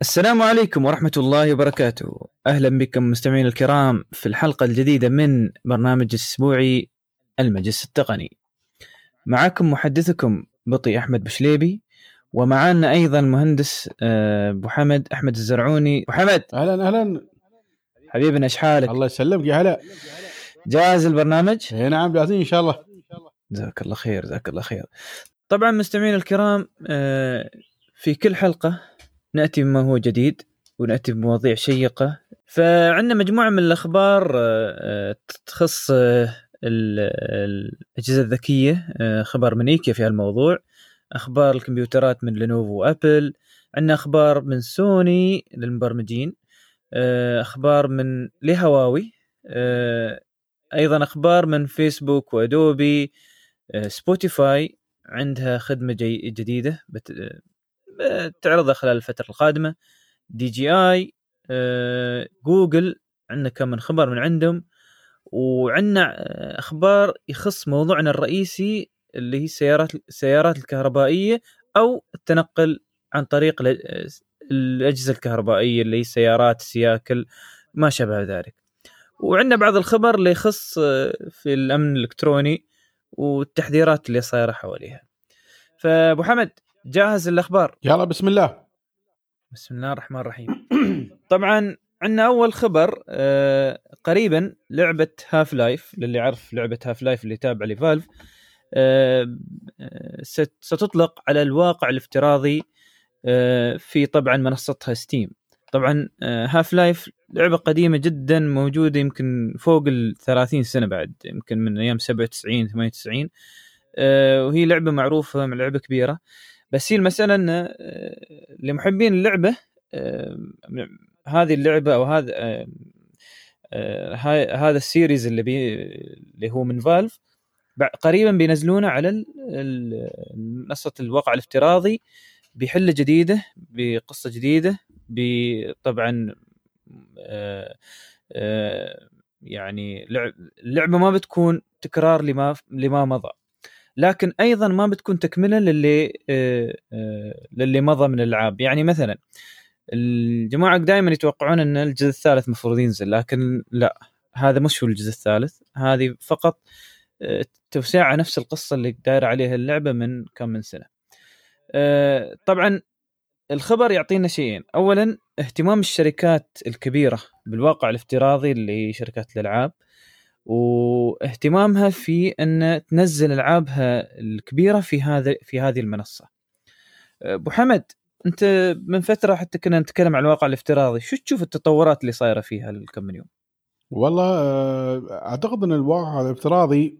السلام عليكم ورحمة الله وبركاته. أهلا بكم مستمعين الكرام في الحلقة الجديدة من برنامج الأسبوعي المجلس التقني. معكم محدثكم بطي أحمد بشليبي، ومعنا أيضا المهندس أبو حمد أحمد الزرعوني. أبو حمد، أهلا حبيبنا، إيش حالك؟ الله يسلمك يا هلا. جاهز البرنامج؟ نعم جاهزين إن شاء الله. جزاك الله خير جزاك الله خير. طبعا مستمعين الكرام، في كل حلقة نأتي بما هو جديد ونأتي بمواضيع شيقة. فعندنا مجموعة من الأخبار تخص الأجهزة الذكية، خبر من إيكيا في هالموضوع، أخبار الكمبيوترات من لينوفو وأبل، عندنا أخبار من سوني للمبرمجين، أخبار من لهواوي، أيضا أخبار من فيسبوك وأدوبي، سبوتيفاي عندها خدمة جديدة بتعرضها خلال الفترة القادمة، دي جي آي، جوجل عندنا كم من خبر من عندهم، وعندنا أخبار يخص موضوعنا الرئيسي اللي هي السيارات الكهربائية أو التنقل عن طريق الأجهزة الكهربائية اللي هي سيارات سياكل ما شابه ذلك. وعندنا بعض الخبر اللي يخص في الأمن الإلكتروني والتحذيرات اللي صايرة حواليها. فأبو حمد، جاهز الأخبار؟ يلا بسم الله. بسم الله الرحمن الرحيم. طبعا عندنا أول خبر، قريبا لعبة هاف لايف، للي عرف لعبة هاف لايف اللي تابع لفالف، ستطلق على الواقع الافتراضي في طبعا منصتها ستيم. طبعا هاف لايف لعبة قديمة جدا، موجودة يمكن فوق 30 سنة بعد، يمكن من أيام 97 98، وهي لعبة معروفة، لعبة كبيرة. بس هي المسألة أن لمحبين اللعبة، هذه اللعبة أو هذا السيريز اللي هو من فالف قريبا بينزلونه على منصة الواقع الافتراضي بحلة جديدة، بقصة جديدة، طبعا يعني اللعبة ما بتكون تكرار لما مضى، لكن أيضا ما بتكون تكملة للي مضى من الألعاب. يعني مثلا الجماعة دائما يتوقعون أن الجزء الثالث مفروض ينزل، لكن لا، هذا مش هو الجزء الثالث، هذه فقط توسيع نفس القصة اللي داير عليها اللعبة من كم من سنة. طبعا الخبر يعطينا شيئين: أولا اهتمام الشركات الكبيرة بالواقع الافتراضي اللي هي شركات الألعاب، واهتمامها في أن تنزل ألعابها الكبيرة في هذه المنصة. أبو حمد، أنت من فترة حتى كنا نتكلم عن الواقع الافتراضي، شو تشوف التطورات اللي صايرة فيها الكم من يوم؟ والله أعتقد أن الواقع الافتراضي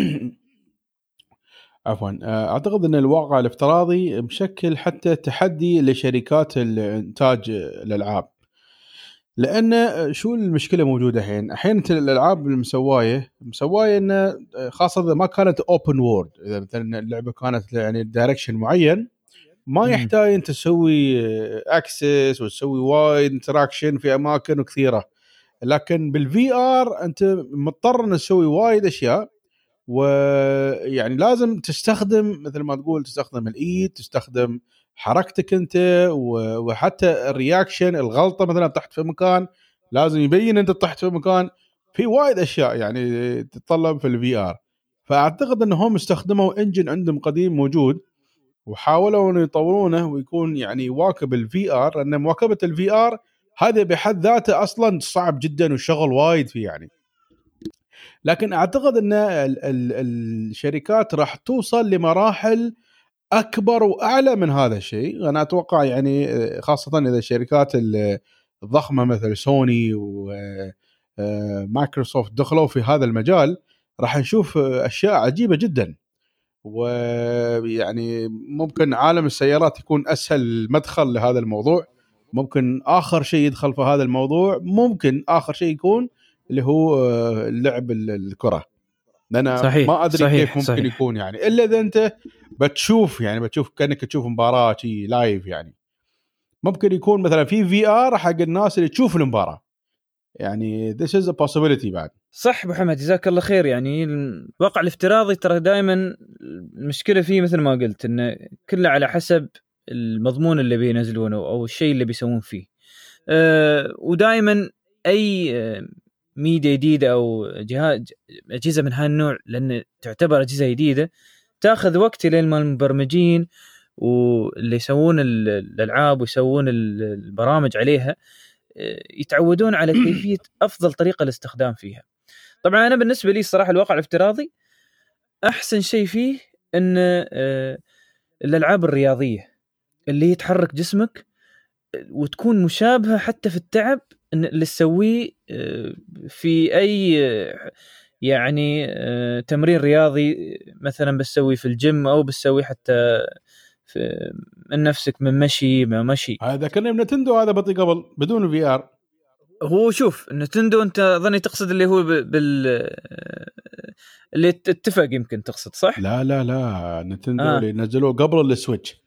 أعتقد أن الواقع الافتراضي مشكل حتى تحدي لشركات الإنتاج الألعاب، لأن شو المشكلة موجودة الحين الألعاب المسواية إنه خاصة إذا ما كانت open world، إذا مثلا اللعبة كانت يعني دايركشن معين ما يحتاج انت تسوي اكسس وتسوي وايد انتراكشن في اماكن كثيره، لكن بالفي ار انت مضطر ان تسوي وايد اشياء، ويعني لازم تستخدم مثل ما تقول تستخدم الايد، تستخدم حركتك انت، وحتى الرياكشن، الغلطه مثلا طحت في مكان لازم يبين انت طحت في مكان، في وايد اشياء يعني تتطلب في الفي ار. فاعتقد انهم استخدموا انجن عندهم قديم موجود وحاولوا انه يطورونه ويكون يعني يواكب الفي ار، لان مواكبه الفي ار هذا بحد ذاته اصلا صعب جدا والشغل وايد فيه يعني. لكن اعتقد ان الشركات راح توصل لمراحل اكبر واعلى من هذا الشيء. انا اتوقع يعني خاصه اذا الشركات الضخمه مثل سوني ومايكروسوفت دخلوا في هذا المجال، راح نشوف اشياء عجيبه جدا. ويعني ممكن عالم السيارات يكون أسهل مدخل لهذا الموضوع، ممكن آخر شيء يدخل في هذا الموضوع، ممكن آخر شيء يكون اللي هو لعب الكرة، لأن ما أدري كيف ممكن يكون يعني، إلا إذا أنت بتشوف كأنك تشوف مباراة لايف يعني. ممكن يكون مثلا في آر حق الناس اللي تشوف المباراة، يعني this is a possibility بعد. صح أبو حمد، جزاك الله خير. يعني الواقع الافتراضي ترى دائما المشكلة فيه مثل ما قلت إنه كله على حسب المضمون اللي بينزلونه او الشيء اللي بيسوون فيه. ودائما اي ميديا جديده او اجهزه من هالنوع، لان تعتبر اجهزه جديده، تاخذ وقت لين ما المبرمجين واللي يسوون الالعاب ويسوون البرامج عليها يتعودون على كيفيه افضل طريقه للاستخدام فيها. طبعا انا بالنسبه لي الصراحه الواقع الافتراضي احسن شيء فيه ان الالعاب الرياضيه اللي يتحرك جسمك وتكون مشابهه حتى في التعب اللي تسويه في اي يعني تمرين رياضي، مثلا بتسوي في الجيم او بتسوي حتى من نفسك من مشي ما مشي. هذا كان نتندو هذا بطيء قبل بدون في ار. هو شوف نتندو انت ظني تقصد اللي هو اللي اتفق يمكن تقصد صح؟ لا نتندو اللي نزلوه قبل السويتش.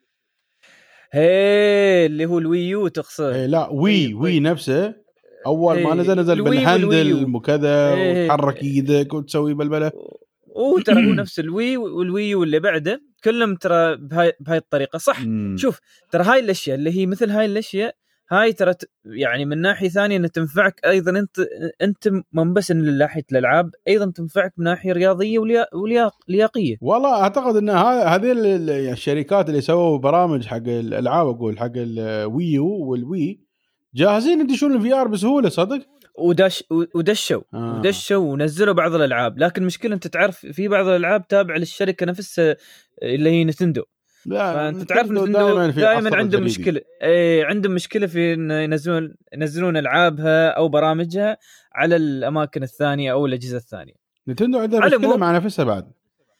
اللي هو الويو تقصد؟ لا وي نفسه اول ما نزل بالهاندل وكذا وتحرك ايدك وتسوي بلبله. ترى هو نفس الوي والويو اللي بعده كلهم ترى بهاي الطريقه صح. شوف ترى هاي الاشياء اللي هي مثل هاي الاشياء هاي ترى يعني من ناحيه ثانيه ان تنفعك ايضا انت من بس من ناحيه الالعاب، ايضا تنفعك من ناحيه رياضيه ولياقيه. والله اعتقد ان هذه الشركات اللي سووا برامج حق الالعاب اقول حق الويو والوي جاهزين يدشون الفي ار بسهوله صدق. ودشوا ونزلوا بعض الالعاب، لكن مشكله انت تعرف في بعض الالعاب تابعه للشركه نفسها اللي هي نتندو. فانت تعرف نتندو دائما عندهم مشكله، عندهم مشكله في ان ينزلون العابها او برامجها على الاماكن الثانيه او الاجهزه الثانيه. نتندو عندها مشكله مع نفسها بعد.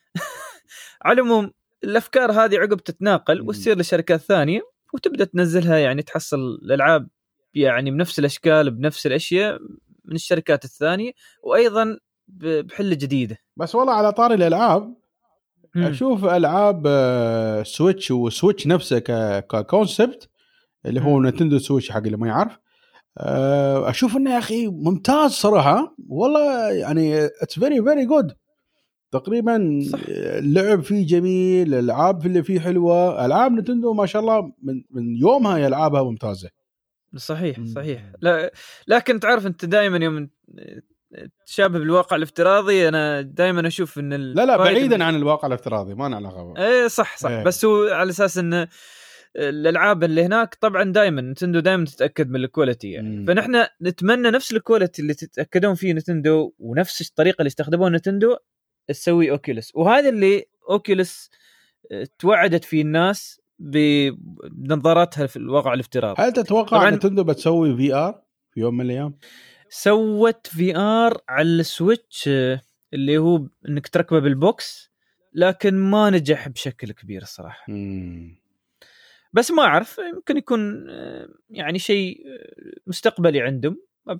على العموم الافكار هذه عقب تتناقل وتصير لشركات ثانيه وتبدا تنزلها، يعني تحصل الالعاب يعني بنفس الاشكال بنفس الاشياء من الشركات الثانية وايضا بحله جديده. بس والله على طاري الالعاب اشوف العاب سويتش وسويتش نفسه ككونسبت اللي هو نتندو سويتش حق اللي ما يعرف، اشوف انه يا اخي ممتاز صراحه والله، يعني اتس فيري فيري جود تقريبا صح. اللعب فيه جميل، الالعاب اللي فيه حلوه، العاب نتندو ما شاء الله من يومها هي العابها ممتازه. صحيح لا لكن تعرف انت دائما يوم تشابه بالواقع الافتراضي انا دائما اشوف ان لا بعيدا عن الواقع الافتراضي ما علاقه. صح بس هو على اساس ان الالعاب اللي هناك طبعا دائما نتندو دائما تتاكد من الكواليتي يعني. فنحن نتمنى نفس الكواليتي اللي تتاكدون فيه نتندو ونفس الطريقه اللي استخدموها نتندو تسوي اوكيوليس، وهذا اللي اوكيوليس توعدت فيه الناس بنظاراتها في الواقع الافتراضي. هل تتوقع نتندو بتسوي في ار في يوم من الايام؟ سوت في ار على السويتش اللي هو انك تركبه بالبوكس، لكن ما نجح بشكل كبير الصراحه. بس ما اعرف يمكن يكون يعني شيء مستقبلي عندهم،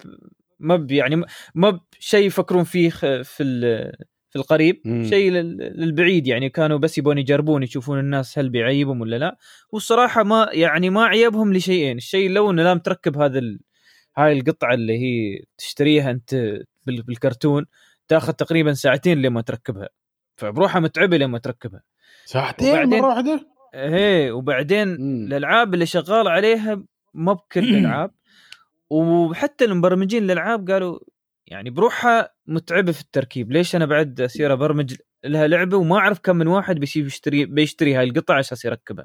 ما شيء يفكرون فيه في القريب، شيء للبعيد يعني كانوا بس يبون يجربون يشوفون الناس هل بيعيبهم ولا لا. والصراحه ما عيبهم لشيئين، الشيء لو انه لا تركب هاي القطعه اللي هي تشتريها انت بالكرتون تاخذ تقريبا ساعتين لما تركبها، فبروحها متعبه لما تركبها ساعتين مره واحده. وبعدين الالعاب اللي شغال عليها ما بكل الالعاب، وحتى المبرمجين الالعاب قالوا يعني بروحها متعبه في التركيب، ليش انا بعد اسير ابرمج لها لعبه وما اعرف كم من واحد بيشتري هاي القطعه عشان يركبها.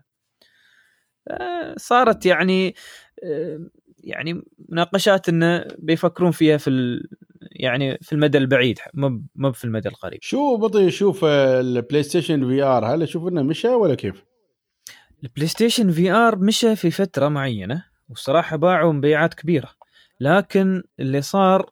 صارت يعني مناقشات انه بيفكرون فيها يعني في المدى البعيد ما في المدى القريب. شو بطي شوف البلاي ستيشن في ار هل اشوف انه مشى ولا كيف؟ البلاي ستيشن في ار مشى في فتره معينه والصراحه باعوا مبيعات كبيره، لكن اللي صار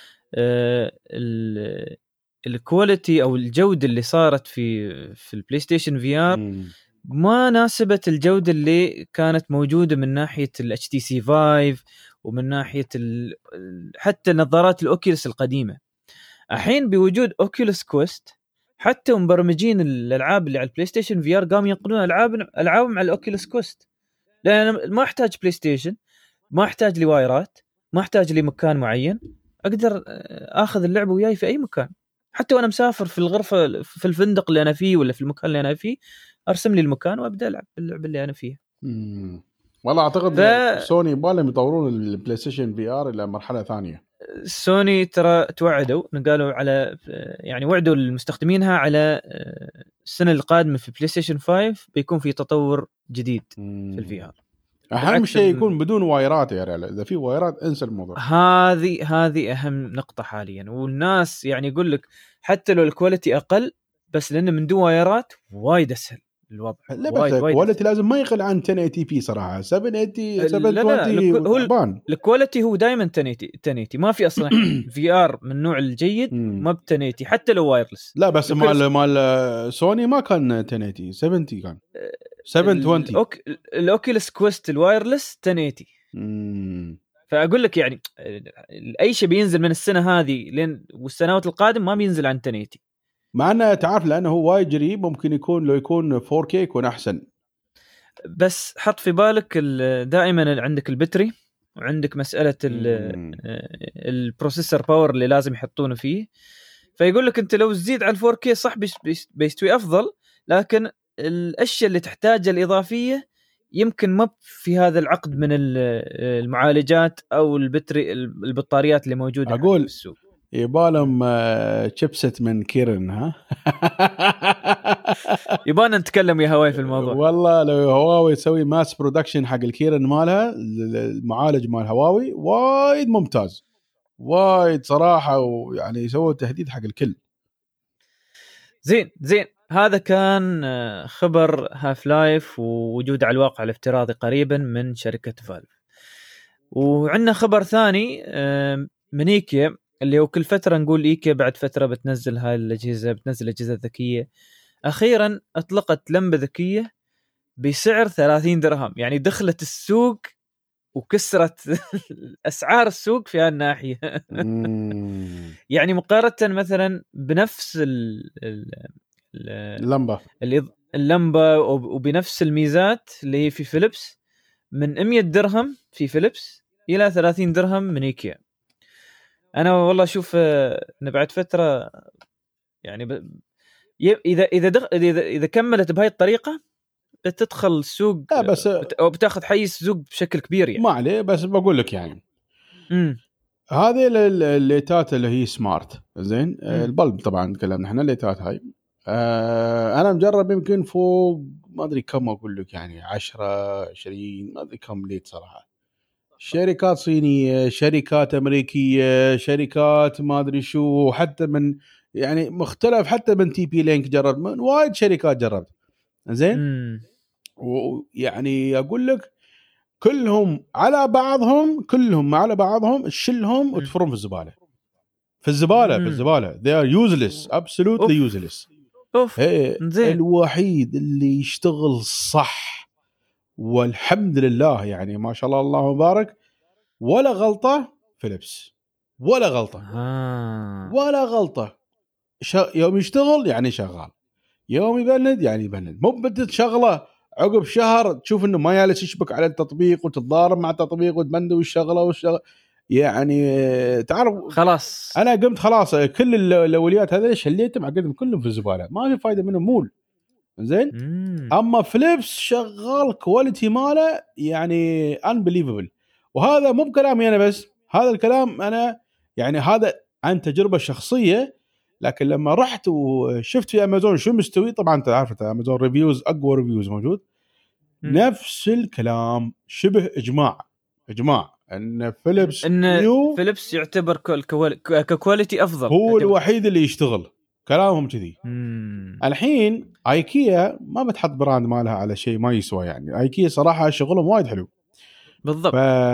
الكواليتي او الجوده اللي صارت في البلاي ستيشن في ار ما ناسبت الجوده اللي كانت موجوده من ناحيه الاتش تي سي فايف ومن ناحيه حتى نظارات الاوكيوليس القديمه. الحين بوجود اوكيوليس كويست حتى مبرمجين الالعاب اللي على البلاي ستيشن في ار قاموا ينقلون العابهم على الاوكيوليس كويست، لان ما احتاج بلاي ستيشن، ما احتاج لي وايرات، ما احتاج لي مكان معين، اقدر اخذ اللعبه وياي في اي مكان، حتى وانا مسافر في الغرفه في الفندق اللي انا فيه ولا في المكان اللي انا فيه ارسم لي المكان وابدا العب اللعبه اللي انا فيها. والله اعتقد سوني بالهم يطورون البلاي ستيشن في ار الى مرحله ثانيه. سوني ترى توعدوا، قالوا على يعني وعدوا المستخدمينها على السنه القادمه في بلاي ستيشن 5 بيكون في تطور جديد في الفي ار. اهم شيء يكون بدون وايرات يا رجال، اذا في وايرات انسى الموضوع. هذه اهم نقطه حاليا، والناس يعني يقول لك حتى لو الكواليتي اقل بس لانه من دون وايرات وايد اسهل الوضع. لا بس الكواليتي لازم ما يقل عن 1080p صراحه. 720 720 الكواليتي هو دائما 1080 ما في اصلا في ار من النوع الجيد ما ب 1080 حتى لو وايرلس. لا بس مال سوني ما كان 1080 70 كان 720. الاوكيوليس كويست الوايرلس 1080. فاقول لك يعني اي شيء بينزل من السنه هذه لين والسنوات القادمه ما بينزل عن 1080. مع انه تعرف لانه هو وايد جريب ممكن يكون لو يكون 4K يكون احسن. بس حط في بالك دائما عندك البتري وعندك مساله البروسيسور باور اللي لازم يحطونه فيه. فيقول لك انت لو تزيد على 4K صح بيستوي افضل، لكن الاشياء اللي تحتاجها الاضافيه يمكن ما في هذا العقد من المعالجات او البطاريات اللي موجوده في السوق. يبالهم شيبسيت من كيرن ها. يبانا نتكلم يا هواوي في الموضوع. والله لو هواوي تسوي ماس برودكشن حق الكيرن مالها، المعالج مال هواوي وايد ممتاز وايد صراحه، ويعني يسوي تهديد حق الكل. زين هذا كان خبر هاف لايف ووجود على الواقع الافتراضي قريبا من شركه فالف. وعندنا خبر ثاني من ايكيا، اللي هو كل فترة نقول إيكيا بعد فترة بتنزل هاي الأجهزة، بتنزل أجهزة ذكية. أخيرا أطلقت لمبة ذكية بسعر 30 درهم، يعني دخلت السوق وكسرت أسعار السوق في هالناحية. يعني مقارنة مثلا بنفس اللمبة وبنفس الميزات اللي هي في فيليبس، من 100 درهم في فيليبس إلى 30 درهم من إيكيا. انا والله اشوف بعد فتره يعني اذا كملت بهاي الطريقه بتدخل السوق او بتاخذ حيز السوق بشكل كبير يعني. ما عليه، بس بقول لك يعني هذه الليتات اللي هي سمارت زين. البلب طبعا تكلمنا احنا الليتات هاي. انا مجرب يمكن فوق ما ادري كم اقول لك يعني 10 20 ما ادري كم ليت صراحه. شركات صينية، شركات أمريكية، شركات ما أدري شو، حتى من يعني مختلف، حتى من تي بي لينك جربت، من وايد شركات جربت زين. ويعني أقول لك كلهم على بعضهم شلهم وتفرم في الزبالة في الزبالة they are useless absolutely useless. الوحيد اللي يشتغل صح والحمد لله يعني ما شاء الله الله مبارك ولا غلطة فيليبس، ولا غلطة ولا غلطة. يوم يشتغل يعني شغال، يوم يبند يعني يبند. مو بدت شغلة عقب شهر تشوف انه ما يالس يشبك على التطبيق وتتضارب مع التطبيق وتبند والشغلة يعني تعرف خلاص انا قمت خلاص كل الاولويات هذه شليتهم عقدهم كلهم في الزبالة، ما في فايدة منهم مول زين. اما فليبس شغال كواليتي ماله يعني unbelievable. وهذا مو بكلامي انا بس، هذا الكلام انا يعني هذا عن تجربه شخصيه. لكن لما رحت وشفت في امازون شو مستوي، طبعا انت عارف امازون ريفيوز اقوى ريفيوز موجود، نفس الكلام شبه اجماع ان فيليبس فيليبس يعتبر ككواليتي افضل، هو الوحيد اللي يشتغل كلامهم كذي. الحين ايكيا ما بتحط براند مالها على شيء ما يسوى، يعني ايكيا صراحه شغلهم وايد حلو بالضبط.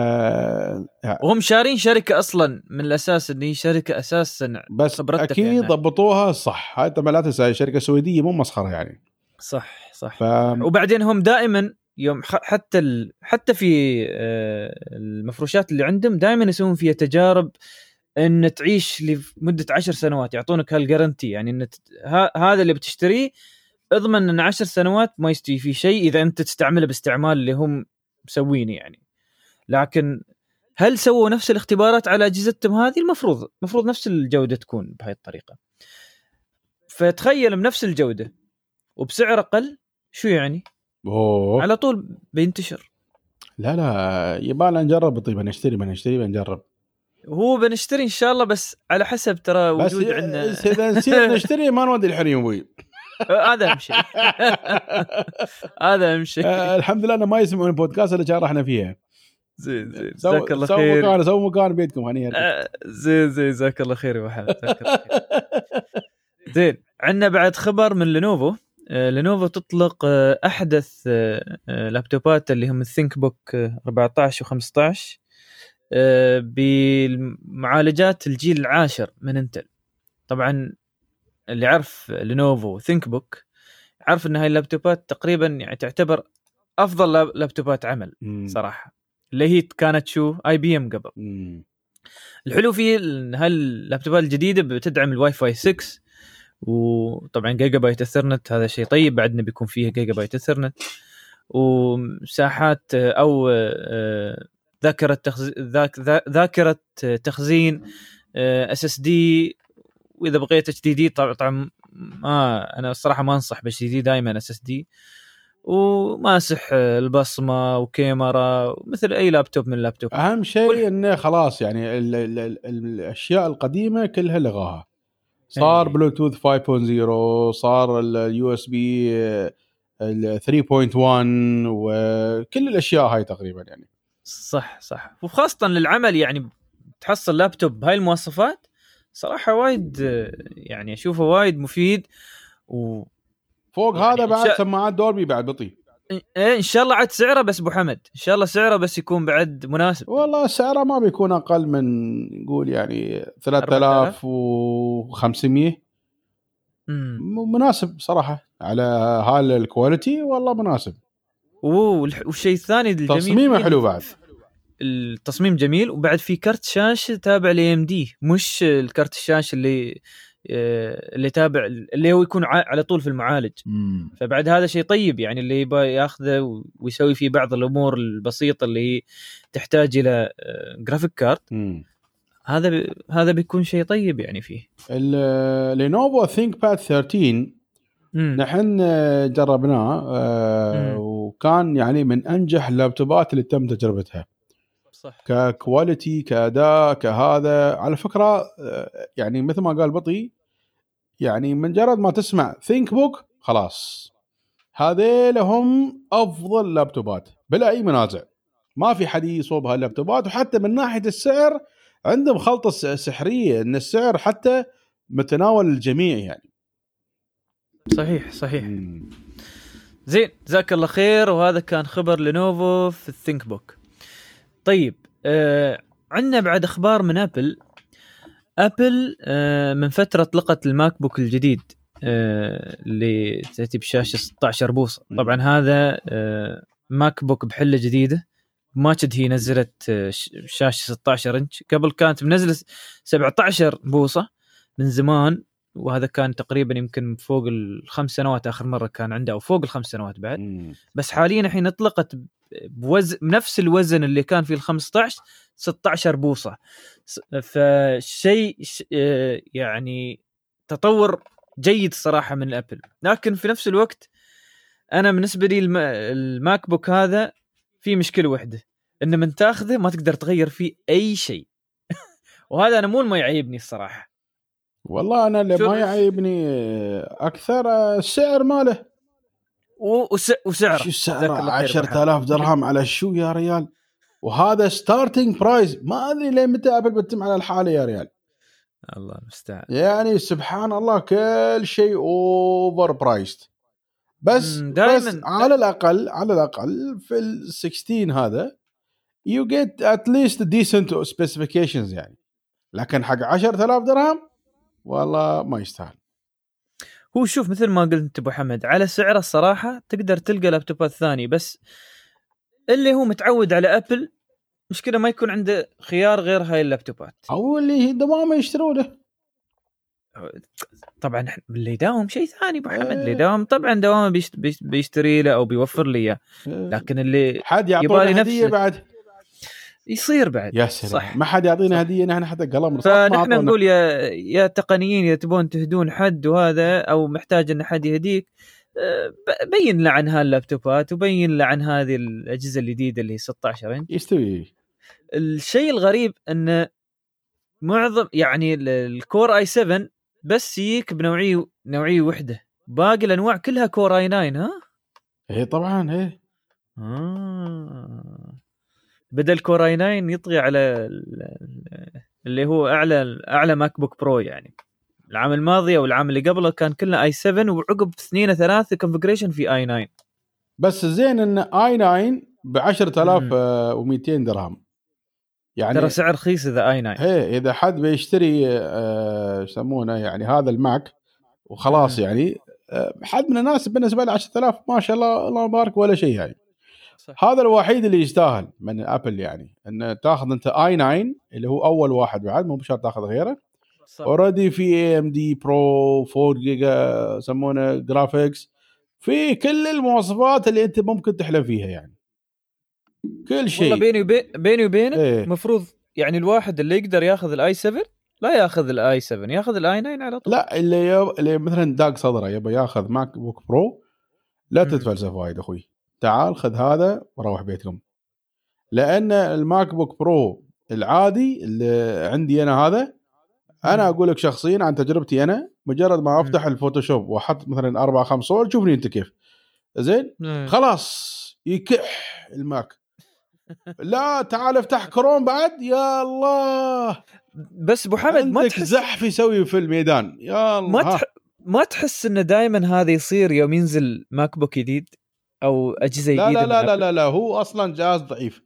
وهم شارين شركه اصلا من الاساس ان هي شركه اساسا بس اكيد ضبطوها صح. هاي طبعا لا تنسى شركه سويديه مو مسخره يعني. صح وبعدين هم دائما يوم حتى في المفروشات اللي عندهم دائما يسوون فيها تجارب ان تعيش لمده 10 سنوات، يعطونك هالجارنتي يعني ان هذا اللي بتشتريه اضمن ان 10 سنوات ما يستوي فيه شيء اذا انت تستعمله باستعمال اللي هم مسوينه يعني. لكن هل سووا نفس الاختبارات على اجهزتهم هذه؟ المفروض نفس الجوده تكون بهاي الطريقه. فتخيل بنفس الجوده وبسعر اقل، شو يعني اوه على طول بينتشر. لا يبغى نجرب. طيب بنشتري بنجرب. هو بنشتري ان شاء الله، بس على حسب ترى بس وجود عندنا. اذا نصير نشتري ما نودي الحريم ابوي. هذا اهم شيء. هذا اهم شيء. الحمد لله انه ما يسمعون البودكاست اللي شرحنا فيها. زين جزاك الله خير. سووا مكان بيتكم هنيئا. زين جزاك الله خير يا محمد. زين عندنا بعد خبر من لينوفو. لينوفو تطلق احدث لابتوبات اللي هم الثينك بوك 14 و15 بمعالجات الجيل العاشر من انتل. طبعا اللي عرف لينوفو ثينك بوك عارف ان هاي اللابتوبات تقريبا يعني تعتبر افضل لابتوبات عمل صراحه، اللي هي كانت شو اي بي ام قبل. الحلو فيه ان هاللابتوبات الجديده بتدعم الواي فاي 6، وطبعا جيجا بايت اثرنت. هذا شيء طيب، بعدنا بيكون فيه جيجا بايت اثرنت، ومساحات او ذاكره تخزين اس اس دي. واذا بغيت اتش دي دي طبعا ما انا الصراحه ما انصح بالاتش دي، دائما اس اس دي، وماسح البصمه وكاميرا مثل اي لابتوب من اللابتوب. اهم شيء انه خلاص يعني الاشياء القديمه كلها لغاها. صار بلوتوث 5.0، صار اليو اس بي 3.1 وكل الاشياء هاي تقريبا يعني. صح وخاصه للعمل يعني تحصل لابتوب بهاي المواصفات صراحه وايد يعني اشوفه وايد مفيد. فوق يعني هذا بعد سماعات دولبي بعد بطيء. ان شاء الله عاد سعره بس ابو حمد، ان شاء الله سعره بس يكون بعد مناسب. والله سعره ما بيكون اقل من نقول يعني 3500. مناسب صراحه على هال الكواليتي، والله مناسب. والشيء الثاني الجميل تصميمه حلو بعد. التصميم جميل، وبعد في كرت شاشه تابع ل AMD، مش الكرت الشاشه اللي تابع اللي هو يكون على طول في المعالج. فبعد هذا شيء طيب يعني، اللي يبغى ياخذه ويسوي فيه بعض الامور البسيطه اللي تحتاج الى جرافيك كارت، هذا بيكون شيء طيب يعني. فيه لينوفو ثينك باد 13 نحن جربناه وكان يعني من انجح اللابتوبات اللي تم تجربتها. صح. ككواليتي كأداء كهذا على فكرة يعني مثل ما قال بطي، يعني من جرد ما تسمع ثينك بوك خلاص هذيل هم أفضل لابتوبات بلا أي منازع، ما في حد يصوب هاللابتوبات. وحتى من ناحية السعر عندهم خلطة سحرية، إن السعر حتى متناول الجميع يعني. صحيح. زين جزاك الله خير. وهذا كان خبر لينوفو في الثينك بوك. طيب عندنا بعد اخبار من ابل. من فتره اطلقت الماك بوك الجديد اللي تاتي بشاشه 16 بوصه. طبعا هذا ماك بوك بحله جديده، ما كد هي نزلت شاشه 16 انش، قبل كانت منزله 17 بوصه من زمان، وهذا كان تقريبا يمكن فوق ال5 سنوات اخر مره كان عنده، او فوق ال5 سنوات بعد. بس حاليا الحين اطلقت نفس الوزن اللي كان في ال15 16 بوصه. فشيء يعني تطور جيد صراحه من ابل. لكن في نفس الوقت انا بالنسبه لي الماك بوك هذا في مشكله واحده، ان من تاخذه ما تقدر تغير فيه اي شيء. وهذا انا مو ما يعيبني الصراحه. والله انا اللي ما يعيبني اكثر السعر ماله. وسعره شو السعر 10,000 درهم على شو يا ريال؟ وهذا ستارتنج برايس. ما ادري ليه متى ابل بتتم على الحاله يا ريال. الله المستعان. يعني سبحان الله كل شيء اوفر برايست. بس على الاقل في ال16 هذا you get at least decent specifications يعني. لكن حق 10,000 درهم والله ما يستاهل. هو شوف مثل ما قلت انت ابو حمد، على سعره الصراحه تقدر تلقى لابتوبات ثاني، بس اللي هو متعود على ابل مشكله ما يكون عنده خيار غير هاي اللابتوبات، او اللي دوامه يشترونه. طبعا اللي يداوم شيء ثاني ابو حمد. اللي يداوم طبعا دوامه بيشتري له او بيوفر لي اياه. لكن اللي حد يعطونه هديه بعد يصير بعد يا سلام. ما حد يعطينا هديه نحن حتى قلم رصاص. فنحن نقول يا تقنيين اذا تبون تهدون حد وهذا، او محتاج ان حد يهديك، بين له عن هاللابتوبات وبين له عن هذه الأجهزة الجديدة اللي 16 إنش. يستوي. الشيء الغريب أن معظم يعني الكور اي 7 بس يجيك بنوعية وحدة، باقي الأنواع كلها كور اي 9. ها ايه طبعا ايه. بدل كور اي 9 يطغي على اللي هو اعلى ماك بوك برو. يعني العام الماضي او العام اللي قبله كان كلنا اي 7 وعقب 2 3 كونفيجريشن في اي 9. بس زين ان اي 9 ب 10200 درهم، يعني ترى سعر رخيص اذا اي 9. هي اذا حد بيشتري يسمونه يعني هذا الماك وخلاص يعني حد من الناس بالنسبه له 10000 ما شاء الله الله يبارك ولا شيء يعني. صح. هذا الوحيد اللي يستاهل من ابل يعني ان تاخذ انت اي 9 اللي هو اول واحد، بعد مو بشرط تاخذ غيره. اوريدي في اي ام دي برو 4 جيجا يسمونه جرافيكس، في كل المواصفات اللي انت ممكن تحلم فيها يعني كل شيء. والله بيني وبينك المفروض يعني الواحد اللي يقدر ياخذ الاي 7 لا ياخذ الاي 7، ياخذ الاي 9 على طول. لا اللي مثلا داق صدره يبي ياخذ ماك بوك برو لا تتفلسف وايد اخوي، تعال خذ هذا وروح بيتكم. لان الماك بوك برو العادي اللي عندي انا هذا، انا اقول لك شخصيا عن تجربتي انا، مجرد ما افتح الفوتوشوب واحط مثلا 4-5 صور شوفني انت كيف زين خلاص يكح الماك. لا تعال افتح كروم بعد يا الله. بس ابو حمد ما تحس زحف يسوي في الميدان يا الله. ما تحس انه دائما هذا يصير يوم ينزل ماك بوك جديد او اجهزه جديده؟ لا هو اصلا جهاز ضعيف.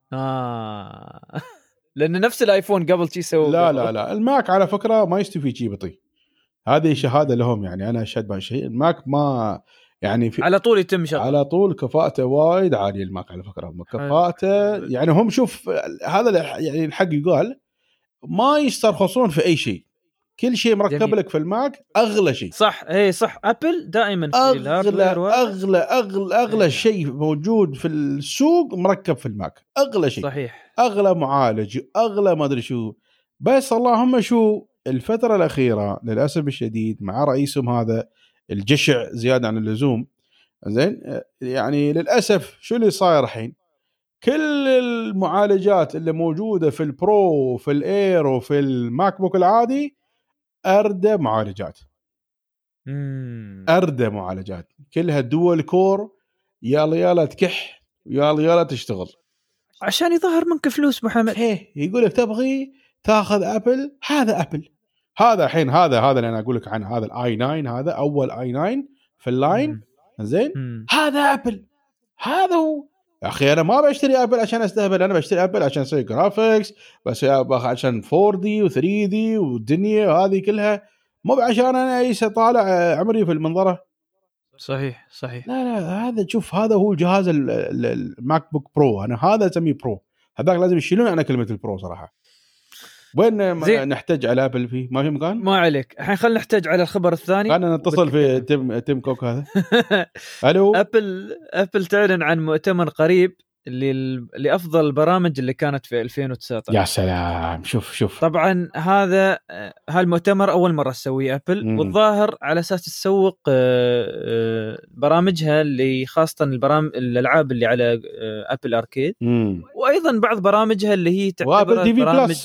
لان نفس الايفون قبل شي سووا. لا الماك على فكره ما يستوي شيء بطيء، هذه شهاده لهم يعني، انا اشهد بهالشيء. الماك ما يعني على طول يتم شغله، على طول كفاءته وايد عاليه الماك على فكره، كفاءته يعني هم شوف هذا يعني الحق يقال ما يسترخصون في اي شيء، كل شيء مركب جميل. لك في الماك اغلى شيء. صح ايه صح، ابل دائما اغلى شيء موجود في السوق مركب في الماك، اغلى شيء صحيح، اغلى معالج اغلى ما ادري شو. بس اللهم شو الفتره الاخيره للاسف الشديد مع رئيسهم هذا الجشع زياده عن اللزوم زين، يعني للاسف شو اللي صاير الحين، كل المعالجات اللي موجوده في البرو وفي الاير وفي الماك بوك العادي اردى معالجات. اردى معالجات كلها دول كور، يلا تكح يلا تشتغل عشان يظهر منك فلوس محمد. يقول لك تبغي تاخذ ابل، هذا ابل هذا الحين هذا اللي انا اقول لك عنه، هذا الاي 9 هذا اول اي 9 في اللاين زين، هذا ابل هذا هو. يا اخي انا ما بشتري ابل عشان استهبل، انا بشتري ابل عشان اسوي جرافيكس، بس عشان 4 دي و3 دي والدنيا هذه كلها، مو عشان انا طالع عمري في المنظره. صحيح لا هذا شوف هذا هو الجهاز الماك بوك برو، انا هذا اسميه برو، هذاك لازم يشيلون انا كلمه البرو صراحه. وين نحتاج على ابل فيه؟ ما في مكان؟ ما عليك، الحين خلينا نحتاج على الخبر الثاني. خلينا نتصل في تيم كوك هذا. الو. ابل تعلن عن مؤتمر قريب اللي افضل البرامج اللي كانت في 2019. يا سلام شوف طبعا هذا هالمؤتمر اول مره تسويه ابل، والظاهر على اساس تسوق برامجها اللي خاصه الالعاب اللي على ابل اركيد، وايضا بعض برامجها اللي هي تعتبر برامج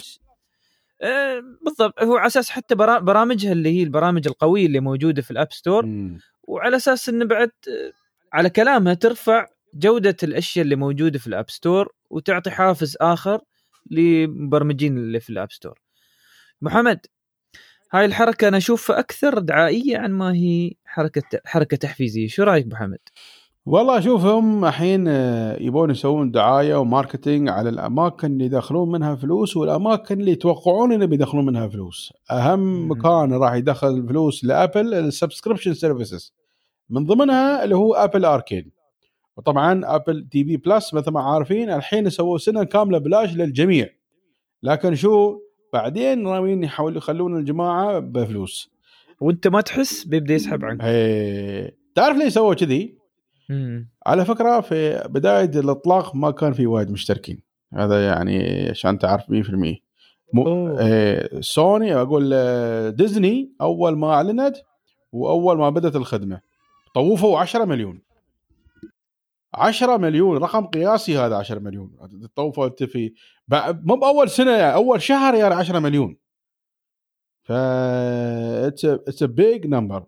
بالضبط، هو على اساس حتى برامجها اللي هي البرامج القويه اللي موجوده في الاب ستور، وعلى اساس انه بعد على كلامها ترفع جوده الاشياء اللي موجوده في الاب ستور وتعطي حافز اخر لمبرمجين اللي في الاب ستور. محمد، هاي الحركه انا اشوفها اكثر دعائيه عن ما هي حركه تحفيزيه، شو رايك محمد؟ والله شوف هم الحين يبون يسوون دعايه وماركتينج على الاماكن اللي يدخلون منها فلوس والاماكن اللي يتوقعون انه بيدخلون منها فلوس. اهم مكان راح يدخل فلوس لابل السبسكريبشن سيرفيسز، من ضمنها اللي هو ابل اركيد، وطبعا ابل تي في بلس مثل ما عارفين الحين سووا سنه كامله بلاش للجميع، لكن شو بعدين ناويين يحاولوا يخلون الجماعه بفلوس، وانت ما تحس بيبدا يسحب عنك. تعرف ليه سووا كذي؟ على فكرة في بداية الإطلاق ما كان في وايد مشتركين، هذا يعني عشان تعرف 100%. سوني أقول ديزني أول ما أعلنت وأول ما بدأت الخدمة طوفوا 10 مليون. 10 مليون رقم قياسي هذا. 10 مليون تطوفوا انت في مو باول سنه يعني اول شهر يعني 10 مليون. ف اتس ا بيج نمبر.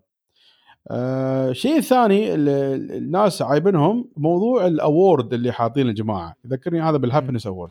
شيء ثاني الناس عايبينهم موضوع الاورد اللي حاطين الجماعه. ذكرني هذا بالهابنس اوورد.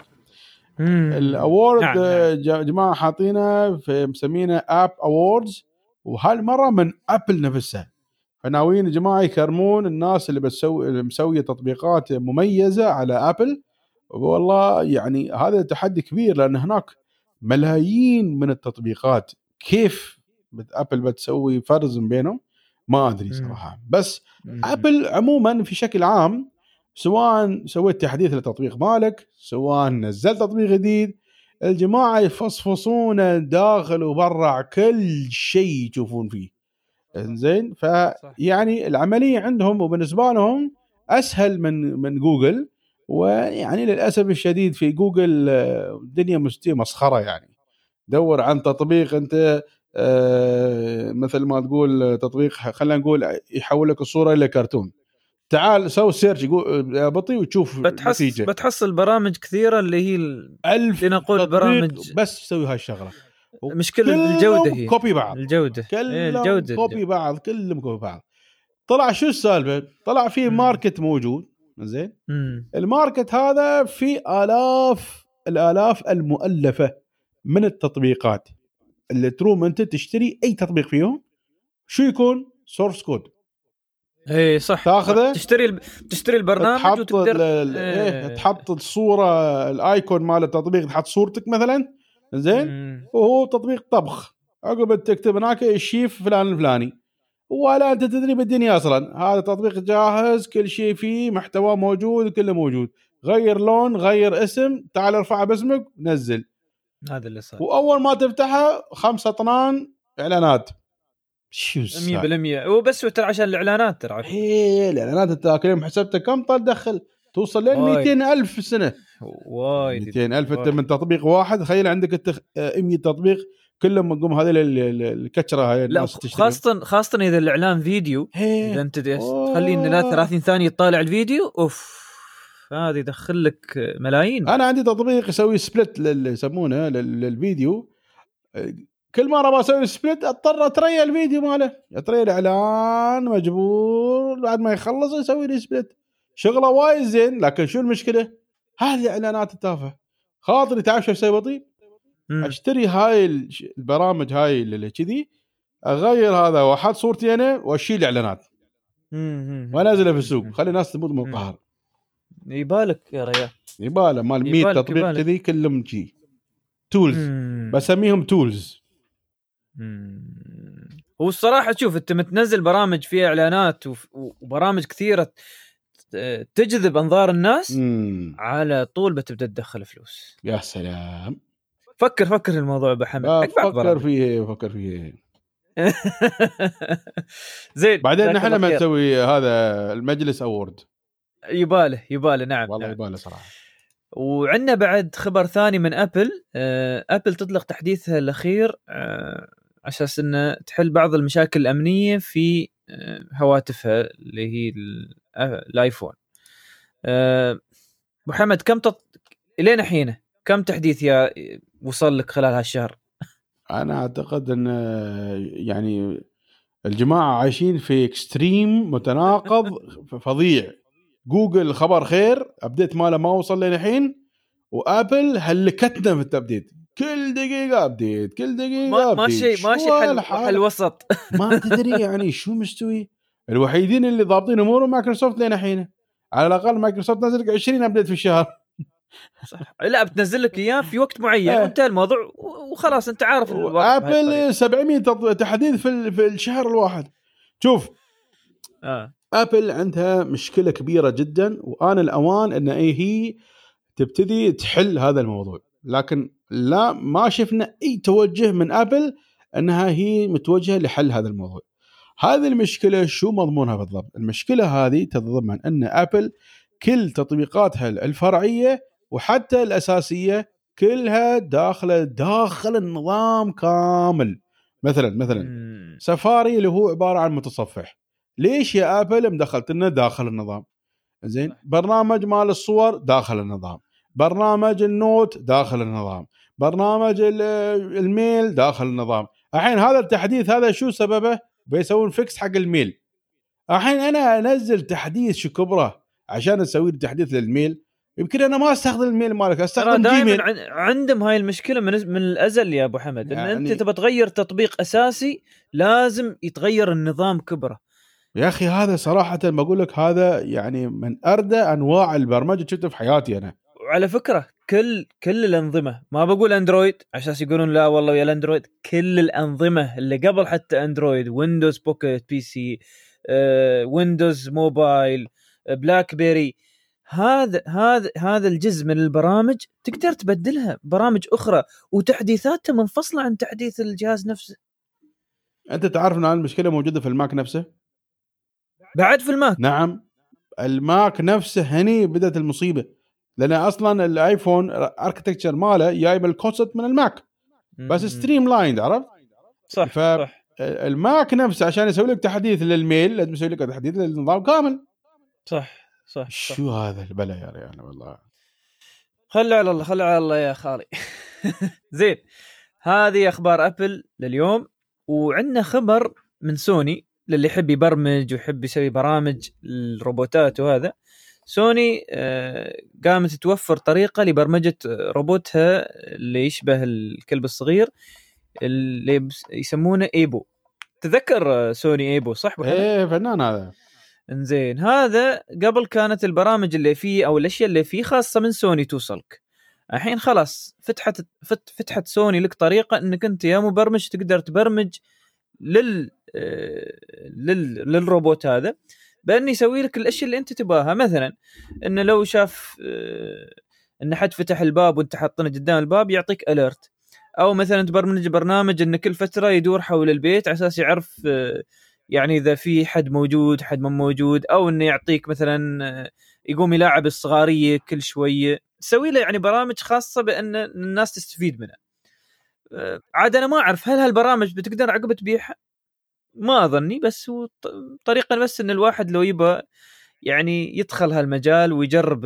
الاورد نعم. جماعه حاطينه في مسمينه اب اووردز، وهالمره من ابل نفسها. فناويين الجماعه يكرمون الناس اللي مسويه تطبيقات مميزه على ابل. والله يعني هذا تحدي كبير، لان هناك ملايين من التطبيقات. كيف ابل بتسوي فرز بينهم ما ادري صراحه. بس ابل عموما في شكل عام، سواء سويت تحديث للتطبيق مالك، سواء نزلت تطبيق جديد، الجماعه يفصفصون داخل وبرع كل شيء يشوفون فيه. زين. فيعني العمليه عندهم وبالنسبه لهم اسهل من جوجل. ويعني للاسف الشديد في جوجل الدنيا مسخره. يعني دور عن تطبيق انت مثل ما تقول تطبيق، خلينا نقول يحول لك الصوره الى كرتون، تعال سوي سيرش بطيء وتشوف نتيجه. بتحصل برامج كثيره اللي هي 1000 لنقول برامج بس تسوي هالشغله. مشكله الجوده، هي كوبي بعض. الجوده الجوده كوبي بعض، كلهم كوبي بعض. طلع شو السالفه؟ طلع فيه ماركت موجود. زين. الماركت هذا في الالاف المؤلفه من التطبيقات اللي تروم انت تشتري اي تطبيق فيهم. شو يكون؟ سورس كود. ايه صح. تاخذه تشتري البرنامج وتقدر تحط الصوره الايكون مال التطبيق، تحط صورتك مثلا. زين. وهو تطبيق طبخ. عقب تكتب هناك الشيف فلان الفلاني، ولا انت تدري بالدنيا اصلا. هذا تطبيق جاهز، كل شيء فيه، محتوى موجود، كله موجود. غير لون، غير اسم، تعال ارفعه باسمك، نزل. هذا اللي صار. واول ما تفتحها 5 اطنان اعلانات. شو 100% وبس ترى عشان الاعلانات. ترى هي الاعلانات انت كل يوم حسبتك كم طال دخل؟ توصل لين 200,000 في السنه. وايد 200,000 انت من تطبيق واحد. تخيل عندك 100 تطبيق كلهم مقوم هذه الكشره هاي الناس تشتري. خاصه اذا الاعلان فيديو، اذا انت تخلي ان 30 ثانيه تطالع الفيديو، اوف هذا يدخل لك ملايين. انا عندي تطبيق يسوي سبلت اللي يسمونه للفيديو. كل مره بسوي سبلت اضطر اتريا الفيديو ماله، اتريا الاعلان مجبور بعد ما يخلص يسوي لي سبلت. شغله وايد زين، لكن شو المشكله؟ هذه اعلانات التافهه. خاطري تعرف شو اسوي بطيء؟ اشتري هاي البرامج هاي اللي كذي، اغير هذا واحط صورتي انا واشيل اعلانات وانزلها في السوق، خلي الناس تموت من القهر. يبالك يا ريال، يباله مال 100 تطبيق كذي كلهم شي تولز. بسميهم تولز. هو الصراحه شوف، انت متنزل برامج فيها اعلانات وبرامج كثيره تجذب انظار الناس، على طول بتبدا تدخل فلوس. يا سلام. فكر الموضوع بحمد. فكر فيه زين. بعدين نحن ما نسوي هذا المجلس أورد. يباله نعم. والله يباله صراحة. وعندنا بعد خبر ثاني من أبل. أبل تطلق تحديثها الأخير أساس أنه تحل بعض المشاكل الأمنية في هواتفها اللي هي الآيفون. محمد إلينا حينه كم تحديث يا وصل لك خلال هالشهر؟ أنا أعتقد أن يعني الجماعة عايشين في اكستريم متناقض فظيع. جوجل خبر خير، أبديت ماله ما وصل لنا الحين، وآبل هلكتنا في التبديت. كل دقيقة أبديت، كل دقيقة أبديت. ماشي حل وسط. ما تدري يعني شو مستوي. الوحيدين اللي ضابطين أمورهم مايكروسوفت لنا حين. على الأقل مايكروسوفت نزل 20 أبديت في الشهر. صح. لا بتنزل لك اياه في وقت معين وانتهى الموضوع وخلاص. انت عارف ابل 700 تحديث في الشهر الواحد. شوف ابل عندها مشكله كبيره جدا، وان الاوان ان هي تبتدي تحل هذا الموضوع. لكن لا، ما شفنا اي توجه من ابل انها هي متوجهه لحل هذا الموضوع. هذه المشكله شو مضمونها بالضبط؟ المشكله هذه تتضمن ان ابل كل تطبيقاتها الفرعيه وحتى الأساسية كلها داخل النظام كامل. مثلا سفاري اللي هو عبارة عن متصفح، ليش يا ابل مدخلت لنا داخل النظام؟ زين، برنامج مال الصور داخل النظام، برنامج النوت داخل النظام، برنامج الميل داخل النظام. الحين هذا التحديث هذا شو سببه؟ بيسوون فيكس حق الميل. الحين انا انزل تحديث شو كبره عشان اسوي لي تحديث للميل؟ يمكن انا ما استخدم الميل مالك، استخدم جيميل. عندهم هاي المشكله من الازل يا ابو حمد، ان انت تبى تغير تطبيق اساسي لازم يتغير النظام كبره. يا اخي هذا صراحه بقول لك هذا يعني من اردى انواع البرمجه شفتها في حياتي انا. وعلى فكره كل الانظمه، ما بقول اندرويد عشان يقولون لا والله يا الاندرويد، كل الانظمه اللي قبل حتى اندرويد، ويندوز بوكيت بي سي، ويندوز موبايل، بلاك بيري، هذا الجزء من البرامج تقدر تبدلها برامج اخرى وتحديثاتها منفصله عن تحديث الجهاز نفسه. انت تعرف ان المشكله موجوده في الماك نفسه؟ بعد في الماك؟ نعم، الماك نفسه هني بدأت المصيبه، لان اصلا الايفون اركتكتشر ماله جايب الكونسبت من الماك بس ستريم لايند، عرفت؟ صح. الماك نفسه عشان يسوي لك تحديث للميل لازم يسوي لك تحديث للنظام كامل. صح. شو هذا البلا يا ريال والله. خلي على الله يا خالي. زين، هذه اخبار ابل لليوم. وعندنا خبر من سوني للي يحب يبرمج ويحب يسوي برامج الروبوتات. وهذا سوني قامت توفر طريقة لبرمجة روبوتها اللي يشبه الكلب الصغير اللي يسمونه ايبو. تذكر سوني ايبو صح؟ ايه فنان هذا. انزين، هذا قبل كانت البرامج اللي فيه او الاشياء اللي فيه خاصة من سوني توصلك. الحين خلاص فتحت سوني لك طريقة انك انت يا مبرمج تقدر تبرمج للروبوت هذا بأن يسوي لك الاشياء اللي انت تباها. مثلا انه لو شاف ان حد فتح الباب وانت حاطنه قدام الباب يعطيك اليرت، او مثلا تبرمج برنامج ان كل فترة يدور حول البيت على اساس يعرف يعني اذا في حد موجود حد ما موجود، او انه يعطيك مثلا يقوم يلاعب الصغارية كل شوية. تسوي له يعني برامج خاصة بأن الناس تستفيد منها. عاد أنا ما أعرف هل هالبرامج بتقدر عقب تبيعها، ما أظني، بس هو طريقة بس إن الواحد لو يبغى يعني يدخل هالمجال ويجرب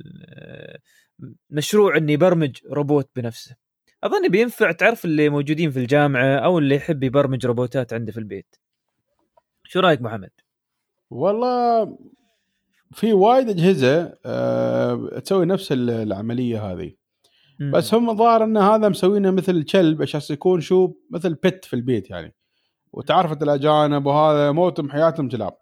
المشروع إنه يبرمج روبوت بنفسه، أظن بينفع. تعرف اللي موجودين في الجامعة أو اللي يحب يبرمج روبوتات عنده في البيت. شو رأيك محمد؟ والله في وايد أجهزة تسوي نفس العملية هذه، بس هم ظاهر ان هذا مسوينه مثل الكلب عشان يكون شو مثل بيت في البيت يعني، وتعرفت الاجانب وهذا موتهم حياتهم كلاب.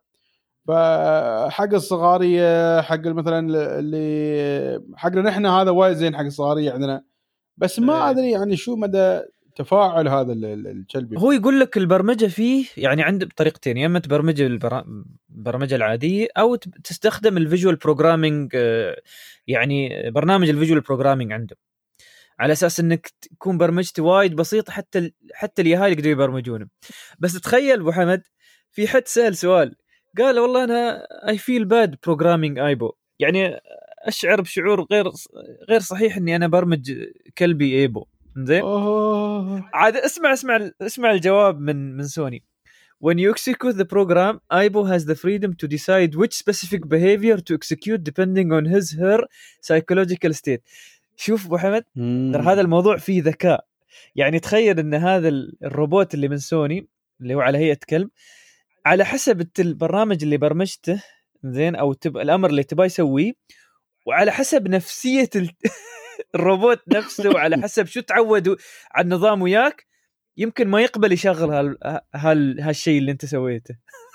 فحق الصغاريه حق مثلا اللي حقنا نحن هذا وايد زين حق الصغاريه عندنا، بس ما ادري يعني شو مدى تفاعل هذا الكلب. هو يقول لك البرمجه فيه يعني عنده بطريقتين، يا اما تبرمج البرمجه العاديه او تستخدم الفيجوال بروجرامينج، يعني برنامج الفيجوال بروجرامينج عنده على اساس انك تكون برمجتي وايد بسيطه حتى اليهال يقدروا يبرمجونه. بس تخيل ابو حمد، في حد سأل سؤال قال والله انا اي فيل باد بروجرامينج ايبو، يعني اشعر بشعور غير صحيح اني انا برمج كلبي ايبو. زين، عاد اسمع الجواب من سوني. When you execute the program, Aibo has the freedom to decide which specific behavior to execute depending on her psychological state. شوف ابو حمد، هذا الموضوع فيه ذكاء. يعني تخيل ان هذا الروبوت اللي من سوني اللي هو على هيئة كلب، على حسب البرنامج اللي برمجته زين او الامر اللي تبغى يسويه، وعلى حسب نفسية الروبوت نفسه، وعلى حسب شو تعودوا على النظام وياك، يمكن ما يقبل يشغل هالشيء اللي انت سويته.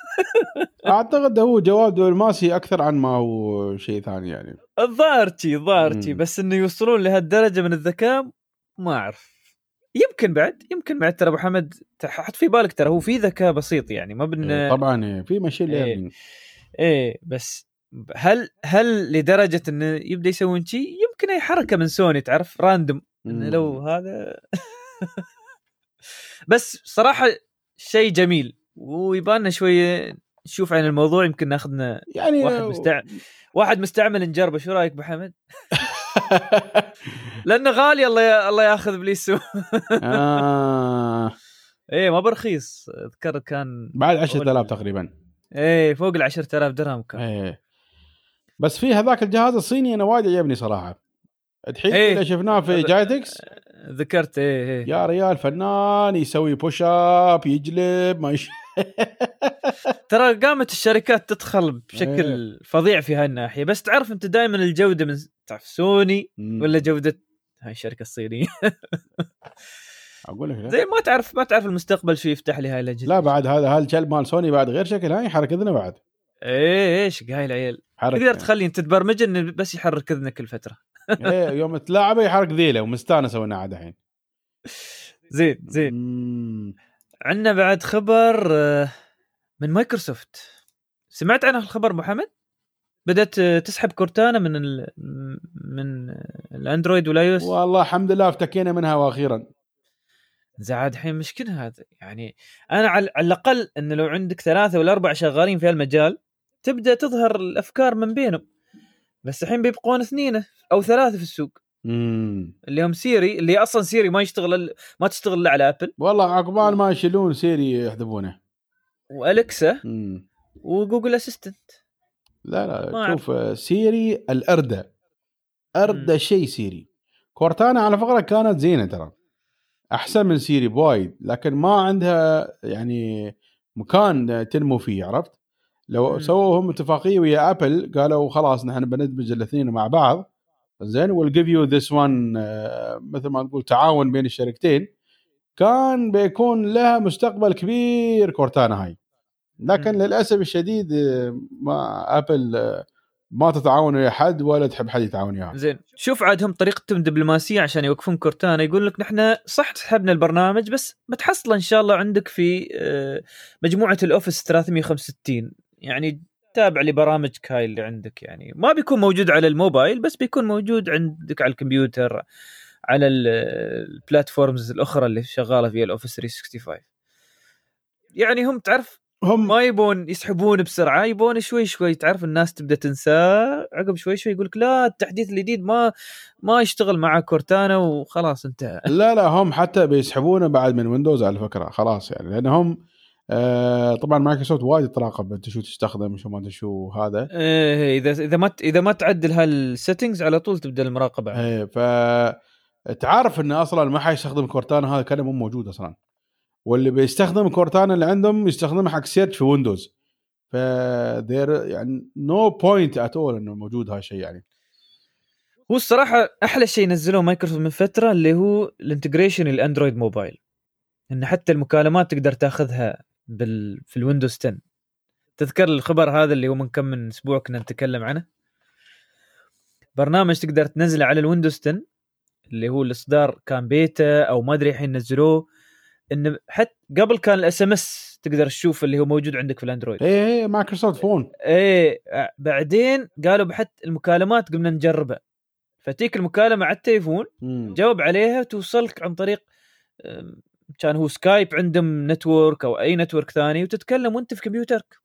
اعتقد هو جواب دبلوماسي اكثر عن ما هو شيء ثاني يعني. الظاهر شي بس انه يوصلون لهالدرجه من الذكاء ما اعرف. يمكن بعد ترى ابو حمد حط في بالك ترى هو في ذكاء بسيط يعني ما بن طبعا في ماشين ليرنينج بس هل لدرجه انه يبدا يسوون شيء؟ يمكن اي حركه من سوني تعرف راندوم انه لو هذا. بس صراحه شيء جميل ويباننا شويه نشوف عن الموضوع، يمكن ناخذنا يعني واحد مستعمل نجربه. شو رايك ابو حمد؟ لانه غالي، الله ياخذ بليسو. ايه ما برخيص، اذكر كان بعد 10,000 تقريبا. ايه فوق 10,000 درهم كان. ايه بس في هذاك الجهاز الصيني انا وايد عجبني صراحه، الحين إيه. اللي شفناه في جايتكس ذكرت ايه يا ريال فنان، يسوي بوش اب، يجلب ما ترى قامت الشركات تدخل بشكل إيه. فظيع في هالناحيه، بس تعرف انت دائما الجوده من تعرف سوني ولا جوده هاي الشركه الصينيه. اقول لك زي ما تعرف المستقبل شو يفتح لي هاي الاجهزه. لا بعد هذا الكلب مال سوني بعد غير شكل، هاي يحرك اذنه بعد. ايش هاي العيال تقدر تخلي انت تبرمج انه بس يحرك اذنك كل فتره. ايه يوم تلاعبه يحرك ذيله ومستانس وانا قاعد الحين. زين. عندنا بعد خبر من مايكروسوفت، سمعت عنه الخبر محمد؟ بدأت تسحب كورتانا من الاندرويد والاي اس. والله الحمد لله افتكينا منها واخيرا. زعاد الحين مشكلة هذا يعني، انا على الاقل ان لو عندك 3 ولا 4 شغالين في المجال تبدأ تظهر الافكار من بينهم، بس الحين بيبقون 2 أو 3 في السوق. اللي هم سيري، اللي اصلا سيري ما تشتغل الا على ابل، والله عقبال ما يشيلون سيري يحذفونه، والكسا وجوجل اسيستنت. لا شوف سيري الأردة شيء سيري. كورتانا على فكرة كانت زينة ترى، أحسن من سيري بوايد، لكن ما عندها يعني مكان تنمو فيه، عرفت؟ لو سووا هم اتفاقية ويا أبل قالوا خلاص نحن بندمج الاثنين مع بعض زين we'll give you this one مثل ما نقول تعاون بين الشركتين، كان بيكون لها مستقبل كبير كورتانا هاي. لكن للأسف الشديد ما أبل ما تتعاون ويا حد ولا تحب حد يتعاون وياها. زين شوف عادهم طريقتهم دبلوماسية عشان يوقفون كورتانا، يقول لك نحن صح سحبنا البرنامج بس بتحصل إن شاء الله عندك في مجموعة الأوفيس 365، يعني تابع لبرامجك هاي اللي عندك، يعني ما بيكون موجود على الموبايل بس بيكون موجود عندك على الكمبيوتر على البلاتفورمز الأخرى اللي شغالة فيها الأوفيس 365. يعني هم تعرف ما يبون يسحبون بسرعه، يبون شوي شوي، تعرف الناس تبدا تنساه عقب شوي شوي يقولك لا التحديث الجديد ما يشتغل مع كورتانا وخلاص انتهى. لا هم حتى بيسحبونه بعد من ويندوز على فكره خلاص، يعني لانهم طبعا مايكروسوفت وايد تراقب انت شو تستخدم شو ما شو هذا. اذا ما تعدل هالسيتنجز على طول تبدا المراقبه. تعرف انه اصلا ما حيستخدم كورتانا، هذا كلام مو موجود اصلا، واللي بيستخدم كورتانا اللي عندهم يستخدمه حق سيرش في ويندوز، ف يعني نو بوينت ات اول انه موجود هالشيء. يعني هو الصراحه احلى شيء نزلوه مايكروسوفت من فتره اللي هو الانتجريشن الاندرويد موبايل، ان حتى المكالمات تقدر تاخذها في الويندوز 10. تذكر الخبر هذا اللي هو من اسبوع كنا نتكلم عنه؟ برنامج تقدر تنزله على الويندوز 10 اللي هو الاصدار كان بيتا او ما ادري الحين نزلوه، انه حتى قبل كان الاس ام اس تقدر تشوف اللي هو موجود عندك في الاندرويد. ايه مايكروسوفت فون. بعدين قالوا بحث المكالمات قمنا نجربها، فتيك المكالمه على التليفون جاوب عليها توصلك عن طريق كان هو سكايب عندهم نتورك او اي نتورك ثاني وتتكلم وانت في كمبيوترك.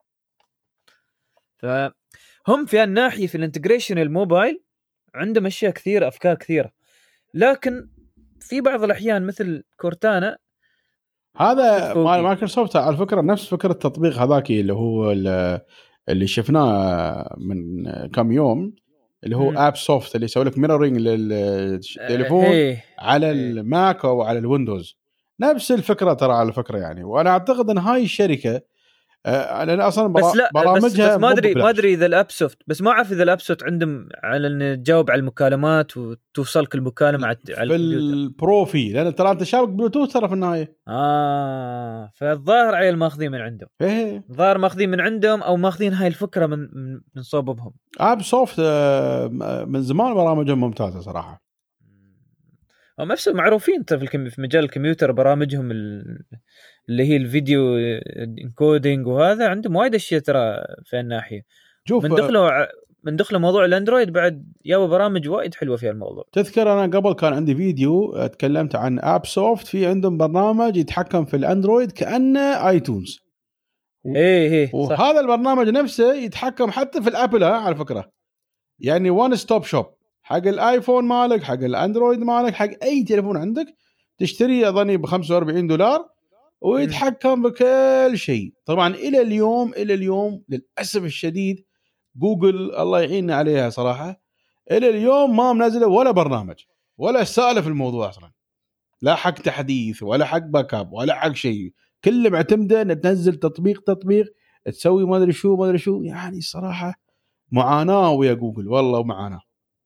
فهم في الناحيه في الانتجريشن الموبايل عندهم اشياء كثيره، افكار كثيره، لكن في بعض الاحيان مثل كورتانا هذا مال مايكروسوفت على فكره نفس فكره التطبيق هذاك اللي هو اللي شفناه من كم يوم اللي هو اب سوفت اللي يسوي لك ميرورينج للتليفون على الماك او على الويندوز، نفس الفكره ترى على فكره يعني. وانا اعتقد ان هاي الشركه لان اصلا برامجها بس ما ادري اذا الاب سوفت، بس ما اعرف اذا الاب سوفت عندهم على ان تجاوب على المكالمات وتوصلك المكالمه على البرو فيه، لان ترى انت شابك بلوتوث ترى في النهايه. فالظاهر عيل ماخذين من عندهم، الظاهر ماخذين من عندهم او ماخذين هاي الفكره من صوبهم. اب سوفت من زمان برامجهم ممتازه صراحه، هم نفسهم معروفين في مجال الكمبيوتر، برامجهم اللي هي الفيديو انكودينج وهذا عندهم وايد اشياء ترى في الناحيه. من دخلوا موضوع الاندرويد بعد يابا برامج وايد حلوه في الموضوع. تذكر انا قبل كان عندي فيديو تكلمت عن اب سوفت، في عندهم برنامج يتحكم في الاندرويد كانه ايتونز. وهذا البرنامج نفسه يتحكم حتى في الابل على فكره، يعني وان ستوب شوب حق الايفون مالك، حق الاندرويد مالك، حق اي تليفون عندك تشتري اظني $45 ويتحكم بكل شيء. طبعا الى اليوم للاسف الشديد جوجل الله يعيننا عليها صراحه، الى اليوم ما منزله ولا برنامج ولا سالف الموضوع اصلا، لا حق تحديث ولا حق باك اب ولا حق شيء، كله معتمده ان تنزل تطبيق تسوي ما ادري شو. يعني صراحه معاناه ويا جوجل، والله معاناه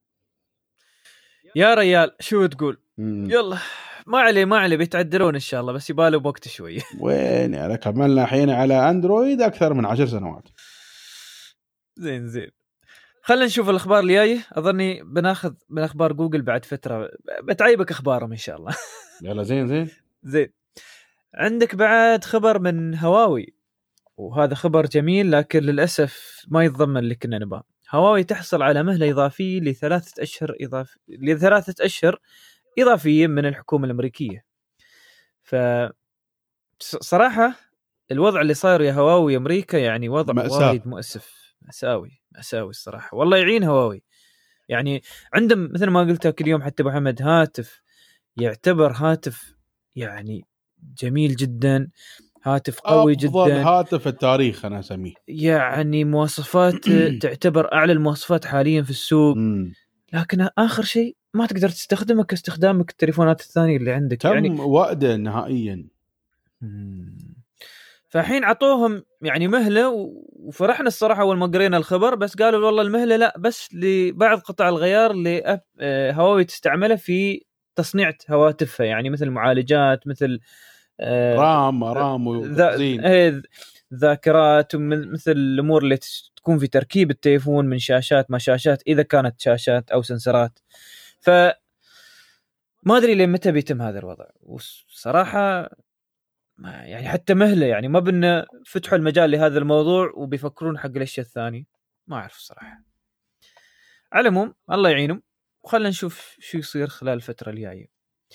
يا ريال. شو تقول؟ يلا ما عليه بيتعدلون ان شاء الله، بس يبالوا بوقت شوي. وين يعني كملنا الحين على اندرويد اكثر من 10 سنوات. زين خلينا نشوف الاخبار اللي جايه. اظني بناخذ من اخبار جوجل بعد فتره، بتعيبك اخبارهم ان شاء الله. يلا زين عندك بعد خبر من هواوي، وهذا خبر جميل لكن للاسف ما يتضمن اللي كنا نبغاه. هواوي تحصل على مهله اضافيه ل3 اشهر اضافيه من الحكومه الامريكيه. ف صراحه الوضع اللي صاير يا هواوي امريكا يعني وضع مأساة. وايد مؤسف، مأساوي الصراحه. والله يعين هواوي. يعني عندهم مثل ما قلت كل يوم حتى ابو حمد هاتف يعتبر هاتف يعني جميل جدا، هاتف قوي جدا، افضل هاتف التاريخ انا اسميه، يعني مواصفات تعتبر اعلى المواصفات حاليا في السوق. لكن اخر شيء ما تقدر تستخدمه كاستخدامك التليفونات الثانيه اللي عندك، تم يعني وأده نهائيا. فالحين عطوهم يعني مهله، وفرحنا الصراحه اول ما قرينا الخبر، بس قالوا والله المهله لا بس لبعض قطع الغيار اللي هواوي تستعمله في تصنيع هواتفها، يعني مثل معالجات، مثل رام وتخزين ذاكرات، مثل الامور اللي تكون في تركيب التليفون من شاشات ما شاشات، اذا كانت شاشات او سنسرات. ف ما ادري لين متى بيتم هذا الوضع، وصراحه يعني حتى مهله، يعني ما بنا فتحوا المجال لهذا الموضوع وبيفكرون حق الاشياء الثاني. ما اعرف صراحه. على العموم الله يعينهم، وخلنا نشوف شو يصير خلال الفتره الجايه.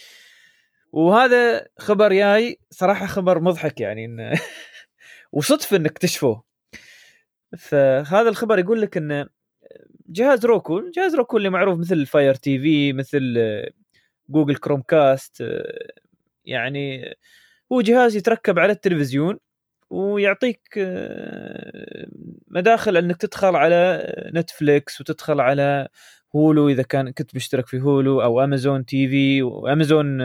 وهذا خبر جاي صراحه خبر مضحك يعني إن وصدفه انك تكتشفوه. فهذا الخبر يقول لك ان جهاز روكو اللي معروف مثل فاير تي في، مثل جوجل كروم كاست، يعني هو جهاز يتركب على التلفزيون ويعطيك مداخل انك تدخل على نتفليكس وتدخل على هولو اذا كنت مشترك في هولو، او امازون تي في وامازون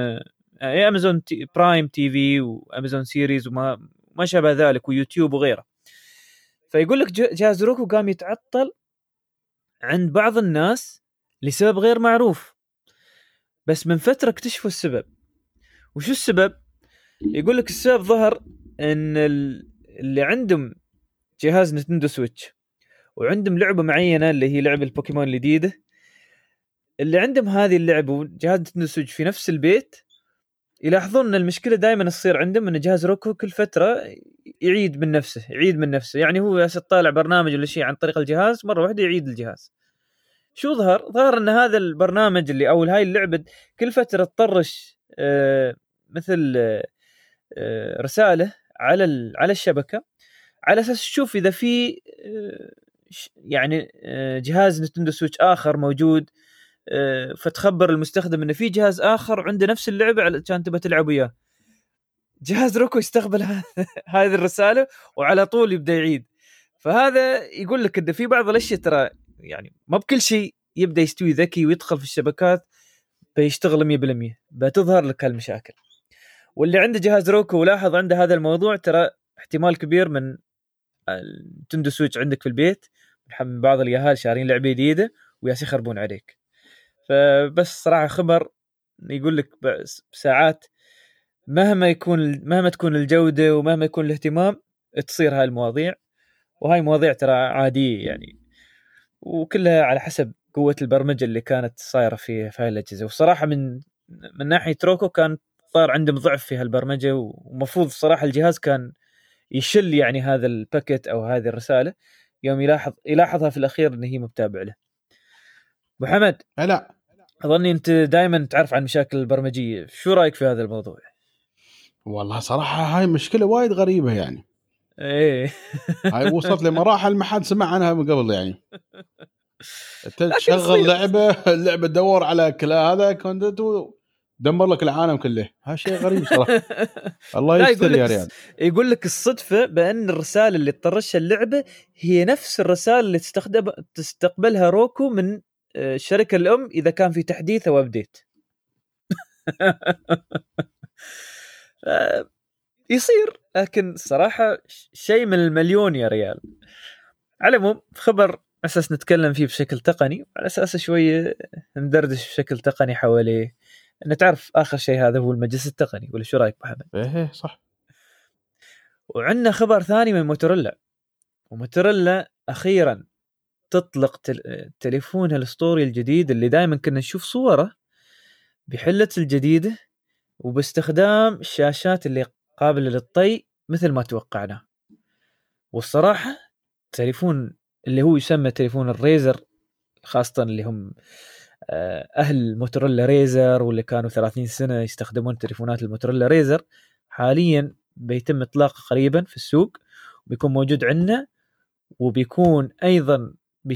برايم تي في وامازون سيريز وما شابه ذلك، ويوتيوب وغيره. فيقول لك جهاز روكو قام يتعطل عند بعض الناس لسبب غير معروف، بس من فترة اكتشفوا السبب. وشو السبب؟ يقول لك السبب ظهر ان اللي عندهم جهاز نينتندو سويتش وعندهم لعبة معينة اللي هي لعبة البوكيمون الجديدة، اللي عندهم هذه اللعبة وجهاز نينتندو سويتش في نفس البيت، يلاحظون ان المشكلة دائما تصير عندهم ان جهاز روكو كل فترة يعيد من نفسه. يعني هو طالع برنامج ولا شيء عن طريق الجهاز، مرة واحدة يعيد الجهاز. شو ظهر ان هذا البرنامج اللي او هاي اللعبة كل فترة تطرش مثل رسالة على الشبكة، على اساس تشوف اذا في يعني جهاز نينتندو سويتش اخر موجود، فتخبر المستخدم انه في جهاز اخر عنده نفس اللعبة عشان تبى تلعب وياه. جهاز روكو يستقبل هذه الرسالة وعلى طول يبدأ يعيد. فهذا يقول لك ان في بعض الاشياء ترى يعني ما بكل شيء يبدأ يستوي ذكي ويدخل في الشبكات بيشتغل 100%، بتظهر لك هالمشاكل. واللي عنده جهاز روكو ولاحظ عنده هذا الموضوع، ترى احتمال كبير من النينتندو سويتش عندك في البيت من بعض اليهال شارين لعبة جديدة وياس يخربون عليك. فبس صراحة خبر يقول لك بساعات مهما تكون الجودة ومهما يكون الاهتمام تصير هاي المواضيع، وهاي مواضيع ترى عادية يعني، وكلها على حسب قوة البرمجة اللي كانت صايرة في هاي الأجهزة. وصراحة من ناحية روكو كان صار عندهم ضعف في هالبرمجة، ومفروض صراحة الجهاز كان يشل يعني هذا الباكيت أو هذه الرسالة يوم يلاحظها في الأخير إن هي متابع له. محمد، لا أظني أنت دائما تعرف عن مشاكل البرمجية، شو رأيك في هذا الموضوع؟ والله صراحة هاي مشكلة وايد غريبة يعني. ايه هاي وصلت لمراحل ما حد سمع عنها من قبل يعني. انت تشغل اللعبة تدور على كلا هذا كنت دمر لك العالم كله. هالشيء غريب صراحه. الله يستر يا ريال. يقول لك الصدفه بان الرساله اللي تطرشها اللعبه هي نفس الرساله اللي تستقبلها روكو من الشركه الام اذا كان في تحديث او ابديت. يصير، لكن صراحه شيء من المليون يا ريال. على العموم خبر اساس نتكلم فيه بشكل تقني، على اساس شويه ندردش بشكل تقني حواليه، ان تعرف اخر شيء هذا هو المجلس التقني. ولا شو رايك محمد؟ ايه صح. وعندنا خبر ثاني من موتوريلا، وموتوريلا اخيرا تطلق تليفونها الاسطوري الجديد اللي دائما كنا نشوف صوره بحلة الجديده وباستخدام الشاشات اللي قابله للطي مثل ما توقعنا. والصراحه تليفون اللي هو يسمى تليفون الريزر، خاصة اللي هم أهل موتوريلا ريزر واللي كانوا 30 سنة يستخدمون تليفونات الموتوريلا ريزر، حاليا بيتم إطلاقه قريبا في السوق، وبيكون موجود عندنا، وبيكون أيضا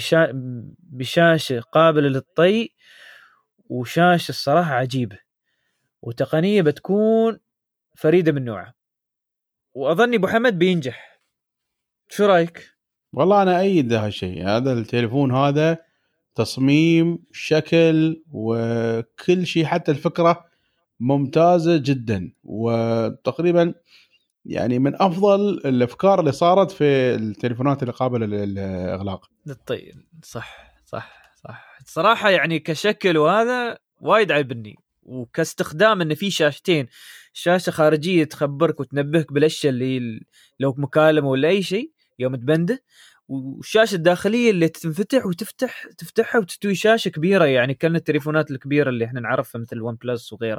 بشاشة قابلة للطي، وشاشة الصراحة عجيبة، وتقنية بتكون فريدة من نوعها، وأظني أبو حمد بينجح. شو رأيك؟ والله أنا أيد هالشيء. هذا التليفون هذا تصميم شكل وكل شيء، حتى الفكرة ممتازة جدا، وتقريبا يعني من أفضل الأفكار اللي صارت في التليفونات اللي قابلة للإغلاق. للطي. صح صراحة يعني كشكل وهذا وايد عيبني، وكاستخدام إن في شاشتين، شاشة خارجية تخبرك وتنبهك بالأشياء اللي لو مكالمة ولا أي شيء يوم تبنده، والشاشة الداخلية اللي تنفتح تفتحها وتستوي شاشة كبيرة، يعني كأن التليفونات الكبيرة اللي احنا نعرفها مثل ون بلس وغيره.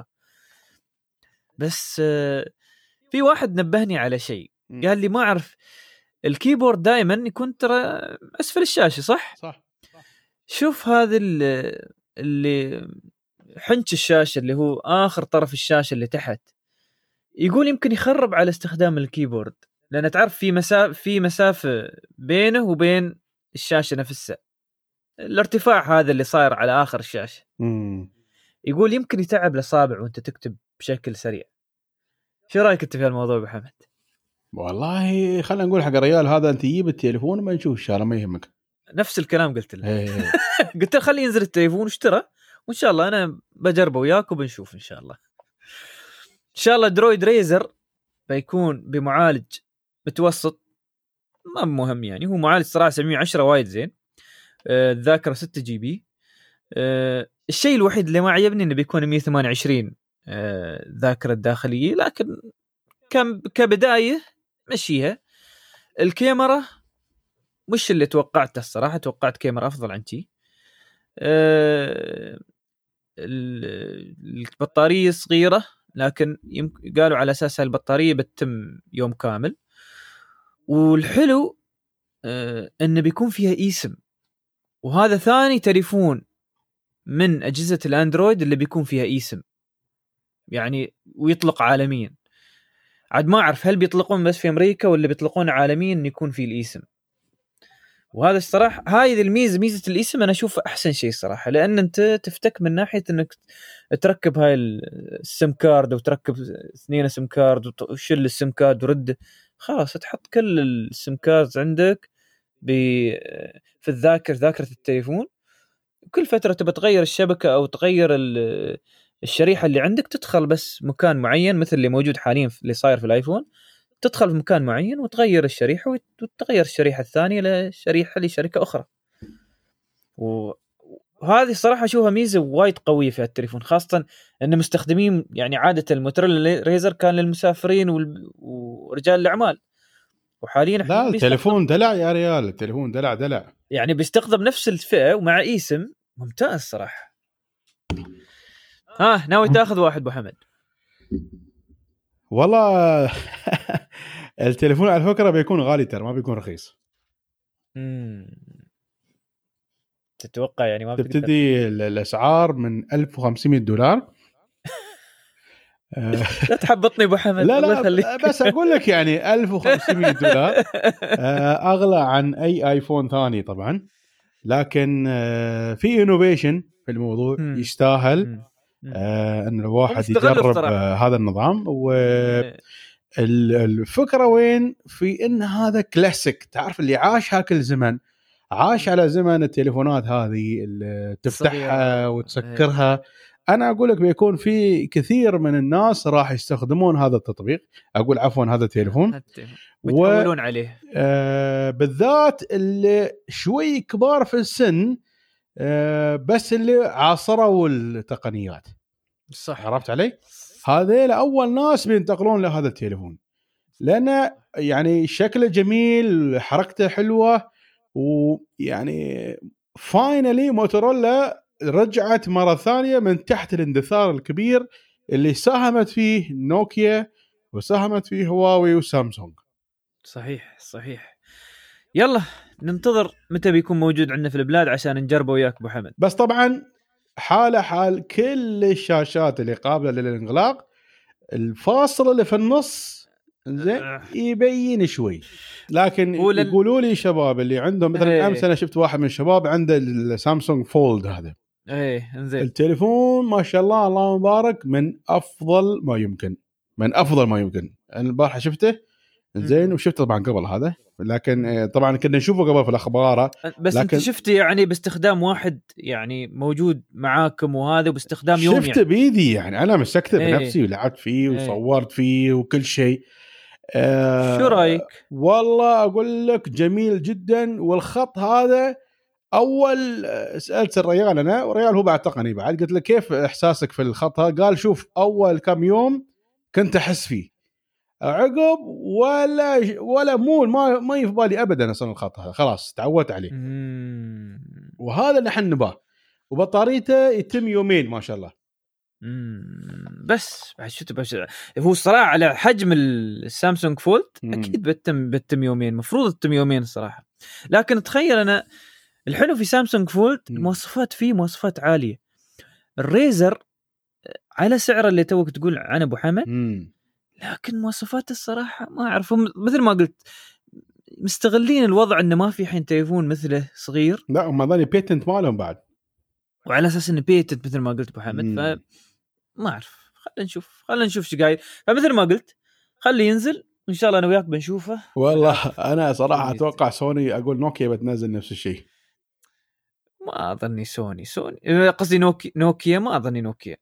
بس في واحد نبهني على شيء، قال لي ما أعرف الكيبورد دائما يكون ترى أسفل الشاشة، صح. شوف هذا اللي حنش الشاشة اللي هو آخر طرف الشاشة اللي تحت، يقول يمكن يخرب على استخدام الكيبورد، لأن تعرف في مسافة بينه وبين الشاشة نفسها، الارتفاع هذا اللي صاير على آخر الشاشة. يقول يمكن يتعب الأصابع وانت تكتب بشكل سريع. شو رأيك انت في الموضوع بحمد؟ والله خلينا نقول حق الرجال هذا، انت جيب التليفون ما نشوف الشارع ما يهمك. نفس الكلام قلت له. قلت له خليه ينزل التليفون واشترى، وان شاء الله انا بجربه وياك وبنشوف ان شاء الله. ان شاء الله درويد ريزر بيكون بمعالج متوسط، ما مهم يعني، هو معالج صراحه 710 وايد زين، الذاكره 6 جي بي. الشيء الوحيد اللي ما عجبني انه بيكون 128 ذاكره داخليه، لكن كبدايه مشيها. الكاميرا مش اللي توقعته الصراحه، توقعت كاميرا افضل عن شي. البطاريه صغيره، لكن قالوا على اساس البطاريه بتتم يوم كامل. والحلو انه بيكون فيها ايسم، وهذا ثاني تليفون من اجهزه الاندرويد اللي بيكون فيها ايسم يعني، ويطلق عالميا. عاد ما اعرف هل بيطلقون بس في امريكا ولا بيطلقون عالميا ان يكون فيه الايسم. وهذا الصراحه هاي ميزه الاسم انا اشوف احسن شيء صراحه، لان انت تفتك من ناحيه انك تركب هاي السم كارد وتركب 2 سم كارد وشيل السم كارد ورده، خلاص تحط كل السم كاردز عندك في ذاكره التليفون. كل فتره تبى تغير الشبكه او تغير الشريحه اللي عندك، تدخل بس مكان معين مثل اللي موجود حاليا اللي صاير في الايفون، تدخل في مكان معين وتغير الشريحة وتغير الشريحة الثانية لشريحة لشركة أخرى. وهذه الصراحة أشوفها ميزة وايد قوية في التليفون، خاصة أن مستخدمين يعني عادة الموتوريلا ريزر كان للمسافرين ورجال الأعمال، وحاليا لا التليفون دلع يا ريال، التليفون دلع يعني بيستخدم نفس الفئة ومع ايسم ممتاز صراحة. ناوي تاخذ واحد ابو حمد؟ والله التليفون على فكرة بيكون غالي ترى، ما بيكون رخيص. تتوقع يعني ما تبتدي الأسعار من $1500. لا تحبطني ابو حمد. لا بس أقول لك يعني $1500 أغلى عن أي آيفون ثاني طبعا، لكن في إنوفيشن في الموضوع يستاهل. ان الواحد يجرب هذا النظام. إيه. والفكره وين في ان هذا كلاسيك، تعرف اللي عاش هاك الزمن، عاش على زمن التليفونات هذه اللي تفتحها وتسكرها. انا اقول لك بيكون في كثير من الناس راح يستخدمون هذا التطبيق، اقول عفوا هذا التليفون، ويتحولون عليه. بالذات اللي شوي كبار في السن، بس اللي عاصروا التقنيات. صح. عرفت علي؟ هذيل اول ناس بينتقلون لهذا التليفون، لانه يعني شكله جميل، حركته حلوه، ويعني فاينلي موتورولا رجعت مره ثانيه من تحت الاندثار الكبير اللي ساهمت فيه نوكيا وساهمت فيه هواوي وسامسونج. صحيح. يلا ننتظر متى بيكون موجود عندنا في البلاد عشان نجربه وياك ابو حمد. بس طبعا حال كل الشاشات اللي قابله للانغلاق، الفاصل اللي في النص زين يبين شوي. لكن يقولوا لي شباب اللي عندهم مثلا امس انا شفت واحد من الشباب عنده السامسونج فولد هذا، انزين التليفون ما شاء الله الله مبارك، من افضل ما يمكن. انا البارحه شفته زين، وشفته طبعا قبل هذا، لكن طبعا كنا نشوفه قبل في الاخبار. بس لكن انت شفته يعني باستخدام واحد يعني موجود معاكم، وهذا باستخدام يومي شفته يعني بيدي، يعني انا مسكته بنفسي ولعبت فيه وصورت فيه وكل شيء. شو رايك؟ والله اقول لك جميل جدا. والخط هذا اول سالت الريال انا، والريال هو بعد تقني بعد، قلت له كيف احساسك في الخط هذا؟ قال شوف اول كم يوم كنت احس فيه، عقب ولا مول ما يفضل ابدا اصلا الخط هذا، خلاص تعودت عليه. وهذا اللي احنا نباه. وبطاريته يتم يومين ما شاء الله. بس بعد شو تبغى؟ هو الصراحه على حجم السامسونج فولد اكيد بتم يومين، مفروض تتم يومين الصراحه. لكن تخيل انا الحلو في سامسونج فولد المواصفات فيه مواصفات عاليه. الريزر على سعره اللي توك تقول عن ابو حمد، لكن مواصفات الصراحه ما اعرفهم، مثل ما قلت مستغلين الوضع انه ما في حين تليفون مثله صغير. لا هم ظني بيتنت مالهم بعد، وعلى اساس انه بيتنت مثل ما قلت ابو حمد. ما اعرف، خلينا نشوف شو قايل. فمثل ما قلت خلي ينزل وان شاء الله انا وياك بنشوفه. والله انا صراحه اتوقع سوني، اقول نوكيا بتنزل نفس الشيء. ما اظني سوني قصدي نوكيا ما اظني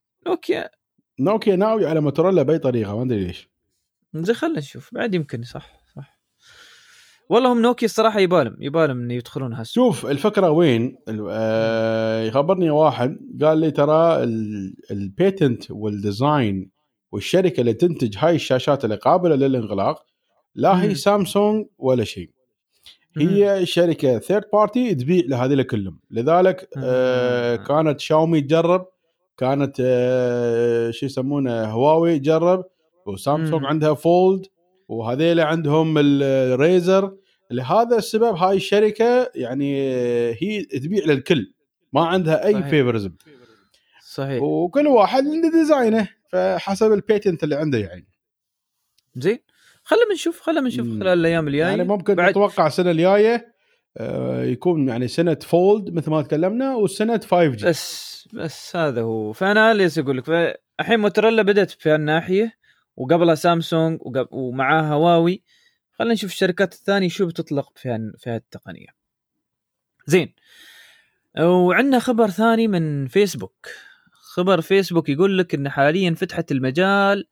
نوكيا ناوي على موتورولا باي طريقه، ما ادري ليش. زين خلينا نشوف بعد، يمكن صح والله هم نوكيا الصراحه يبالم ان يدخلون هالسوق. شوف الفكره وين، يخبرني واحد قال لي ترى البيتنت والديزاين والشركه اللي تنتج هاي الشاشات اللي قابله للانغلاق لا هي سامسونج ولا شيء، هي شركه ثيرد بارتي تبيع لهذه كلهم. لذلك كانت شاومي تجرب، كانت شو يسمونه هواوي تجرب، وسامسونج عندها فولد، وهذيل عندهم الريزر. لهذا السبب هاي الشركه يعني هي تبيع للكل، ما عندها اي فيفورزم. صحيح. وكل واحد عنده ديزاينه فحسب البيتنت اللي عنده يعني. زين خلينا نشوف خلال الايام الجايه، يعني ممكن نتوقع السنه الجايه يكون يعني سنه فولد مثل ما تكلمنا، والسنه 5G. بس هذا هو. فانا ليش اقول لك الحين موتورولا بدات في الناحيه، وقبلها سامسونج ومعاها هواوي. خلينا نشوف الشركات الثانيه شو بتطلق في هالتقنيه. زين. وعندنا خبر ثاني من فيسبوك. خبر فيسبوك يقول لك ان حاليا فتحت المجال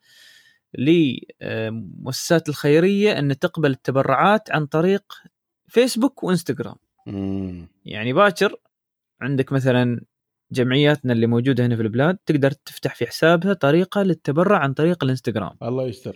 لمؤسسات الخيريه ان تقبل التبرعات عن طريق فيسبوك وانستغرام. يعني باكر عندك مثلا جمعياتنا اللي موجوده هنا في البلاد تقدر تفتح في حسابها طريقه للتبرع عن طريق الانستغرام. الله يستر.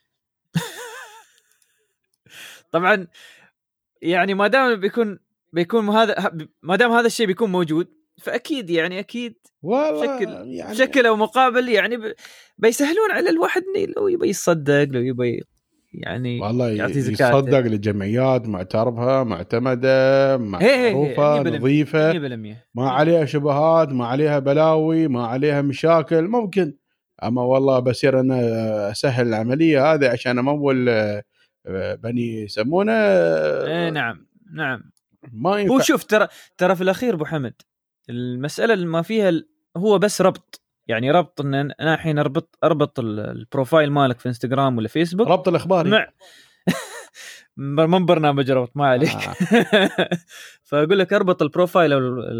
طبعا يعني ما دام بيكون هذا، ما دام هذا الشيء بيكون موجود، فاكيد يعني اكيد بشكل او مقابل يعني بيسهلون على الواحد لو يبي يصدق، لو يبي يعني والله يصدق للجمعيات معترفه معتمده معروفه نظيفه، ما عليها شبهات، ما عليها بلاوي، ما عليها مشاكل ممكن. اما والله بصير انا اسهل العمليه هذه عشان امول بني يسمونه. نعم ما ينفع. هو شوف ترى في الاخير ابو حمد المساله اللي ما فيها هو بس ربط يعني ربط ان انا الحين اربط البروفايل مالك في انستغرام ولا فيسبوك، ربط الاخباري مع من برنامج ربط ما عليك. فاقول لك اربط البروفايل او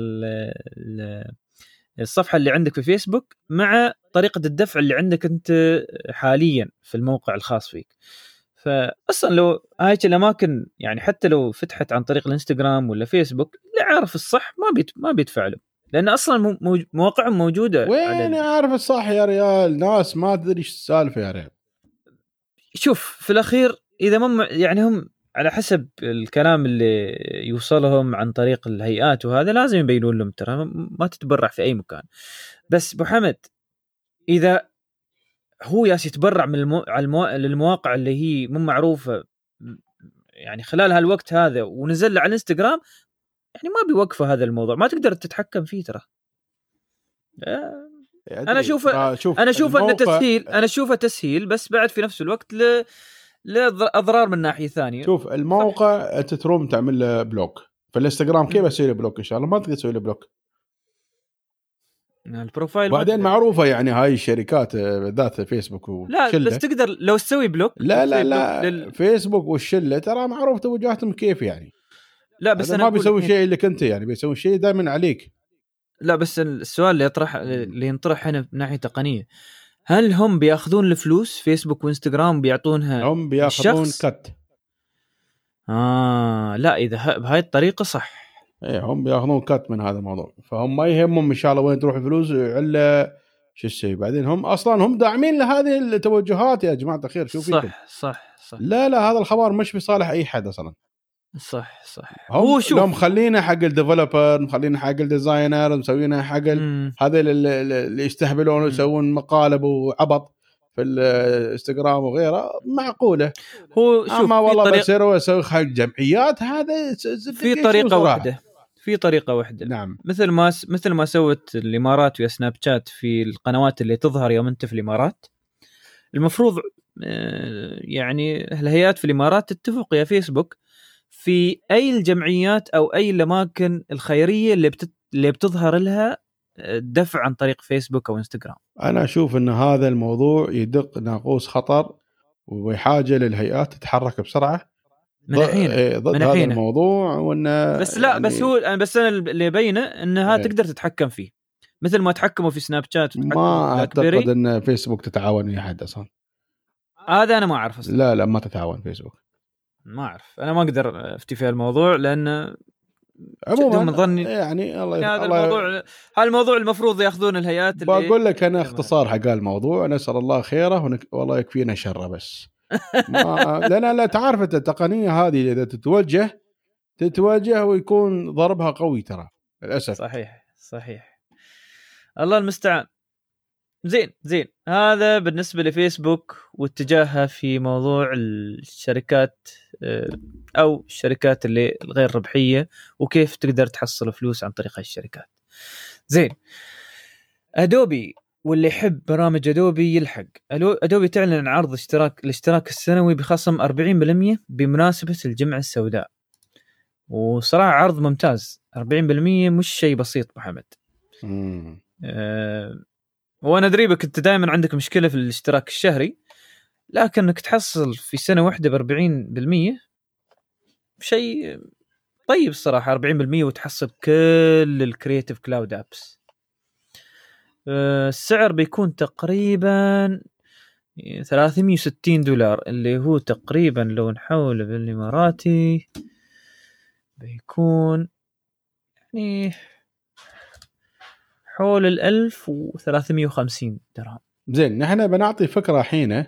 الصفحه اللي عندك في فيسبوك مع طريقه الدفع اللي عندك انت حاليا في الموقع الخاص فيك. فاصلا لو هاي الاماكن يعني حتى لو فتحت عن طريق الانستغرام ولا فيسبوك اللي عارف الصح ما بيدفع له، لان اصلا مواقعهم موجوده. وين عارف الصح يا ريال؟ ناس ما تدري ايش السالفه يا ريال. شوف في الاخير اذا ما يعني هم على حسب الكلام اللي يوصلهم عن طريق الهيئات وهذا لازم يبينون لهم ترى ما تتبرع في اي مكان. بس ابو حمد اذا هو ياس يتبرع من للمواقع اللي هي مو معروفه يعني خلال هالوقت هذا ونزل على الانستغرام، يعني ما بيوقفوا هذا الموضوع، ما تقدر تتحكم فيه ترى. انا اشوف انه تسهيل، انا اشوفه تسهيل، بس بعد في نفس الوقت اضرار من ناحيه ثانيه. شوف الموقع انت تروم تعمل له بلوك، فالانستغرام كيف اسوي له بلوك؟ ان شاء الله ما تقدر تسوي له بلوك. البروفايل بعدين معروفه يعني هاي الشركات ذات فيسبوك لا بس تقدر لو تسوي بلوك. لا فيسبوك والشله ترى معروف توجهاتهم كيف يعني. لا بس أنا ما بيسوي شيء اللي كنت يعني بيسوي شيء دائما عليك. لا بس السؤال اللي ينطرح هنا من ناحيه تقنيه، هل هم بياخذون الفلوس فيسبوك وانستغرام بيعطونها هم بياخذون كت؟ لا اذا بهاي الطريقه صح. ايه هم بياخذون كت من هذا الموضوع، فهم ما يهمهم ان شاء الله وين تروح الفلوس الا شو الشيء. بعدين هم اصلا هم داعمين لهذه التوجهات يا جماعه الخير. شوف فيكم صح لا هذا الخبر مش بصالح اي حد اصلا. صح هو شوف لو مخلينا حق الديفلوبر، مخلينا حق الديزاينر، مسوينا حق هذا اللي يستهبلون ويسوون مقالب وعبط في الانستغرام وغيره معقوله. هو شوف اما والله بسير واسوي حق جمعيات هذا في طريقه واحده، في طريقه واحده. نعم. مثل ما سوت الامارات ويا سناب شات في القنوات اللي تظهر يوم انت في الامارات. المفروض يعني الهيئات في الامارات تتفق يا فيسبوك في اي الجمعيات او اي الاماكن الخيريه اللي بتظهر لها دفع عن طريق فيسبوك او انستغرام. انا اشوف ان هذا الموضوع يدق ناقوس خطر وبحاجه للهيئات تتحرك بسرعه ضد هذا الموضوع. وان بس لا يعني بس انا اللي بينه انها تقدر تتحكم فيه مثل ما تحكموا في سناب شات. ما اعتقد ان فيسبوك تتعاون ويا حد اصلا. هذا انا ما اعرف أصلاً. لا ما تتعاون فيسبوك. ما اعرف، انا ما اقدر افتي في الموضوع لان عموما من ظني يعني هذا الموضوع المفروض ياخذون الهيئات. بقول لك انا اختصار حق الموضوع، نسال الله خيره والله يكفينا شره بس. لا تعرف التقنيه هذه اذا تتوجه ويكون ضربها قوي ترى للاسف. صحيح الله المستعان. زين هذا بالنسبه لفيسبوك واتجاهها في موضوع الشركات او الشركات اللي الغير ربحيه وكيف تقدر تحصل فلوس عن طريق الشركات. زين ادوبي واللي يحب برامج ادوبي يلحق. ادوبي تعلن عن عرض الاشتراك السنوي بخصم 40% بمناسبه الجمعه السوداء، وصراحه عرض ممتاز. 40% مش شيء بسيط محمد. وانا ادري بك انت دائما عندك مشكله في الاشتراك الشهري، لكنك تحصل في سنه واحده ب40% شيء طيب الصراحه. 40% وتحصل كل الكرياتيف كلاود ابس. السعر بيكون تقريبا $360 اللي هو تقريبا لو نحوله بالاماراتي بيكون يعني حول 1350 درهم. زين نحن بنعطي فكرة حين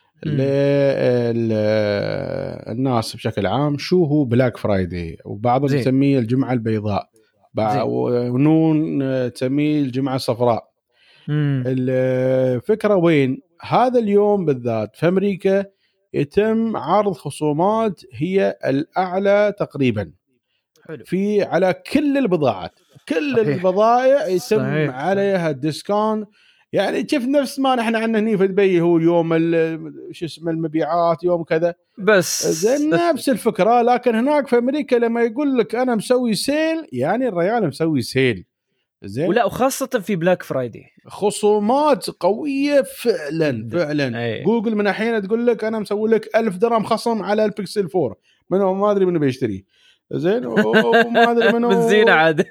للناس بشكل عام شو هو بلاك فرايدي، وبعضهم يسميه الجمعة البيضاء، ونون تسميه الجمعة الصفراء. الفكرة وين؟ هذا اليوم بالذات في أمريكا يتم عرض خصومات هي الأعلى تقريبا في على كل البضاعات. كل البضائع يتم عليها الديسكاونت. يعني شوف نفس ما نحن عندنا هنا في دبي هو اليوم شو اسمه المبيعات يوم كذا، بس نفس الفكرة. لكن هناك في أمريكا لما يقول لك أنا مسوي سيل، يعني الريال مسوي سيل. زين. ولا وخاصه في بلاك فرايدي خصومات قويه فعلا فعلا. أي. جوجل من الحين تقول لك انا مسوي لك 1000 درهم خصم على البيكسل 4 منو ما ادري منو بيشتري. زين وما ادري منو بنزين عاد.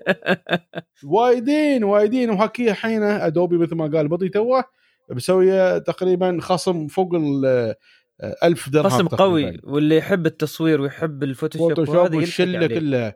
وايدين وهكي الحين ادوبي مثل ما قال بطي توه بسوي تقريبا خصم فوق ال 1000 درهم خصم تقريبا. قوي، واللي يحب التصوير ويحب الفوتوشوب وهذا والشله كلها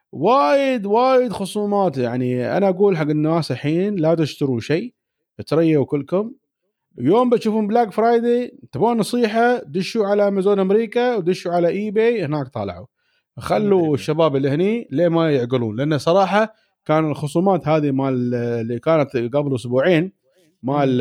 وايد خصومات. يعني انا اقول حق الناس الحين لا تشتروا شيء، تريوا كلكم يوم بتشوفون بلاك فرايدي تبون نصيحه دشوا على امازون امريكا ودشوا على اي باي هناك طالعوا. خلوا الشباب اللي هني ليه ما يعقلون، لان صراحه كان الخصومات هذه مال اللي كانت قبل اسبوعين مال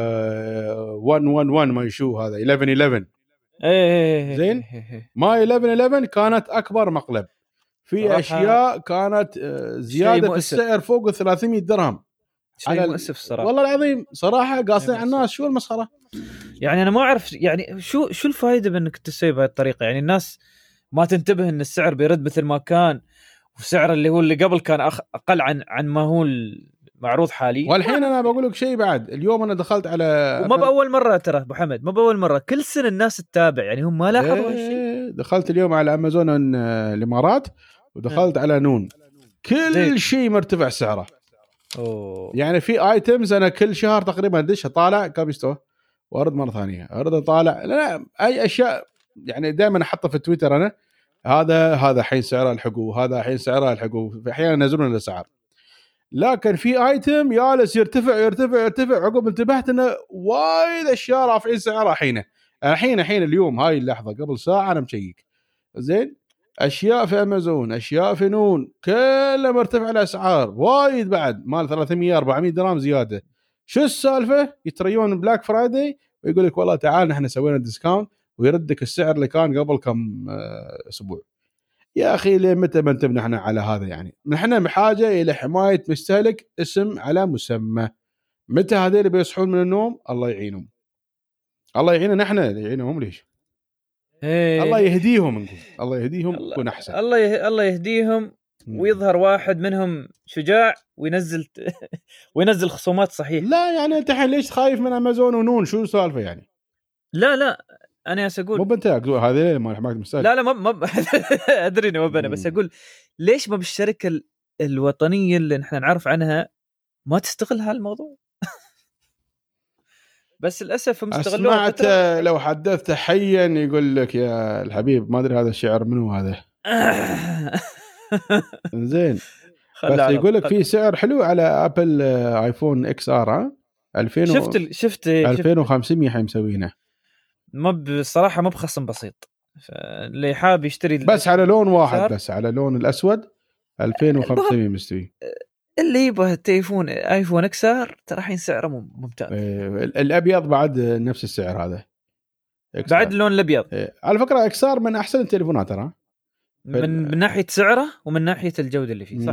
111 ما يشو هذا 1111 زين. ما 1111 كانت اكبر مقلب في اشياء كانت زياده في السعر فوق 300 درهم. شيء مؤسف الصراحه والله العظيم صراحه قاصين على الناس. شو المسخره يعني؟ انا ما اعرف يعني شو الفائده بانك تسوي بهذه الطريقه. يعني الناس ما تنتبه ان السعر بيرد مثل ما كان، والسعر اللي قبل كان اقل عن ما هو المعروض حاليا. والحين انا بقول لك شيء بعد. اليوم انا دخلت على وما باول مره ترى ابو حمد، ما باول مره، كل سنه الناس تتابع، يعني هم ما لاحظوا هالشيء. دخلت اليوم على امازون الامارات ودخلت على نون، كل شيء مرتفع سعره. يعني في ايتمز انا كل شهر تقريبا ادش اطالع كابيستو وارد مره ثانيه ارد اطالع. لا اي اشياء يعني دائما احطها في تويتر انا هذا حين سعره الحقوق، هذا حين سعره الحقوق. في احيانا ينزلون الاسعار، لكن في ايتم جالس يرتفع عقب انتبهت انه وايد اشياء رافعين سعرها الحين اليوم هاي اللحظه قبل ساعه انا مشيك زين. اشياء في امازون اشياء في نون كلها مرتفع الاسعار وايد بعد مال 300 400 درهم زياده. شو السالفه؟ يتريون بلاك فرايدي ويقول لك والله تعال نحن سوينا ديسكاونت ويردك السعر اللي كان قبل كم اسبوع. يا اخي ليه متى ما انتبهنا احنا على هذا؟ يعني نحن بحاجه الى حمايه مستهلك اسم على مسمى. متى هذول بيصحون من النوم؟ الله يعينهم، الله يعيننا احنا يعينهم. ليش؟ الله يهديهم نقول الله يهديهم يكون احسن. الله يهديهم ويظهر واحد منهم شجاع وينزل خصومات صحيح. لا يعني انت الحين ليش خايف من امازون ونون؟ شو السالفه يعني؟ لا انا اقول مو بنت هذه ما حمايه المستهلك. لا ما ادري انه مو بس اقول ليش ما بالشركه الوطنيه اللي نحن نعرف عنها ما تستغل هالموضوع؟ بس للاسف هم استغلوه. سمعت لو حدثت حيا يقول لك يا الحبيب ما ادري هذا الشعر منو هذا. زين بس يقول لك في سعر حلو على ابل ايفون اكس ار 2000 شفت 2500 حي مسوينه. ما بصراحه ما بخصم بسيط، فاللي حاب يشتري بس على لون واحد بس على لون الاسود 2500 مستوي. اللي يبغى تليفون ايفون اكس ار ترى الحين سعره ممتاز. الابيض بعد نفس السعر هذا بعد اللون الابيض. على فكره اكس ار من احسن التليفونات ترى من ناحيه سعره ومن ناحيه الجوده اللي فيه صح.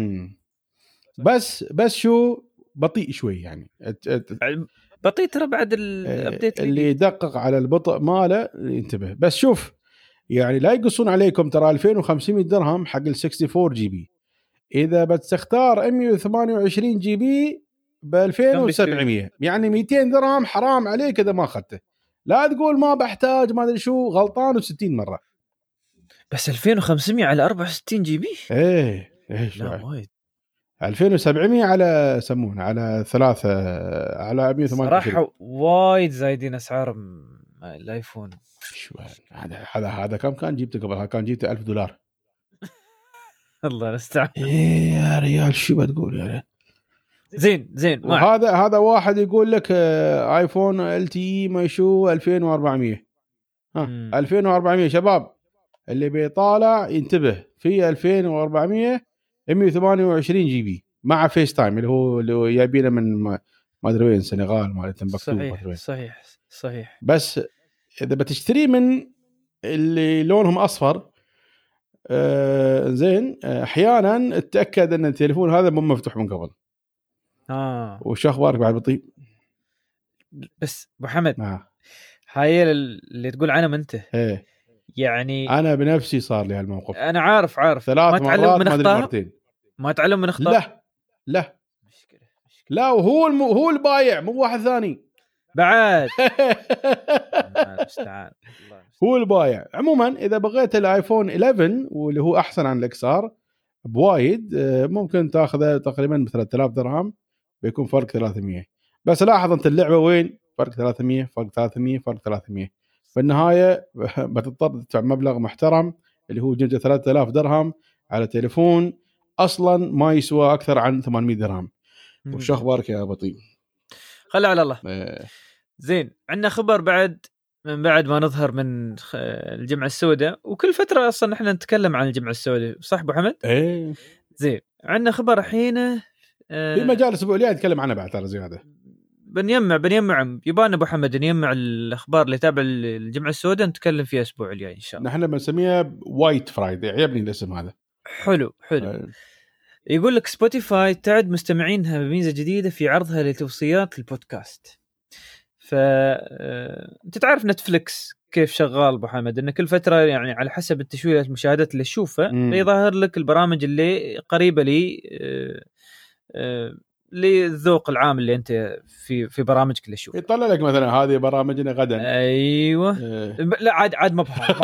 بس شو بطيء شوي يعني بطيء ترى بعد الابديت اللي يدقق على البطء ماله ينتبه. بس شوف يعني لا يقصون عليكم ترى 2500 درهم حق ال 64 جي بي. اذا بتختار 128 جي بي ب 2700 يعني 200 درهم حرام عليك اذا ما اخذته. لا تقول ما بحتاج ما ادري شو، غلطان و60 مره. بس 2500 على 64 جي بي ايه لا وايد. 2700 على سمونه على 3 على 128 صراحه وايد زايدين اسعار الايفون. شو هذا كم كان جبته قبل؟ كان جبته $1000. الله نستعان. يا ريال شو بتقول يعني؟ زين هذا واحد يقول لك ايفون ال تي ما شو 2400. 2400 شباب اللي بيطالع ينتبه في 2400 128 جي بي مع فيس تايم اللي هو يبينا من ما ادري وين السنغال مال تنبكتو. صحيح بس اذا بتشتري من اللي لونهم اصفر زين احيانا اتاكد ان التليفون هذا مو مفتوح من قبل. وش اخبارك بعد بطيء؟ بس ابو حمد هاي اللي تقول عنه منته يعني انا بنفسي صار لي هالموقف. انا عارف 3 مرات ما ادري مرتين. ما تعلم من اخطاء. لا مشكله. لا هو البايع مو واحد ثاني بعد الله المستعان. هو البايع. عموما اذا بغيت الايفون 11 واللي هو احسن عن الاكس ار بوايد، ممكن تاخذه تقريبا ب 3000 درهم، بيكون فرق 300. بس لاحظ انت اللعبه وين فرق 300 فرق 300 فرق 300 في النهايه بتضطر تدفع مبلغ محترم اللي هو جنجة 3000 درهم على تليفون اصلا ما يسوى اكثر عن 800 درهم. وش اخبارك يا بطيء؟ خلى على الله. زين، عندنا خبر بعد من بعد ما نظهر من الجمعة السوداء، وكل فترة أصلا نحن نتكلم عن الجمعة السوداء، صح أبو حمد؟ ايه زين، عندنا خبر الحين في مجال اسبوعية نتكلم عنه بعد ترى زيادة. بنجمع يبان أبو حمد نجمع الأخبار اللي تابع الجمعة السوداء نتكلم فيها الأسبوع الجاي إن شاء الله. نحن بنسميها وايت فرايدي، عجبني الاسم هذا. حلو. يقول لك سبوتيفاي تعد مستمعينها بميزة جديدة في عرضها لتوصيات البودكاست. انت تعرف نتفليكس كيف شغال ابو حمد، ان كل فتره يعني على حسب التشويه المشاهدات اللي تشوفها بيظهر لك البرامج اللي قريبه لي للذوق العام اللي انت في برامجك اللي تشوفها. يطلع لك مثلا هذه برامجنا غدا. ايوه. لا عاد ما بفهم.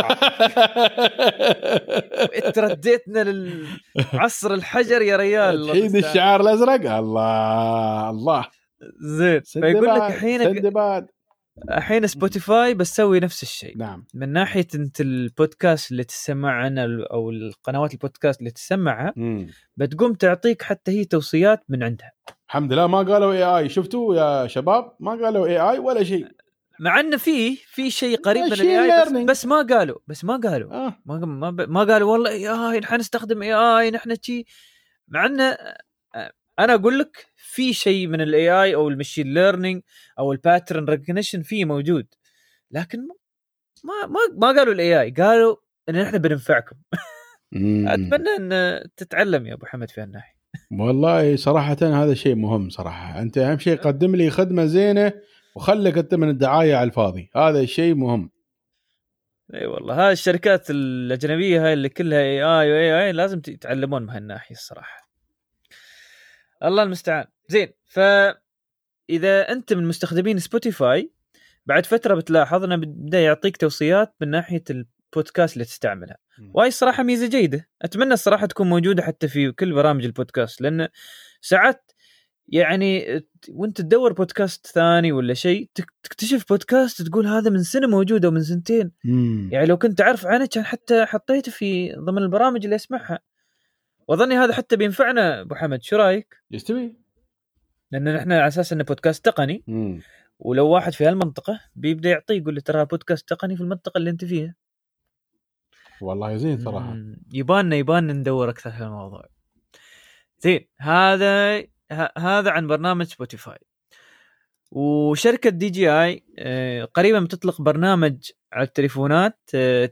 ترديتنا للعصر الحجر يا ريال. تحيد الشعار الازرق. الله زين. فيقول لك الحين سبوتيفاي بسوي نفس الشيء. نعم. من ناحية انت البودكاست اللي تسمع عنها او القنوات البودكاست اللي تسمعها بتقوم تعطيك حتى هي توصيات من عندها. الحمد لله ما قالوا اي اي. شفتوا يا شباب ما قالوا اي اي ولا شيء، مع انه في شيء قريب من الاي اي بس ما قالوا ما قالوا والله اي اي نحن نستخدم اي اي نحن شيء. مع انه انا اقول لك في شيء من الاي اي او المشين ليرنينج او الباترن ريكوجنيشن فيه موجود، لكن ما قالوا الاي اي، قالوا ان احنا بننفعكم. اتمنى ان تتعلم يا ابو حمد في هالناحيه. والله صراحه هذا شيء مهم صراحه. انت اهم شيء قدم لي خدمه زينه وخليك انت من الدعايه على الفاضي، هذا الشيء مهم. اي والله هاي الشركات الاجنبيه هاي اللي كلها اي اي واي اي لازم يتعلمون بهالناحيه الصراحه. الله المستعان. زين، فاذا انت من مستخدمين سبوتيفاي بعد فتره بتلاحظ انه بدا يعطيك توصيات من ناحيه البودكاست اللي تستعملها، وهي الصراحه ميزه جيده. اتمنى الصراحه تكون موجوده حتى في كل برامج البودكاست، لان ساعات يعني وانت تدور بودكاست ثاني ولا شيء تكتشف بودكاست تقول هذا من سنه موجوده ومن سنتين. يعني لو كنت أعرف عنه كان حتى حطيته في ضمن البرامج اللي اسمعها. واظني هذا حتى بينفعنا ابو حمد، شو رايك؟ يستوي، لان نحن على اساس انه بودكاست تقني ولو واحد في هالمنطقه بيبدا يعطيه يقول له ترى بودكاست تقني في المنطقه اللي انت فيها. والله زين صراحه. يبان ندور اكثر في الموضوع. زين، هذا عن برنامج سبوتيفاي. وشركه دي جي اي قريبا بتطلق برنامج على التليفونات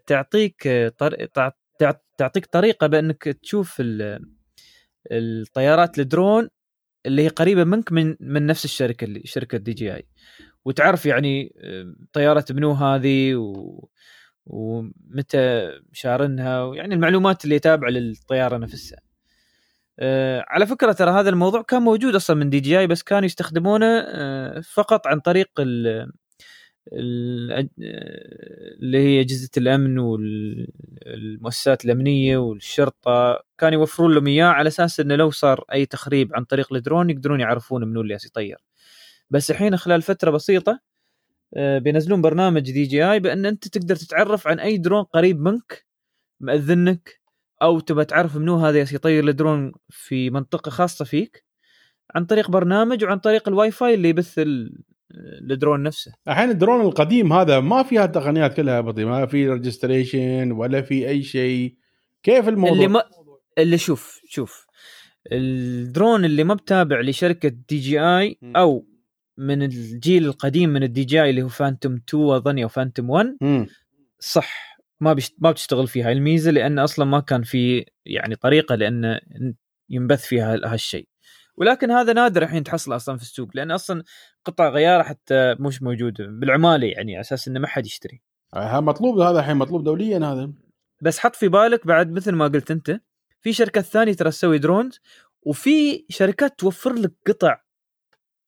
تعطيك طريقه بانك تشوف الطيارات الدرون اللي هي قريبه منك من نفس الشركه اللي شركه دي جي اي، وتعرف يعني طياره منو هذه ومتى شارنها، يعني المعلومات اللي تابعه للطياره نفسها. على فكره ترى هذا الموضوع كان موجود اصلا من دي جي اي، بس كانوا يستخدمونه فقط عن طريق اللي هي أجهزة الأمن والمؤسسات الأمنية والشرطة، كانوا يوفرون لهم إياه على أساس إنه لو صار أي تخريب عن طريق الدرون يقدرون يعرفون منو اللي يطير. بس الحين خلال فترة بسيطة بينزلون برنامج دي جي آي بأن أنت تقدر تتعرف عن أي درون قريب منك مأذنك، أو تبى تعرف منو هذا يطير الدرون في منطقة خاصة فيك عن طريق برنامج وعن طريق الواي فاي اللي يبث الدرون نفسه. الحين الدرون القديم هذا ما فيها التقنيات كلها بطيء، ما في ريجستريشن ولا في اي شيء. كيف الموضوع اللي شوف الدرون اللي ما بتابع لشركة دي جي اي او من الجيل القديم من الدي جي اي اللي هو فانتوم 2 اظن او فانتوم 1 صح ما بتشتغل فيها الميزة، لان اصلا ما كان في يعني طريقة لان ينبث فيها هالشيء. ولكن هذا نادر الحين تحصل اصلا في السوق، لان اصلا قطع غيار حتى مش موجوده بالعماله، يعني اساس انه ما حد يشتري. مطلوب هذا الحين مطلوب دوليا هذا. بس حط في بالك بعد مثل ما قلت انت في شركات ثانيه ترى تسوي درونز، وفي شركات توفر لك قطع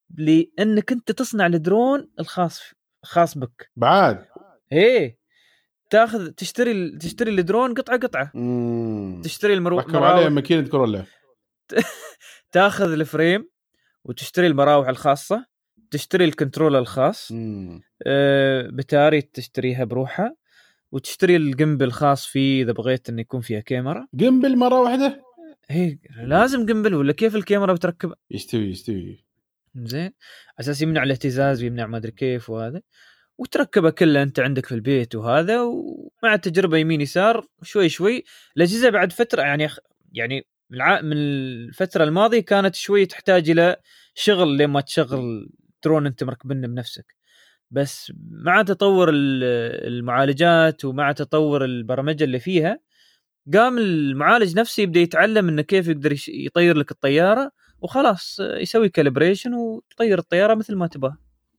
لانك انت تصنع الدرون خاص بك بعد. تشتري الدرون قطعه تشتري ركب عليه ماكينه كورولا تاخذ الفريم وتشتري المراوح الخاصه، تشتري الكنترولر الخاص بتاري تشتريها بروحها، وتشتري الجيمبل الخاص فيه اذا بغيت انه يكون فيها كاميرا. جيمبل مره واحده؟ لازم جيمبل ولا كيف الكاميرا بتركبها؟ يستوي زين، اساس يمنع الاهتزاز ويمنع ما ادري كيف وهذا، وتركبها كلها انت عندك في البيت وهذا، ومع التجربه يمين يسار شوي الاجهزه بعد فتره يعني من الفتره الماضيه كانت شوي تحتاج الى شغل لما تشغل درون انت مركبنه بنفسك، بس مع تطور المعالجات ومع تطور البرمجه اللي فيها قام المعالج نفسه يبدا يتعلم انه كيف يقدر يطير لك الطياره، وخلاص يسوي كاليبريشن وتطير الطياره مثل ما تبغى.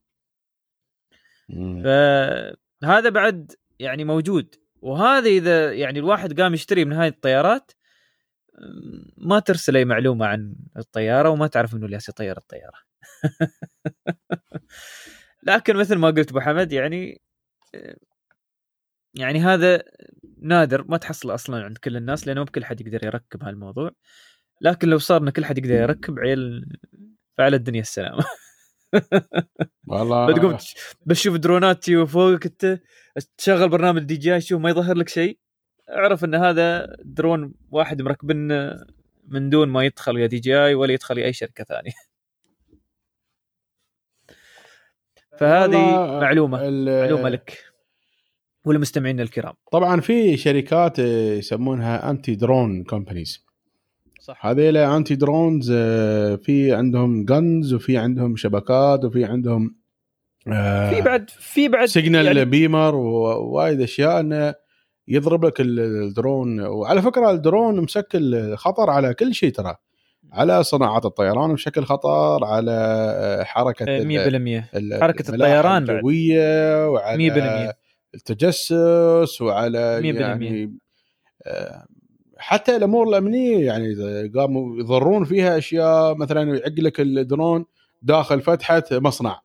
فهذا بعد يعني موجود، وهذا اذا يعني الواحد قام يشتري من هاي الطيارات ما ترسل اي معلومه عن الطياره وما تعرف انه اللي يطير الطياره. لكن مثل ما قلت ابو حمد يعني هذا نادر ما تحصله اصلا عند كل الناس، لانه مو بكل حد يقدر يركب هالموضوع، لكن لو صارنا كل حد يقدر يركب عيل فعل الدنيا السلامه. والله بتقوم بتشوف درونات تيجي فوقك، انت تشغل برنامج دي جي شوف ما يظهر لك شيء، اعرف ان هذا درون واحد مركبن من دون ما يدخل يا دي جي ولا يدخل اي شركه ثانيه. فهذه معلومه لك ولمستمعينا الكرام. طبعا في شركات يسمونها انتي درون كومبانيز، صح؟ هذيلا انتي درونز في عندهم جنز وفي عندهم شبكات وفي عندهم في بعد سيجنال يعني بيمر ووايد اشياء انه يضرب لك الدرون. وعلى فكره الدرون مسكل خطر على كل شيء، ترى على صناعات الطيران بشكل خطر، على حركه 100% حركه الطيران الجويه، وعلى 100% التجسس، وعلى 100% يعني حتى الامور الامنيه. يعني قاموا يضرون فيها اشياء، مثلا يعق لك الدرون داخل فتحه مصنع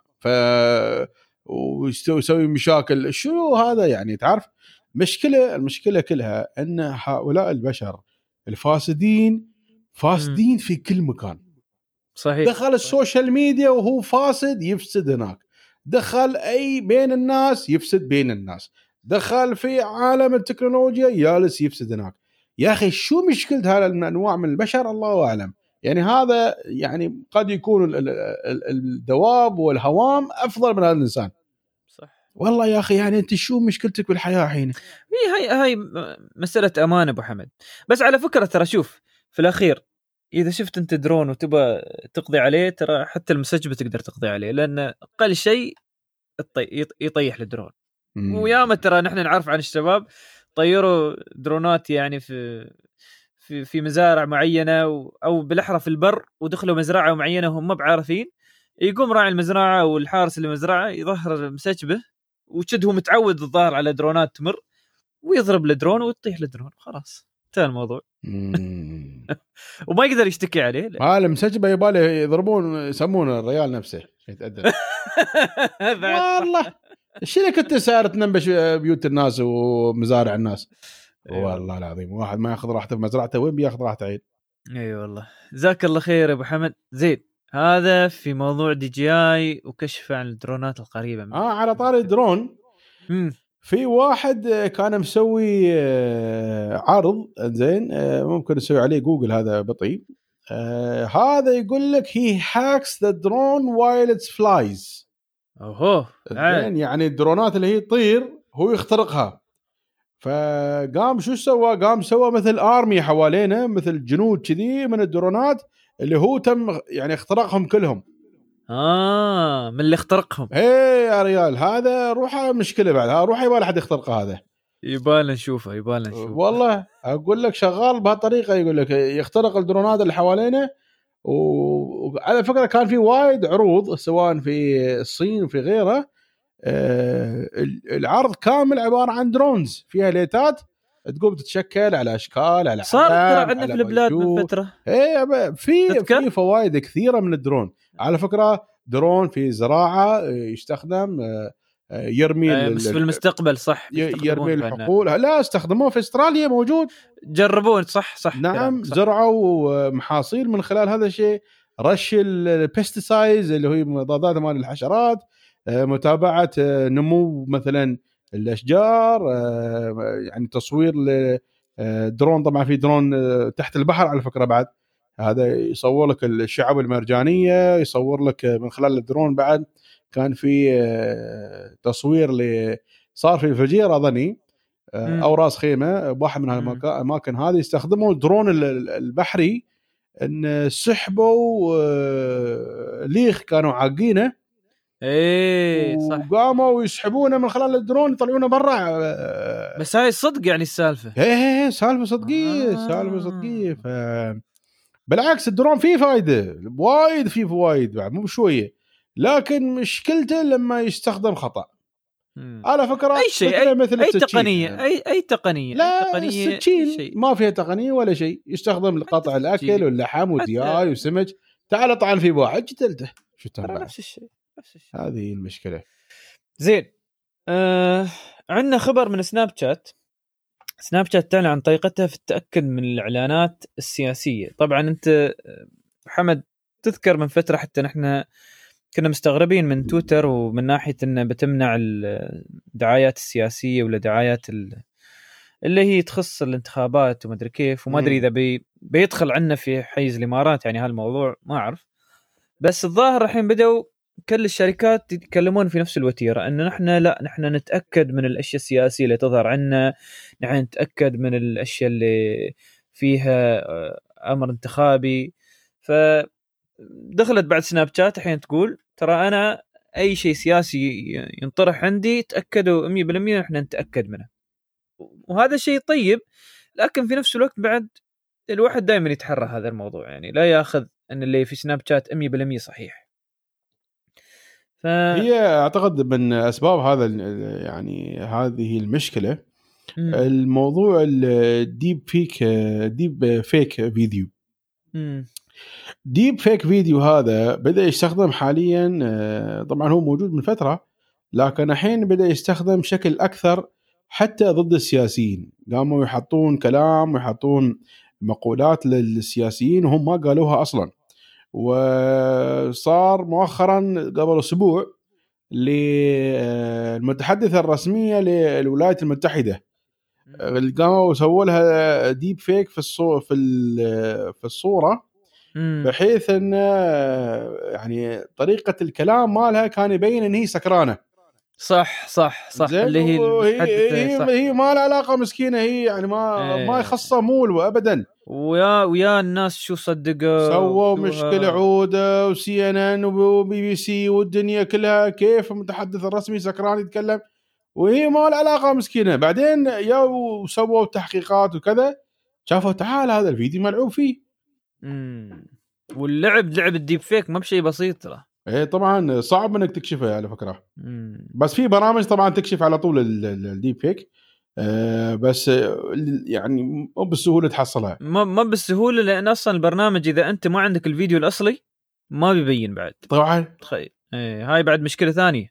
ويسوي مشاكل. شو هذا يعني؟ تعرف المشكله كلها ان هؤلاء البشر الفاسدين في كل مكان. صحيح. دخل السوشيال ميديا وهو فاسد يفسد هناك، دخل اي بين الناس يفسد بين الناس، دخل في عالم التكنولوجيا جالس يفسد هناك. يا اخي شو مشكلة هذا الانواع من البشر؟ الله اعلم. يعني هذا يعني قد يكون الدواب والهوام افضل من هذا الانسان. صح والله يا اخي، يعني انت شو مشكلتك بالحياة الحين؟ هاي مسألة امانة ابو حمد. بس على فكرة ترى شوف، في الاخير اذا شفت انت درون وتبى تقضي عليه، ترى حتى المستشفى تقدر تقضي عليه، لان اقل شيء يطيح الدرون. وياما ترى نحن نعرف عن الشباب طيروا درونات يعني في مزارع معينه او بالاحرى في البر، ودخلوا مزرعه معينه وهم ما بعارفين، يقوم راعي المزرعه او الحارس اللي المزرعه يظهر مسجبه وشد، هو متعود الظاهر على درونات تمر، ويضرب الدرون ويطيح الدرون، خلاص انتهى الموضوع. وما يقدر يشتكي عليه. هذا المسجبه يباله يضربون، يسمونه الريال نفسه يتأدب. والله الشيء كنت سائر تنبش بيوت الناس ومزارع الناس. والله العظيم واحد ما ياخذ راحته في مزرعته، وين بياخذ راحته عيد؟ اي والله. جزاك الله خير يا ابو حمد. زين، هذا في موضوع دي جي اي وكشف عن الدرونات القريبه على طاري الدرون، في واحد كان مسوي عرض زين، ممكن نسوي عليه جوجل، هذا بطيء. هذا يقول لك he hacks the drone while it flies. زين، يعني الدرونات اللي هي تطير هو يخترقها. فقام شو سوى؟ قام سوى مثل آرمي حوالينا، مثل جنود كذي من الدرونات اللي هو تم يعني اختراقهم كلهم. من اللي اخترقهم. ايه يا ريال، هذا روحه مشكلة بعد، روحه يبغى حد يخترقه، هذا يبغى نشوفه. والله اقول لك شغال بهالطريقة، يقول لك يخترق الدرونات اللي حوالينا. وعلى فكرة كان في وايد عروض سواء في الصين وفي غيره، العرض كامل عبارة عن درونز فيها ليتات تقوم تتشكل على اشكال، على صار عندنا في البلاد من فترة. ايه في فوائد كثيرة من الدرون على فكرة. درون في زراعه يستخدم يرمي بس في المستقبل صح يرمي الحقول. لا استخدموه في استراليا موجود جربون صح نعم صح. زرعوا محاصيل من خلال هذا الشيء. رش البيستيسايدز اللي هي مضادات مال الحشرات متابعه نمو مثلا الاشجار يعني تصوير درون. طبعا في درون تحت البحر على فكره بعد هذا يصور لك الشعب المرجانيه يصور لك من خلال الدرون. بعد كان في تصوير صار في الفجيره اظني او راس خيمه بواحد من الاماكن هذه يستخدموا الدرون البحري ان سحبوا ليخ كانوا عاقينه ايه صح وقاموا يسحبونه من خلال الدرون يطلعونه برا. بس هاي صدق يعني السالفه ايه سالفه صدقيه سالفه صدقيه. بالعكس الدرون فيه فايده وايد فيه فوايد بعد مو بشويه لكن مشكلته لما يستخدم خطا. على فكره اي شيء مثل اي تقنيه اي تقنيه لا تقنية السكين ما فيها تقنيه ولا شيء يستخدم لقطع الاكل واللحم ودياي وسمك. تعال طعن في واحد قتلته شو تنبع نفس الشيء هذه المشكله. زين عندنا خبر من سناب شات تعلن عن طريقتها في التأكد من الإعلانات السياسية. طبعا أنت محمد تذكر من فترة حتى نحن كنا مستغربين من تويتر ومن ناحية أنه بتمنع الدعايات السياسية ولا دعايات اللي هي تخص الانتخابات وما أدري كيف وما أدري إذا بيدخل عنا في حيز الإمارات يعني هالموضوع ما أعرف. بس الظاهر الحين بدأوا كل الشركات يتكلمون في نفس الوتيرة أن نحن نتأكد من الأشياء السياسية اللي تظهر عنا. نحن نتأكد من الأشياء اللي فيها أمر انتخابي. فدخلت بعد سناب شات الحين تقول ترى أنا أي شيء سياسي ينطرح عندي تأكدوا 100% نحن نتأكد منه. وهذا شيء طيب لكن في نفس الوقت بعد الواحد دائما يتحرى هذا الموضوع يعني لا يأخذ أن اللي في سناب شات 100% صحيح. هي اعتقد من اسباب هذا يعني هذه المشكله الموضوع الديب فيك فيديو. ديب فيك فيديو هذا بدا يستخدم حاليا طبعا هو موجود من فتره لكن الحين بدا يستخدم بشكل اكثر حتى ضد السياسيين. قاموا يحطون كلام ويحطون مقولات للسياسيين وهم ما قالوها اصلا. وصار مؤخرا قبل اسبوع للمتحدثه الرسميه للولايات المتحده قاموا سووا لها ديب فيك في الصوره بحيث ان يعني طريقه الكلام مالها كان يبين ان هي سكرانه. صح اللي هي ما لها علاقه مسكينه هي يعني ما يخصها مول ابدا. ويا الناس شو صدقوا سووا مشكله عوده وسي ان ان وبي بي سي والدنيا كلها كيف المتحدث الرسمي سكران يتكلم وهي ما لها علاقه مسكينه. بعدين يا سووا تحقيقات وكذا شافوا تعال هذا الفيديو ملعوب فيه. واللعب لعب الديب فيك ما بشيء بسيط ترى. ايه طبعا صعب انك تكشفه على فكره. بس في برامج طبعا تكشف على طول الديب فيك بس يعني مو بالسهوله تحصلها. ما بالسهوله لان اصلا البرنامج اذا انت ما عندك الفيديو الاصلي ما بيبين بعد طبعا. تخيل هاي بعد مشكله ثانيه.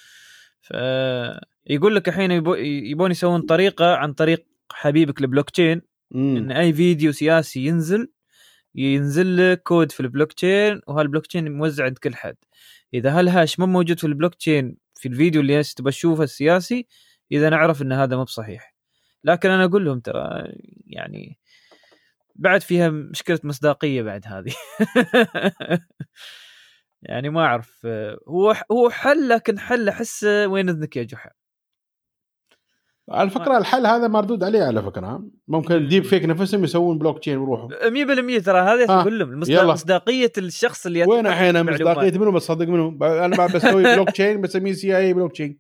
يقول لك الحين يبون يسوون طريقه عن طريق حبيبك البلوك تشين ان اي فيديو سياسي ينزل لك كود في البلوك تشين وهالبلوك تشين موزع عند كل حد. اذا هالهاش ما موجود في البلوك تشين في الفيديو اللي تبى تشوفه السياسي اذا نعرف ان هذا مو بصحيح. لكن انا اقول لهم ترى يعني بعد فيها مشكله مصداقيه بعد هذه. يعني ما اعرف هو حل لكن حل احس وين اذنك يا جحا. على فكره الحل هذا مردود عليه على فكره. ممكن ديب فيك نفسهم يسوون بلوك تشين ويروحوا 100% ترى هذا اقول لهم مصداقيه الشخص اللي وين الحين مصداقيه منه بتصدق منه. انا ما بسوي بلوك تشين بسميه سي اي بلوك تشين.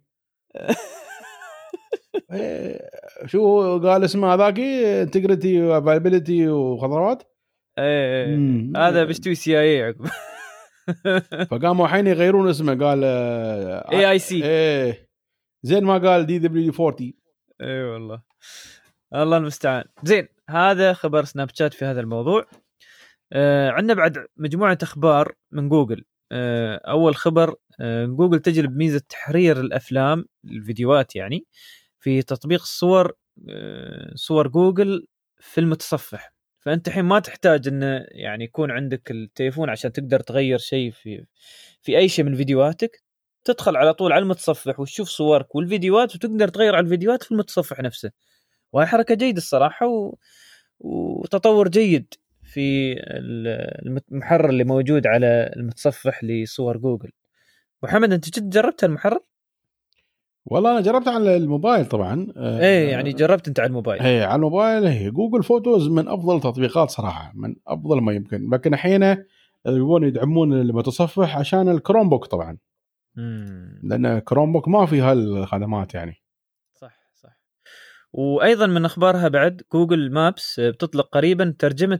شو قال اسمه هذاكي انتجريتي وافيلابيلتي وخضروات هذا بيستوي سي اي عقب. فقاموا الحين يغيرون اسمه قال اي اي سي زين ما قال دي دبليو 40. اي والله الله المستعان. زين هذا خبر سناب شات في هذا الموضوع. عندنا بعد مجموعه اخبار من جوجل. اول خبر، جوجل تجرب ميزه تحرير الافلام الفيديوهات يعني في تطبيق الصور، صور جوجل في المتصفح. فانت الحين ما تحتاج انه يعني يكون عندك التليفون عشان تقدر تغير شيء في اي شيء من فيديوهاتك. تدخل على طول على المتصفح وتشوف صورك والفيديوهات، وتقدر تغير على الفيديوهات في المتصفح نفسه. وهي حركه جيده الصراحه، وتطور جيد في المحرر اللي موجود على المتصفح لصور جوجل. محمد، انت جربت المحرر؟ والله انا جربت على الموبايل طبعا. ايه يعني جربت انت على الموبايل؟ ايه على الموبايل. هي جوجل فوتوز من افضل التطبيقات صراحه، من افضل ما يمكن. لكن الحين يبون يدعمون المتصفح عشان الكروم بوك طبعا، لان كروم بوك ما في هالخدمات يعني. صح. وايضا من اخبارها بعد جوجل مابس بتطلق قريبا ترجمه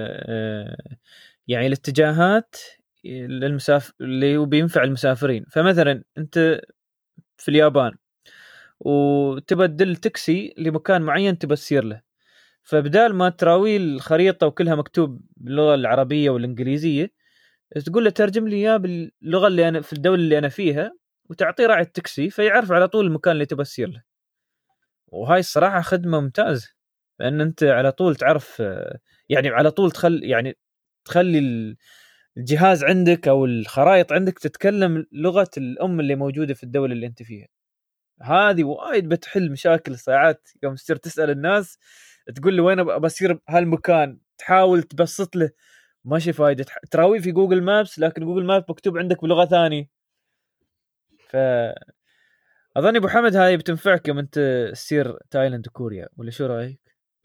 يعني الاتجاهات للمسافر اللي هو بينفع المسافرين. فمثلا انت في اليابان وتبدل تاكسي لمكان معين تبى تسير له، فبدال ما تراوي الخريطه وكلها مكتوب باللغه العربيه والانجليزيه، تقول له ترجم لي اياه باللغه اللي انا في الدوله اللي انا فيها، وتعطيه راعي التاكسي فيعرف على طول المكان اللي تبى تسير له. وهاي الصراحه خدمه ممتازه، لان انت على طول تعرف، يعني على طول تخلي الجهاز عندك او الخرائط عندك تتكلم لغه الام اللي موجوده في الدوله اللي انت فيها. هذه وايد بتحل مشاكل ساعات يوم تصير تسال الناس، تقول له وين بصير بهالمكان، تحاول تبسط له، ماشي فايده، تراويه في جوجل مابس لكن جوجل ماب مكتوب عندك بلغه ثانيه. ف اظن ابو حمد هاي بتنفعك يوم انت تسير تايلاند وكوريا، ولا شو رايك؟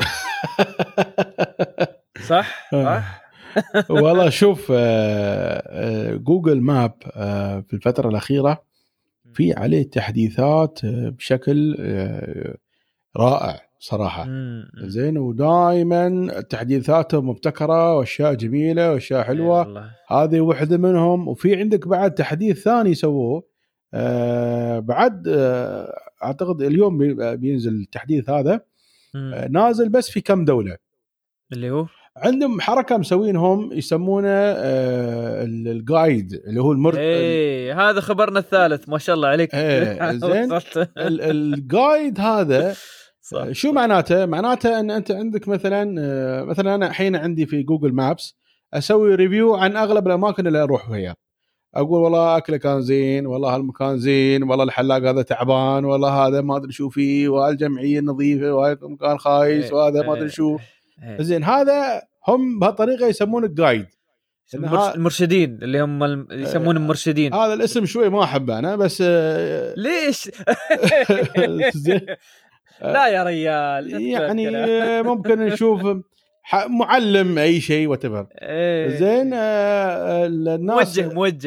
صح. والله شوف، جوجل ماب في الفترة الأخيرة في عليه تحديثات بشكل رائع صراحة. زين، ودائما تحديثاته مبتكرة واشياء جميلة واشياء حلوة. هذه واحدة منهم. وفي عندك بعد تحديث ثاني سووه بعد، اعتقد اليوم بينزل التحديث هذا. نازل بس في كم دولة، اللي هو عندهم حركة مسوينهم يسمونه الجايد، اللي هو هذا خبرنا الثالث، ما شاء الله عليك. زين. الجايد هذا صح. شو معناته؟ معناته ان انت عندك مثلا انا الحين عندي في جوجل مابس اسوي ريفيو عن اغلب الاماكن اللي اروح فيها. اقول والله اكله كان زين، والله هالمكان زين، والله الحلاق هذا تعبان، والله هذا ما ادري شو فيه، وهالجمعيه نظيفه، وهذا مكان خايس، وهذا ما ادري شو. زين، هذا هم بهالطريقه يسمونه الجايد، المرشدين اللي هم يسمون المرشدين. هذا الاسم شوي ما احبه انا، بس ليش؟ لا يا ريال، يعني ممكن نشوف معلم اي شيء واتفر. زين، الناس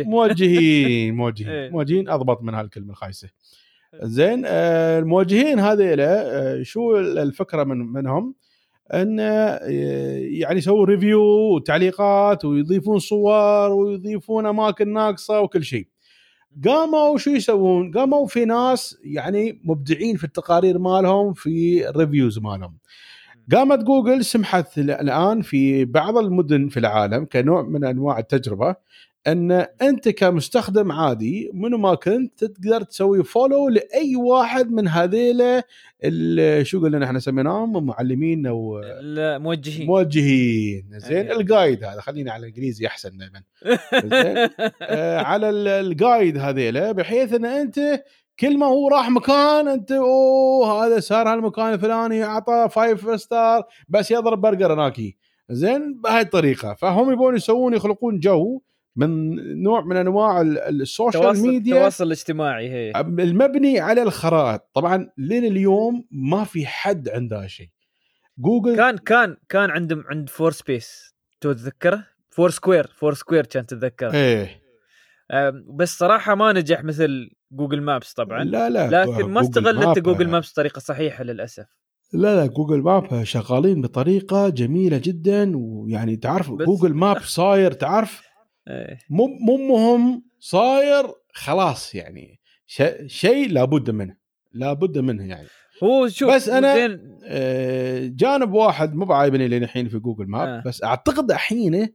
موجهين اضبط من هالكلمه الخايسه. زين، الموجهين هذيلا شو الفكره منهم؟ ان يعني يسووا ريفيو وتعليقات ويضيفون صور ويضيفون اماكن ناقصه وكل شيء. قاموا شو يسوون؟ قاموا في ناس يعني مبدعين في التقارير مالهم، في الريفيوز مالهم. قامت جوجل سمحت الآن في بعض المدن في العالم كنوع من أنواع التجربة أن أنت كمستخدم عادي منو ما كنت تقدر تسوي فولو لأي واحد من هذيله شو قلنا احنا سميناهم معلمين أو موجهين. زين، الجايد هذا خلينا على الإنجليزي أحسن دائما. زين، على الجايد هذيله، بحيث أن أنت كل ما هو راح مكان انت هذا صار هالمكان الفلاني اعطى 5 ستار بس يضرب برجر هناكي. زين، بهاي الطريقه. فهم يبون يخلقون جو من نوع من انواع السوشيال ميديا، التواصل الاجتماعي، هي المبني على الخرائط. طبعا لين اليوم ما في حد عنده شيء. جوجل كان عند فور سبيس، تتذكره؟ فور سكوير كان تتذكر؟ ايه، بس صراحه ما نجح مثل جوجل مابس طبعا. لا لكن ما استغلت جوجل مابس طريقه صحيحه للاسف. لا جوجل ماب شغالين بطريقه جميله جدا. ويعني تعرف جوجل ماب صاير، تعرف مو مهم، صاير خلاص يعني شيء لابد منه يعني. هو شوف، بس انا جانب واحد مو بعايبني لين الحين في جوجل ماب. بس اعتقد الحين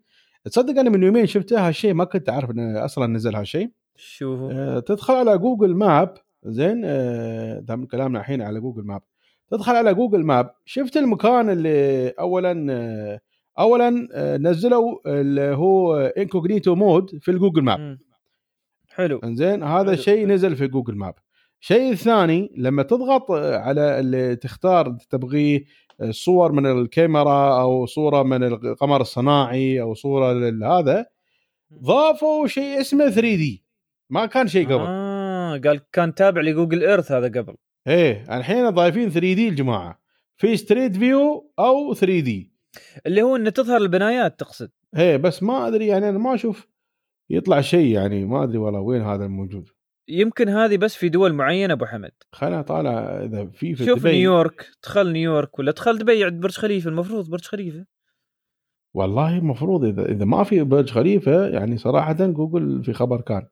تصدق انا من يومين شفتها هالشيء، ما كنت اعرف انه اصلا نزل هالشيء. شوفوا تدخل على جوجل ماب، زين، دام كلامنا الحين على جوجل ماب، تدخل على جوجل ماب، شفت المكان اللي اولا نزلوا اللي هو انكوجنيتو مود في الجوجل ماب. حلو. زين، هذا شيء نزل في جوجل ماب. شيء الثاني لما تضغط على اللي تختار تبغيه صور من الكاميرا او صوره من القمر الصناعي او صوره لهذا، ضافوا شيء اسمه 3D، ما كان شيء قبل. قال كان تابع لجوجل ايرث هذا قبل. ايه الحين ضايفين 3D الجماعه، في ستريت فيو او 3D اللي هو ان تظهر البنايات تقصد. ايه بس ما ادري يعني، انا ما اشوف يطلع شيء يعني، ما ادري والله وين هذا الموجود. يمكن هذه بس في دول معينه ابو حمد. خلينا طالع اذا في شوف دبي. نيويورك، دخل نيويورك ولا دخل دبي عند برج خليفه، المفروض برج خليفه. والله المفروض اذا ما في برج خليفه يعني صراحه جوجل في خبر كان.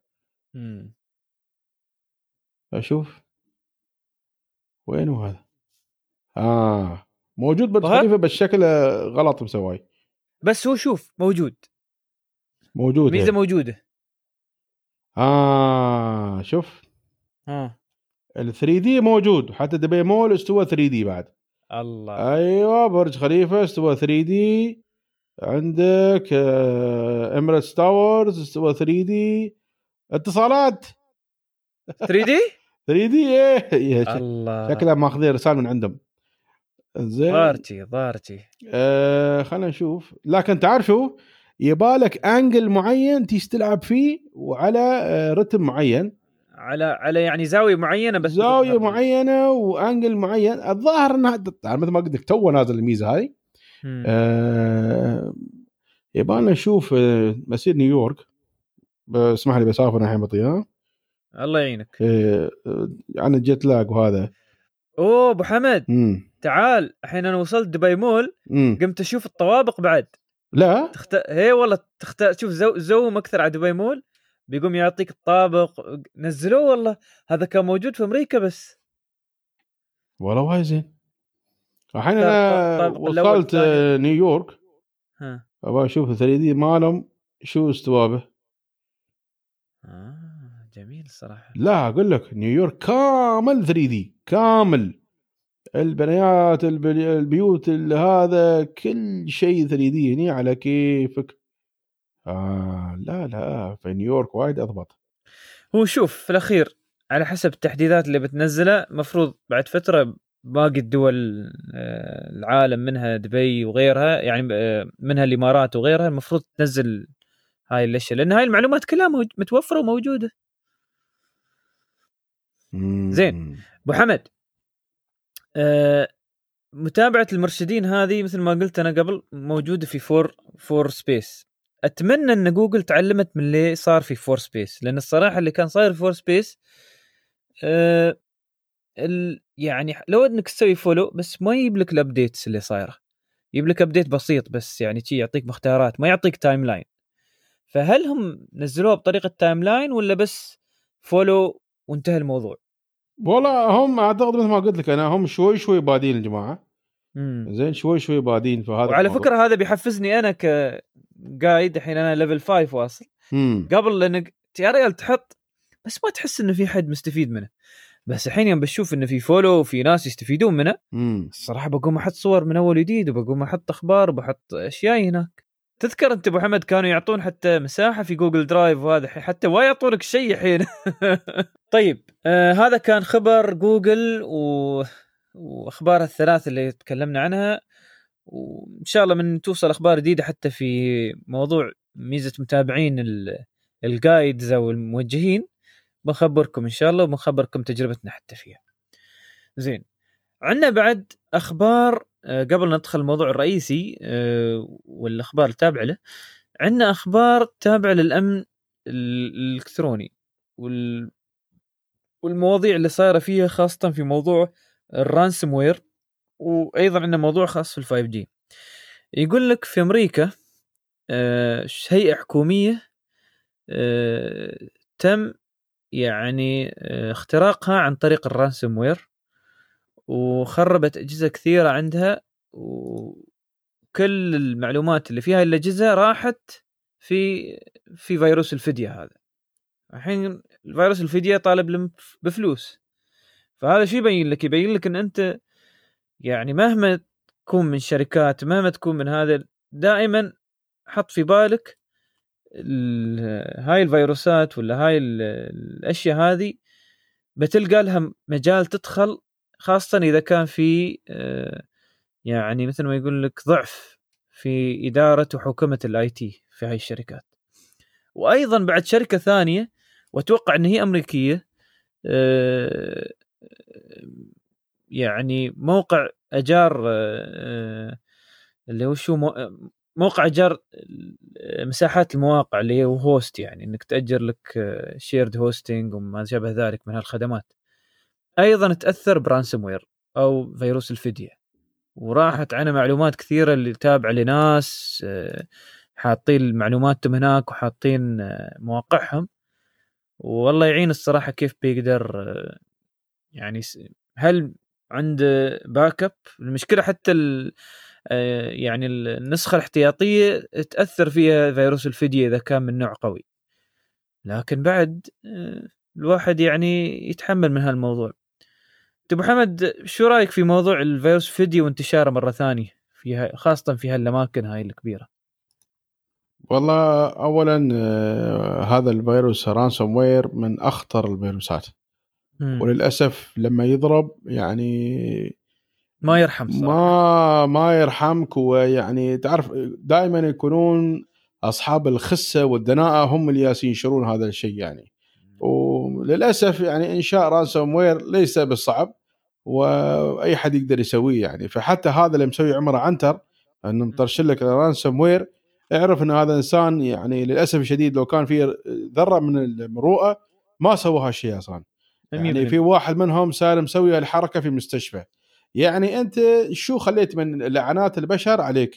اشوف وين هو هذا. موجود برج خليفه بس شكله غلط مسوي. بس هو شوف موجود ميزه موجوده. شوف ال 3 دي موجود، حتى دبي مول استوى 3 دي بعد. الله. ايوه برج خليفه استوى 3 دي، عندك اميريتس تاورز استوى 3 دي، اتصالات 3 دي 3 دي ايه الله. شكلها ماخذين رسالة من عندهم. زين ضارتي خلينا نشوف. لكن تعرف شو يبالك انجل معين تلعب فيه، وعلى رتم معين، على يعني زاويه معينه، بس زاويه معينه وانجل معين. الظاهر انها مثل ما قلت لك تو نازل الميزه هاي. يبالنا نشوف مسير نيويورك. اسمح لي بسافر الحين بطيئه. الله يعينك. يعني الجيت لاج وهذا. اوه ابو حمد تعال، الحين انا وصلت دبي مول. قمت اشوف الطوابق بعد. لا هي والله شوف زوم اكثر على دبي مول بيقوم يعطيك الطابق. نزلوه والله، هذا كان موجود في امريكا بس. والله وايد زين. الحين انا وصلت نيويورك، ابغى اشوف 3 دي مالهم شو استوابه. جميل الصراحه. لا اقول لك نيويورك كامل 3 دي كامل، البنايات البيوت هذا كل شيء 3 دي هني على كيفك. لا في نيويورك وايد اضبط. هو شوف في الاخير على حسب التحديثات اللي بتنزلها، مفروض بعد فتره باقي الدول العالم منها دبي وغيرها، يعني منها الامارات وغيرها، المفروض تنزل هاي الاشياء، لان هاي المعلومات كلها متوفره وموجوده. زين ابو حمد، متابعه المرشدين هذه مثل ما قلت انا قبل موجوده في فور سبيس. اتمنى ان جوجل تعلمت من اللي صار في فور سبيس، لان الصراحه اللي كان صاير في فور سبيس يعني لو انك تسوي فولو بس ما يجيب لك الابديتس اللي صايره، يجيب لك ابديت بسيط بس، يعني شيء يعطيك مختارات ما يعطيك تايم لاين. فهل هم نزلوها بطريقه تايم لاين ولا بس فولو وانتهى الموضوع؟ والله هم اعتقد مثل ما قلت لك انا، هم شوي بادين الجماعه. زين شوي بادين في هذا. وعلى فكره هذا بيحفزني انا كقايد، الحين انا ليفل 5 واصل. قبل لانك يا رجال تحط بس ما تحس انه في حد مستفيد منه، بس الحين يوم بشوف انه في فولو وفي ناس يستفيدون منه الصراحه بقوم احط صور من اول جديد، وبقوم احط اخبار وبحط اشياء هناك. تذكر انت ابو حمد كانوا يعطون حتى مساحه في جوجل درايف، وهذا حتى ما يعطونك شيء الحين. طيب هذا كان خبر جوجل واخبار الثلاث اللي تكلمنا عنها، وان شاء الله من توصل اخبار جديده حتى في موضوع ميزه متابعين الجايدز او الموجهين بخبركم ان شاء الله، وبنخبركم تجربتنا حتى فيها. زين، عندنا بعد اخبار قبل ندخل الموضوع الرئيسي والاخبار التابعه له. عندنا اخبار تابعه للامن الالكتروني والمواضيع اللي صايره فيها، خاصه في موضوع الرانسوم وير، وايضا عندنا موضوع خاص في ال5G. يقول لك في امريكا هيئه حكوميه تم يعني اختراقها عن طريق الرانسوم وير، وخربت أجهزة كثيرة عندها، وكل المعلومات اللي فيها الأجهزة راحت في فيروس الفدية هذا. الحين الفيروس الفدية طالب بفلوس، فهذا شيء يبين لك ان انت يعني مهما تكون من شركات، مهما تكون من هذا، دائما حط في بالك هاي الفيروسات ولا هاي الاشياء هذه بتلقى لها مجال تدخل، خاصة اذا كان في يعني مثل ما يقول لك ضعف في إدارة وحكومة الاي تي في هاي الشركات. وايضا بعد شركة ثانية واتوقع ان هي امريكية، يعني موقع اجار اللي هو شو موقع اجار مساحات المواقع اللي هو هوست، يعني انك تأجر لك شيرد هوستنج وما شابه ذلك من هالخدمات، ايضا تأثر برانسوم وير او فيروس الفدية، وراحت عنه معلومات كثيرة اللي تابعة لناس حاطين معلوماتهم هناك وحاطين مواقعهم. والله يعين الصراحة كيف بيقدر يعني هل عنده باك اب. المشكلة حتى يعني النسخة الاحتياطية تأثر فيها فيروس الفدية إذا كان من نوع قوي، لكن بعد الواحد يعني يتحمل من هالموضوع. أبو حمد، شو رأيك في موضوع الفيروس الفدية وانتشاره مرة ثانية فيها، خاصة في هالأماكن هاي الكبيرة؟ والله اولا هذا الفيروس رانسوم وير من اخطر الفيروسات، وللاسف لما يضرب يعني ما يرحم صراحة. ما يرحمك. ويعني تعرف دائما يكونون اصحاب الخسه والدناءه هم اللي ينشرون هذا الشيء يعني. وللاسف يعني انشاء رانسوم وير ليس بالصعب، واي حد يقدر يسويه يعني. فحتى هذا اللي مسوي عمره عنتر انه مطرشل لك رانسوم وير، اعرف ان هذا انسان يعني للاسف الشديد لو كان في ذره من المروءه ما سوى هالشيء اصلا. يعني في واحد منهم صار مسوي الحركه في مستشفى. يعني انت شو خليت من لعنات البشر عليك؟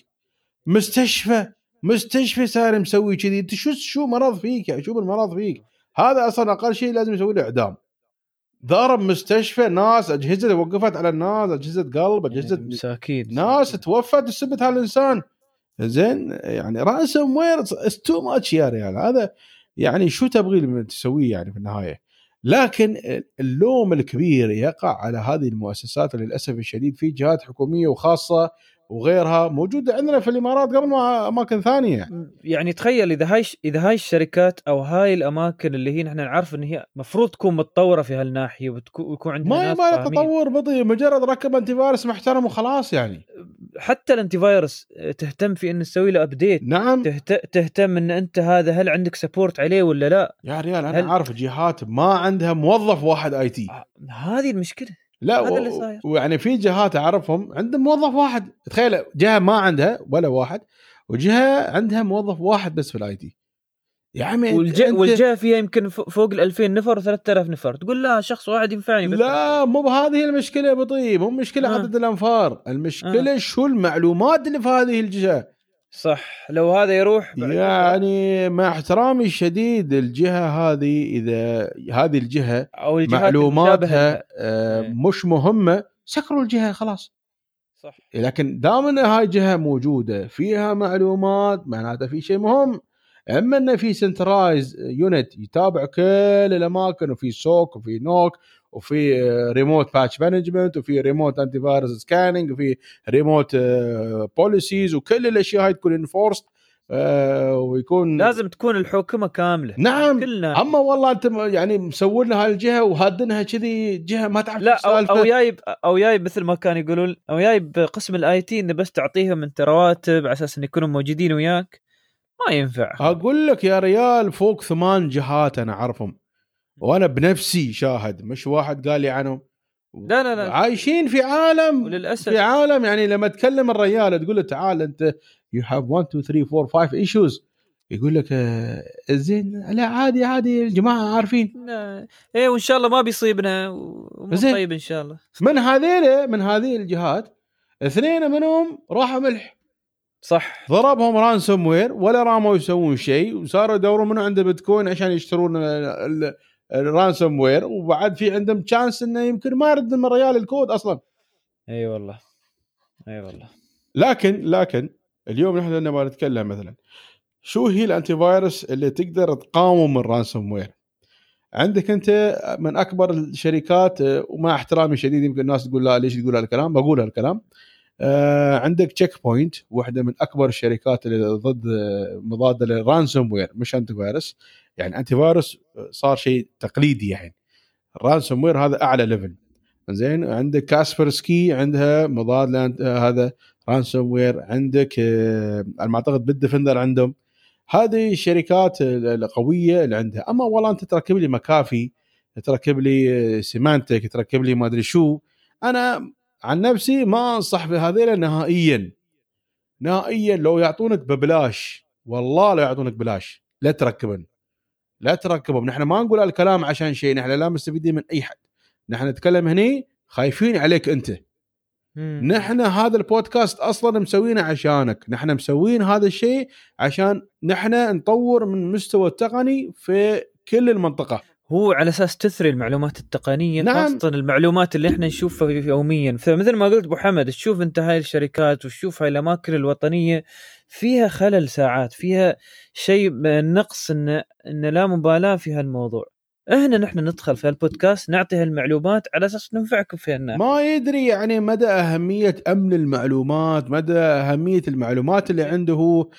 مستشفى صار مسوي كذي. انت شو مرض فيك يعني؟ شو بالمرض فيك؟ هذا اصلا اقل شيء لازم يسوي له اعدام. ضارب مستشفى، ناس اجهزه وقفت على الناس، اجهزه قلب، اجهزه مساكين، ناس توفت بسبب هالانسان. زين يعني رانسوم وير تو ماتش يا ريال. هذا يعني شو تبغي تسويه يعني في النهايه؟ لكن اللوم الكبير يقع على هذه المؤسسات للاسف الشديد، في جهات حكوميه وخاصه وغيرها موجوده عندنا في الامارات قبل ما اماكن ثانيه. يعني تخيل اذا هاي الشركات او هاي الاماكن اللي هي نحن نعرف ان هي مفروض تكون متطوره في هالناحيه ويكون عندها ناس ما فاهمين. تطور بطيء، مجرد ركب انتي فايروس محترم وخلاص يعني. حتى الانتي فايروس تهتم في ان تسوي له ابديت. نعم، تهتم ان انت هذا هل عندك سبورت عليه ولا لا. يا ريال انا عارف جهات ما عندها موظف واحد اي تي. هذه المشكله. لا هذا اللي صاير. ويعني في جهات اعرفهم عندهم موظف واحد. تخيل جهه ما عندها ولا واحد، وجهه عندها موظف واحد بس في الاي تي. يا عمي والجهه فيها يمكن فوق 2000 نفر و3000 نفر، تقول لا شخص واحد ينفعني بس. لا مو بهذه المشكله بطيب، مو مشكله عدد الانفار، المشكله شو المعلومات اللي في هذه الجهه. صح، لو هذا يروح يعني مع احترامي الشديد الجهه هذه، اذا هذه الجهه أو معلوماتها مش مهمه سكروا الجهه خلاص. صح. لكن دام ان هاي جهه موجوده فيها معلومات معناته في شيء مهم. اما انه في سنترايز يونت يتابع كل الاماكن، وفي سوك وفي نوك وفي ريموت باتش مانجمنت وفي ريموت انتي فايروس سكاننج وفي ريموت بوليسيز، وكل الاشياء هاي تكون انفورست ويكون لازم تكون الحكومه كامله. نعم كلنا. اما والله انت يعني مسوي لنا هالجهه وهادنها كذي جهه ما تعرف لا او جايب مثل ما كانوا يقولون، او جايب قسم الاي تي انه بس تعطيهم انت رواتب على اساس ان يكونوا موجودين وياك. ما ينفع. اقول لك يا ريال فوق 8 جهات انا اعرفهم، وانا بنفسي شاهد، مش واحد قال لي عنهم. لا عايشين في عالم، وللأسف في عالم يعني لما تكلم الرجال تقول له تعال انت you have 1 2 3 4 5 issues، يقول لك زين لا عادي الجماعه عارفين. ايه وان شاء الله ما بيصيبنا ومو طيب ان شاء الله. من هذه الجهات اثنين منهم راحوا ملح. صح. ضربهم رانسوم وير ولا راموا يسوون شيء، وصاروا يدورون منه عنده بيتكوين عشان يشترون الرانسوم وير، وبعد في عندهم تشانس انه يمكن ما يرد من ريال الكود اصلا. اي والله. لكن اليوم نحن نبغى نتكلم مثلا شو هي الانتي فايروس اللي تقدر تقاوم الرانسوم وير؟ عندك انت من اكبر الشركات، ومع احترامي الشديد يمكن الناس تقول لا ليش تقول هالكلام، بقول هالكلام. عندك تشيك بوينت، واحده من اكبر الشركات اللي ضد مضاده للرانسوم وير، مش انتي فايروس. يعني انتي فايروس صار شيء تقليدي، يعني الرانسوم وير هذا اعلى ليفل. زين، عندك كاسبرسكي عندها مضاد هذا رانسوم وير. عندك على ما اعتقد بالديفندر عندهم. هذه الشركات القويه اللي عندها. اما والله انت تركب لي مكافي، تركب لي سيمانتك، تركب لي ما ادري شو، انا عن نفسي ما انصح بهذيلا نهائيا. نهائيا لو يعطونك ببلاش، والله لو يعطونك بلاش لا تركبن، لا تركبهم. نحن ما نقول الكلام عشان شيء، نحن لا مستفيدين من اي حد، نحن نتكلم هني خايفين عليك انت. نحن هذا البودكاست اصلا مسوينه عشانك، نحن مسوين هذا الشيء عشان نحن نطور من مستوى التقني في كل المنطقه. هو على اساس تثري المعلومات التقنيه، نعم. خاصه المعلومات اللي احنا نشوفها يوميا. فمثل ما قلت ابو حمد، تشوف انت هاي الشركات وتشوف هاي الاماكن الوطنيه فيها خلل ساعات، فيها شيء نقص، ان لا مبالاه في هالموضوع. احنا نحن ندخل في البودكاست نعطي هالمعلومات على اساس ننفعكم في الناس. ما يدري يعني مدى اهميه امن المعلومات، مدى اهميه المعلومات اللي عنده هو،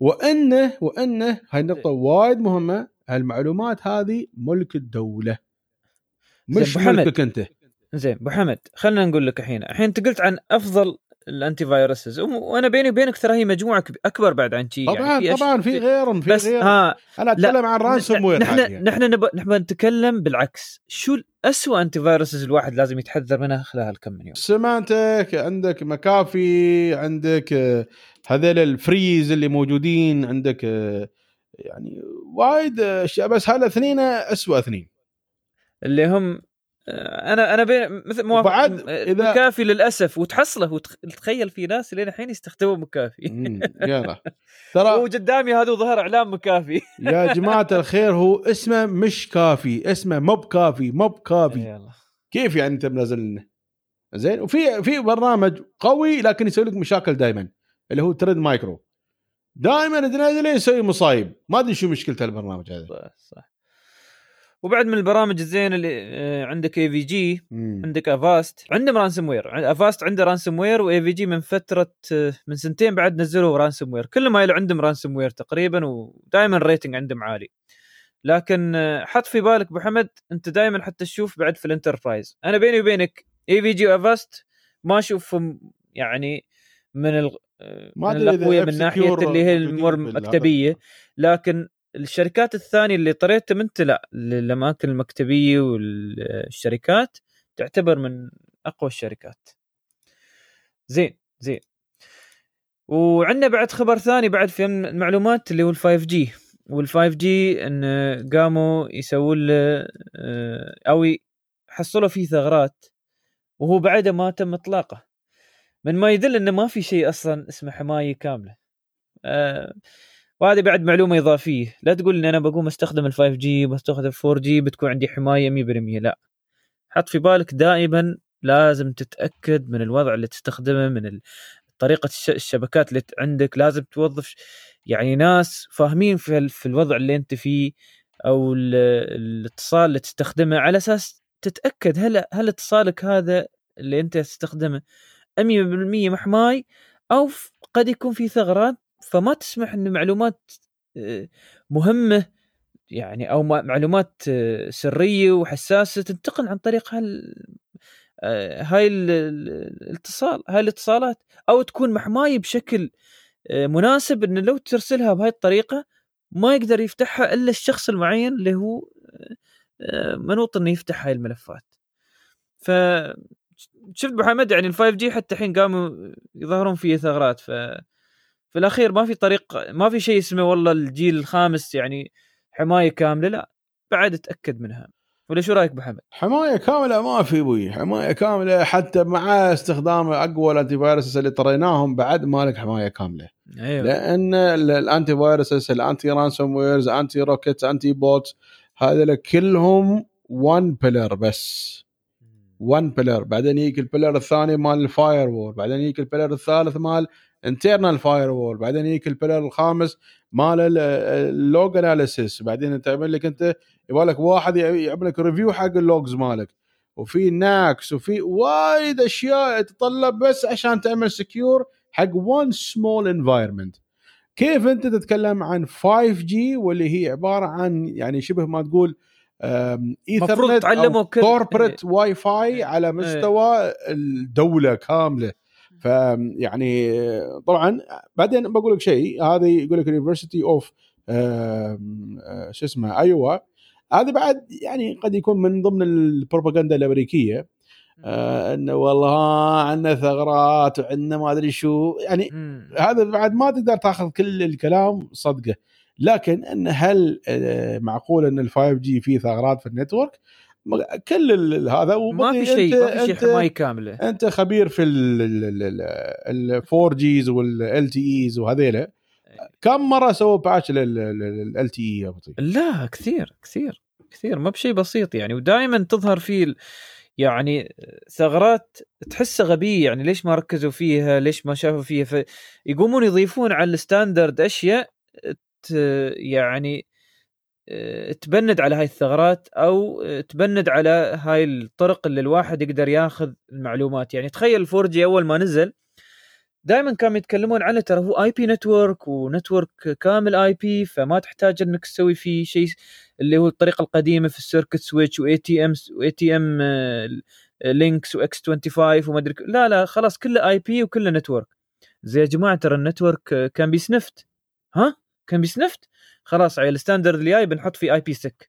وانه هاي النقطه وايد مهمه. هالمعلومات هذه ملك الدوله، مش ملكك انت. زين ابو حمد، خلنا نقول لك الحين انت قلت عن افضل الانتي فايروسز، وانا بيني وبينك ترى هي مجموعه اكبر بعد عن شيء. طبعا يعني طبعا في غيرهم، في بس غيرهم. انا اتكلم عن رانسوم وير. نحن نبغى نتكلم بالعكس. شو الأسوأ انتي فايروسز الواحد لازم يتحذر منها خلال هالكم من يوم؟ سمانتك، عندك مكافي، عندك هذول الفريز اللي موجودين عندك، يعني وايد اشياء، بس هالاثنين اسوأ اثنين اللي هم انا مثل موافق. إذا مكافي للاسف، وتحصله وتخيل في ناس اللي الحين يستخدموا مكافي. يلا ترى وقدامي هذا ظهر اعلان مكافي. يا جماعه الخير، هو اسمه مش كافي، اسمه موب كافي، موب كافي. يلا. كيف يعني انت منزل لنا؟ زين، وفي برنامج قوي لكن يسوي لك مشاكل دائما، اللي هو تريد مايكرو، دائما تنزله يسوي مصايب. ما ادري شو مشكلته البرنامج هذا. صح. وبعد من البرامج الزين اللي عندك اي في جي، عندك افاست، عندهم رانسوم وير. افاست عنده رانسوم وير، واي في جي من فتره من سنتين بعد نزلوا رانسوم وير. كل ما عندهم رانسوم وير تقريبا، ودائما الريتنج عندهم عالي. لكن حط في بالك ابو حمد، انت دائما حتى تشوف بعد في الانتربرايز، انا بيني وبينك اي في جي وافاست ما اشوفهم يعني من الاقوياء من ناحيه اللي هي الامور المكتبيه. لكن الشركات الثانيه اللي طريتهم انت، لا، الاماكن المكتبيه والشركات تعتبر من اقوى الشركات. زين. وعندنا بعد خبر ثاني بعد في المعلومات، اللي هو ال5G. وال5G ان قاموا يسوون له او يحصلوا فيه ثغرات، وهو بعده ما تم اطلاقه، من ما يدل انه ما في شيء اصلا اسمه حمايه كامله. وهذه بعد معلومه اضافيه. لا تقول اني انا بقوم استخدم ال5G بستخدم 4G بتكون عندي حمايه 100%. لا، حط في بالك دائما لازم تتاكد من الوضع اللي تستخدمه، من طريقه الشبكات اللي عندك. لازم توظف يعني ناس فاهمين في الوضع اللي انت فيه، او الاتصال اللي تستخدمه، على اساس تتاكد هل اتصالك هذا اللي انت تستخدمه 100% محماي، او قد يكون في ثغرات، فما تسمح ان معلومات مهمه يعني، او معلومات سريه وحساسه تنتقل عن طريق هاي الاتصالات، او تكون محمايه بشكل مناسب، ان لو ترسلها بهاي الطريقه ما يقدر يفتحها الا الشخص المعين اللي هو منوط انه يفتح هاي الملفات. ف شفت ابو حمد، يعني ال5G حتى الحين قاموا يظهرون فيه ثغرات. في الاخير ما في طريق، ما في شيء اسمه والله الجيل الخامس يعني حمايه كامله. لا، بعد اتاكد منها. ولا شو رايك ابو حمد؟ حمايه كامله ما في ابوي، حمايه كامله حتى مع استخدام اقوى الانتي فايروس اللي طريناهم بعد مالك حمايه كامله. أيوة. لان الانتي فايروس، الانتي رانسوم ويرز، انتي روكيت، انتي بوت، هذول كلهم 1 بيلر بس، 1 بيلر. بعدين يجيك البيلر الثاني مال الفاير وول، بعدين يجيك البيلر الثالث مال internal firewall، بعدين يجيك البيلر الخامس مال اللوج اناليسيس، بعدين انت تعمل لك انت يبغى واحد يعمل لك ريفيو حق اللوجز مالك، وفي ناكس وفي وايد اشياء تتطلب بس عشان تعمل سكيور حق one small environment. كيف انت تتكلم عن 5G واللي هي عباره عن يعني شبه ما تقول ايثرنت او كوربريت واي فاي على مستوى الدوله كامله. فيعني طبعا بعدين بقول لك شيء، هذه يقول لك يونيفرسيتي اوف شو اسمه ايوه، هذا بعد يعني قد يكون من ضمن البروباغندا الامريكيه، انه والله عندنا ثغرات وعندنا ما ادري شو يعني. هذا بعد ما تقدر تاخذ كل الكلام صدقه، لكن ان هل معقول ان ال5G فيه ثغرات في النتورك؟ كل هذا ما في شيء، ما في شيء حمايه كامله. انت خبير في ال4Gs والLTEs وهذيله، كم مره سووا باتش للLTE يا بطيء؟ لا كثير كثير كثير، ما بشيء بسيط يعني، ودائما تظهر فيه يعني ثغرات تحسها غبية. يعني ليش ما ركزوا فيها؟ ليش ما شافوا فيها؟ فيقومون يضيفون على الستاندرد أشياء يعني تبند على هاي الثغرات أو تبند على هاي الطرق اللي الواحد يقدر ياخذ المعلومات. يعني تخيل الفورجي أول ما نزل دائما كانوا يتكلمون عنه، ترى هو اي بي نتورك ونتورك كامل اي بي، فما تحتاج انك تسوي فيه شيء اللي هو الطريقه القديمه في السيركت سويتش واي تي ام لينكس واكس 25 وما ادري. لا خلاص كله اي بي وكله نتورك. زي يا جماعه ترى النتورك كان بيسنفت، كان بيسنفت، خلاص على الستاندرد اللي جاي بنحط فيه اي بي سك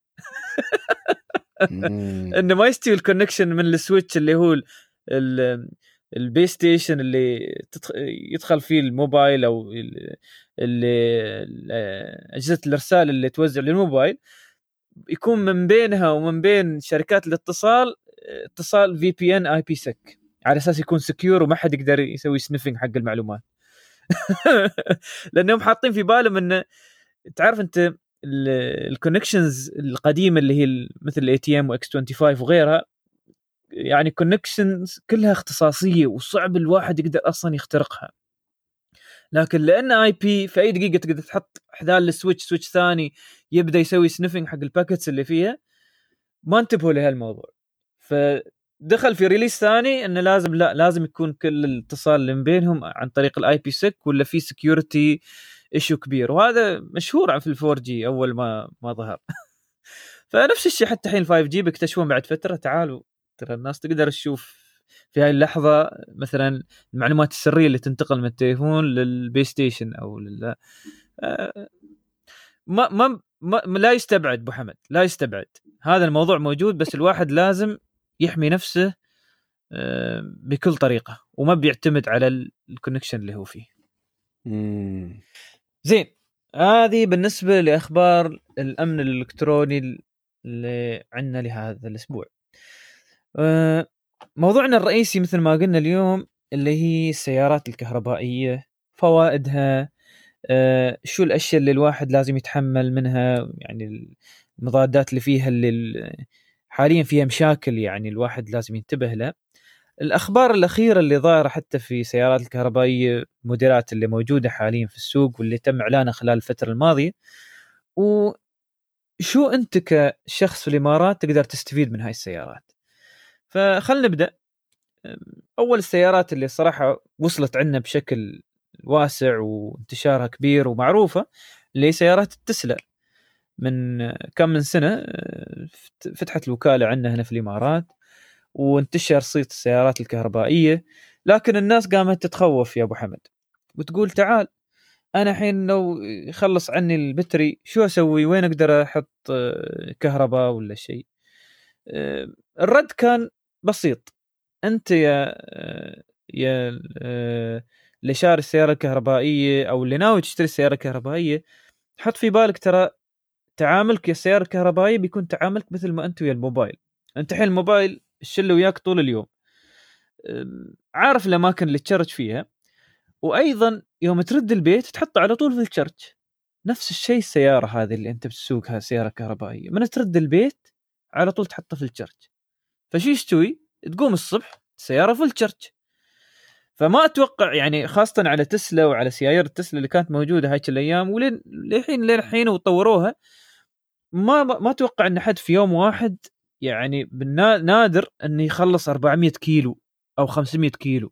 انه ما يستوي الكونكشن من السويتش اللي هو البي ستيشن اللي يدخل فيه الموبايل او اجهزه الارسال اللي توزع للموبايل، يكون من بينها ومن بين شركات الاتصال اتصال في بي ان اي بي سك، على اساس يكون سكيور وما حد يقدر يسوي سنيفنج حق المعلومات. لانهم حاطين في بالهم انه تعرف انت الكونكشنز القديمه اللي هي مثل الاي تي ام واكس 25 وغيرها، يعني كونكشنز كلها اختصاصيه وصعب الواحد يقدر اصلا يخترقها. لكن لان اي بي في اي دقيقه تقدر تحط حذال السويتش سويتش ثاني يبدا يسوي سنيفنج حق الباكيتس اللي فيها، ما انتبهوا لهالموضوع. فدخل في ريليس ثاني انه لازم يكون كل الاتصال اللي بينهم عن طريق الاي بي سك ولا في سكيورتي ايشو كبير. وهذا مشهور في الفور جي اول ما ظهر. فنفس الشيء حتى الحين 5G بيكتشفون بعد فتره، تعالوا ترى الناس تقدر تشوف في هاي اللحظه مثلا المعلومات السريه اللي تنتقل من التليفون للبلاي ستيشن او ما لا يستبعد ابو حمد، لا يستبعد هذا الموضوع موجود، بس الواحد لازم يحمي نفسه بكل طريقه وما بيعتمد على الكونكشن اللي هو فيه. زين، هذه بالنسبه لاخبار الامن الالكتروني اللي عندنا لهذا الاسبوع. موضوعنا الرئيسي مثل ما قلنا اليوم اللي هي السيارات الكهربائيه، فوائدها، شو الاشياء اللي الواحد لازم يتحمل منها، يعني المضادات اللي فيها اللي حاليا فيها مشاكل يعني الواحد لازم ينتبه له، الاخبار الاخيره اللي ظاهره حتى في سيارات الكهربائيه، موديلات اللي موجوده حاليا في السوق واللي تم اعلانها خلال الفتره الماضيه، وشو انت كشخص في الامارات تقدر تستفيد من هاي السيارات. فخلنا نبدا. اول السيارات اللي صراحه وصلت عندنا بشكل واسع وانتشارها كبير ومعروفه اللي هي سيارات التسلا. من كم من سنه فتحت الوكاله عندنا هنا في الامارات وانتشر صيت السيارات الكهربائيه، لكن الناس قامت تتخوف يا ابو حمد وتقول تعال انا الحين لو يخلص عني البتري شو اسوي؟ وين اقدر احط كهرباء ولا شيء؟ الرد كان بسيط. انت يا اللي شاري السياره الكهربائيه او اللي ناوي تشتري السياره الكهربائيه، حط في بالك ترى تعاملك يا السياره الكهربائيه بيكون تعاملك مثل ما انت ويا الموبايل. انت الحين الموبايل الشله وياك طول اليوم، عارف الاماكن اللي تشارج فيها، وايضا يوم ترد البيت تحطه على طول في الشارج. نفس الشيء السياره هذه اللي انت بتسوقها سياره كهربائيه، من ترد البيت على طول تحطه في الشارج. فشو يستوي؟ تقوم الصبح السياره فل شارج. فما اتوقع يعني خاصه على تسلا وعلى سيايير تسلا اللي كانت موجوده هاي الايام ولين للحين وطوروها، ما اتوقع ان حد في يوم واحد يعني نادر انه يخلص 400 كيلو او 500 كيلو،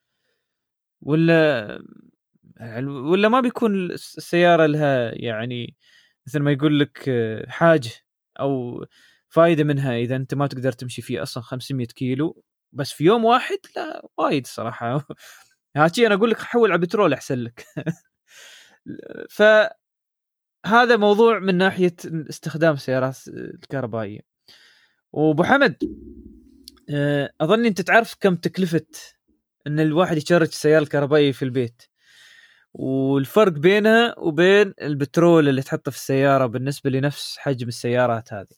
ولا ما بيكون السياره لها يعني مثل ما يقول لك حاجه او فايده منها اذا انت ما تقدر تمشي فيه اصلا 500 كيلو بس في يوم واحد. لا وايد صراحه. هاتي انا اقول لك حول على بترول احسن لك. فهذا موضوع من ناحيه استخدام السيارات الكهربائيه. وابو حمد اظن انت تعرف كم تكلفه ان الواحد يشارج السياره الكهربائيه في البيت، والفرق بينها وبين البترول اللي تحطه في السياره بالنسبه لنفس حجم السيارات هذه.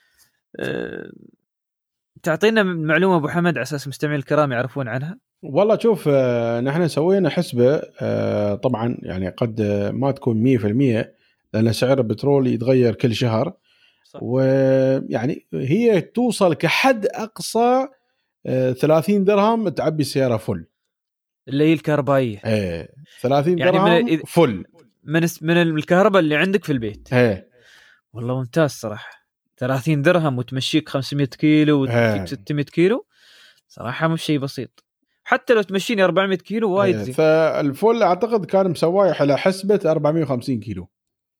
تعطينا معلومه ابو حمد على اساس مستمعين الكرام يعرفون عنها. والله شوف، نحن سوينا حسبة، طبعا يعني قد ما تكون 100% لأن سعر البترول يتغير كل شهر، ويعني هي توصل كحد أقصى 30 درهم تعبي السيارة فل، اللي هي الكهربائية. 30 يعني درهم فل من الكهرباء اللي عندك في البيت. والله ممتاز صراحة. 30 درهم وتمشيك 500 كيلو وتمشيك 600 كيلو صراحة مش شيء بسيط. حتى لو تمشيني 400 كيلو وايد زين. فالفل أعتقد كان مسوايح على حسبة 450 كيلو.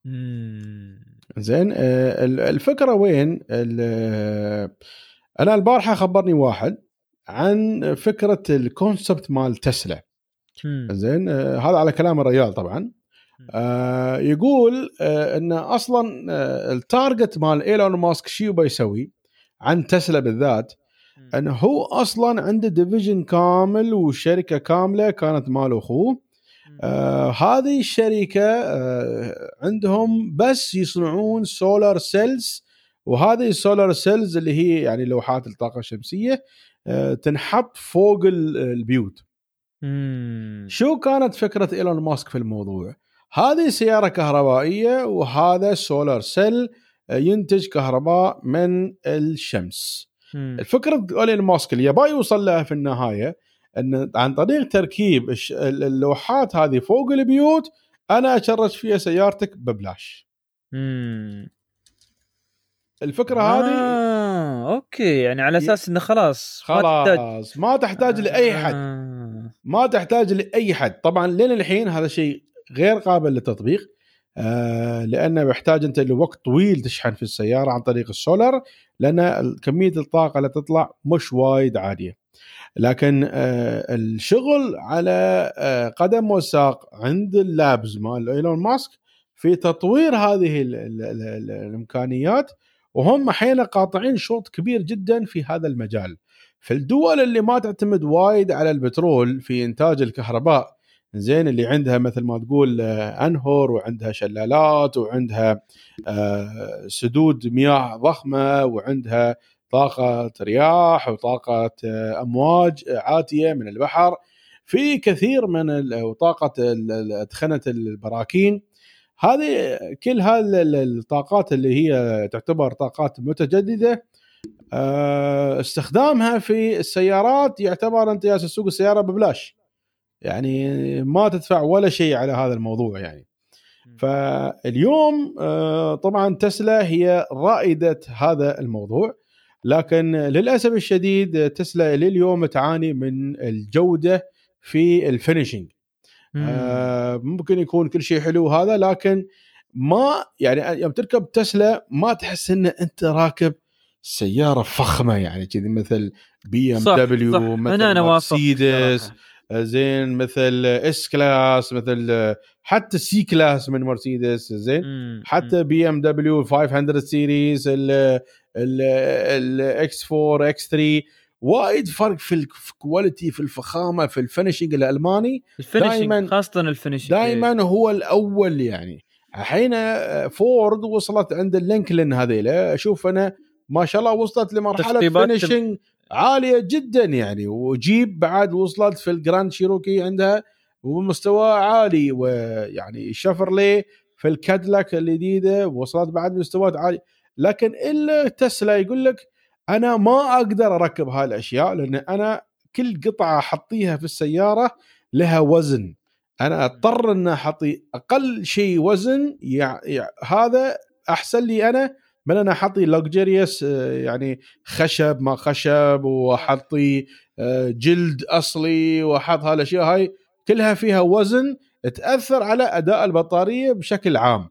زين. الفكرة وين؟ أنا البارحة خبرني واحد عن فكرة الكونسبت مال تسلا. زين. هذا على كلام الرجال طبعا. يقول ان اصلا التارجت مال ايلون ماسك شو بيسوي عن تسلا بالذات، انه هو اصلا عنده ديفيجن كامل وشركه كامله كانت مال اخوه. هذه الشركه عندهم بس يصنعون سولار سيلز، وهذه السولار سيلز اللي هي يعني لوحات الطاقه الشمسيه تنحط فوق البيوت. شو كانت فكرة إيلون ماسك في الموضوع؟ هذه سيارة كهربائية وهذا سولار سيل ينتج كهرباء من الشمس. الفكرة إيلون ماسك اللي يبغى يوصل لها في النهاية أن عن طريق تركيب اللوحات هذه فوق البيوت أنا أشرج فيها سيارتك ببلاش. الفكرة هذه اوكي، يعني على اساس انه خلاص ما تحتاج لاي حد. ما تحتاج لاي حد. طبعا لين الحين هذا شيء غير قابل للتطبيق، لانه بيحتاج انت لوقت طويل تشحن في السياره عن طريق السولار، لان كميه الطاقه اللي تطلع مش وايد عاليه. لكن الشغل على قدم وساق عند اللابز مال ايلون ماسك في تطوير هذه الامكانيات، وهم حين قاطعين شوط كبير جدا في هذا المجال. في الدول اللي ما تعتمد وايد على البترول في إنتاج الكهرباء، زين، اللي عندها مثل ما تقول أنهر وعندها شلالات وعندها سدود مياه ضخمة وعندها طاقة رياح وطاقة أمواج عاتية من البحر، في كثير من وطاقة أدخنة البراكين، هذه كل هذه الطاقات اللي هي تعتبر طاقات متجددة، استخدامها في السيارات يعتبر انت يا سوق السيارة ببلاش، يعني ما تدفع ولا شيء على هذا الموضوع يعني. فاليوم طبعا تسلا هي رائدة هذا الموضوع، لكن للأسف الشديد تسلا لليوم تعاني من الجودة في الفينيشنج. ممكن يكون كل شيء حلو هذا، لكن ما يعني يوم تركب تسلا ما تحس ان انت راكب سياره فخمه، يعني كذي مثل بي ام دبليو، مثل مرسيدس، زين، مثل اس كلاس، مثل حتى سي كلاس من مرسيدس، زين، حتى بي ام دبليو 500 سيريز، الاكس 4 اكس 3، وايد فرق في الكواليتي، في الفخامه، في الفينيشنج الالماني. دائما خاصه الفينيشنج دائما هو الاول. يعني الحين فورد وصلت عند اللينكلين هذيله، اشوف انا ما شاء الله وصلت لمرحله فينيشنج عاليه جدا يعني، وجيب بعد وصلت في الجراند شيروكي عندها ومستوى عالي، ويعني شيفرلي في الكادلاك الجديده وصلت بعد مستويات عاليه. لكن الا تسلا يقول لك انا ما اقدر اركب هاي الاشياء لان انا كل قطعه احطيها في السياره لها وزن، انا اضطر ان احطي اقل شيء وزن هذا احسن لي انا من انا احطي لوكجيريوس يعني خشب ما خشب واحطي جلد اصلي واحط هالاشياء هاي كلها فيها وزن تاثر على اداء البطاريه بشكل عام.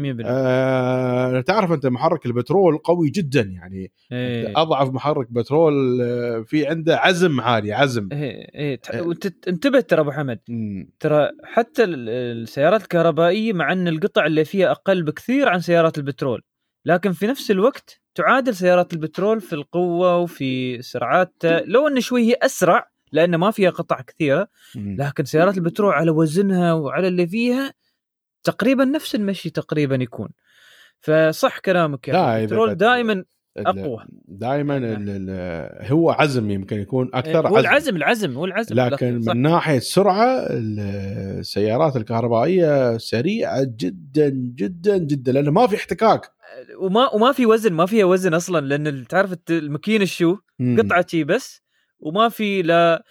تعرف انت محرك البترول قوي جدا يعني اضعف محرك بترول في عنده عزم عالي عزم. انتبه ترى ابو حمد، ترى حتى السيارات الكهربائيه مع ان القطع اللي فيها اقل بكثير عن سيارات البترول، لكن في نفس الوقت تعادل سيارات البترول في القوه وفي سرعاتها، لو ان شوي هي اسرع لان ما فيها قطع كثيره، لكن سيارات البترول على وزنها وعلى اللي فيها تقريبا نفس المشي تقريبا يكون. فصح كلامك يعني البترول دائما اقوى، دائما هو عزم يمكن يكون اكثر، هو العزم هو العزم، لكن من ناحيه سرعه السيارات الكهربائيه سريعه جدا جدا جدا لانه ما في احتكاك وما في وزن، ما فيها وزن اصلا، لان تعرف الماكينه شو قطعه شي بس، وما في لا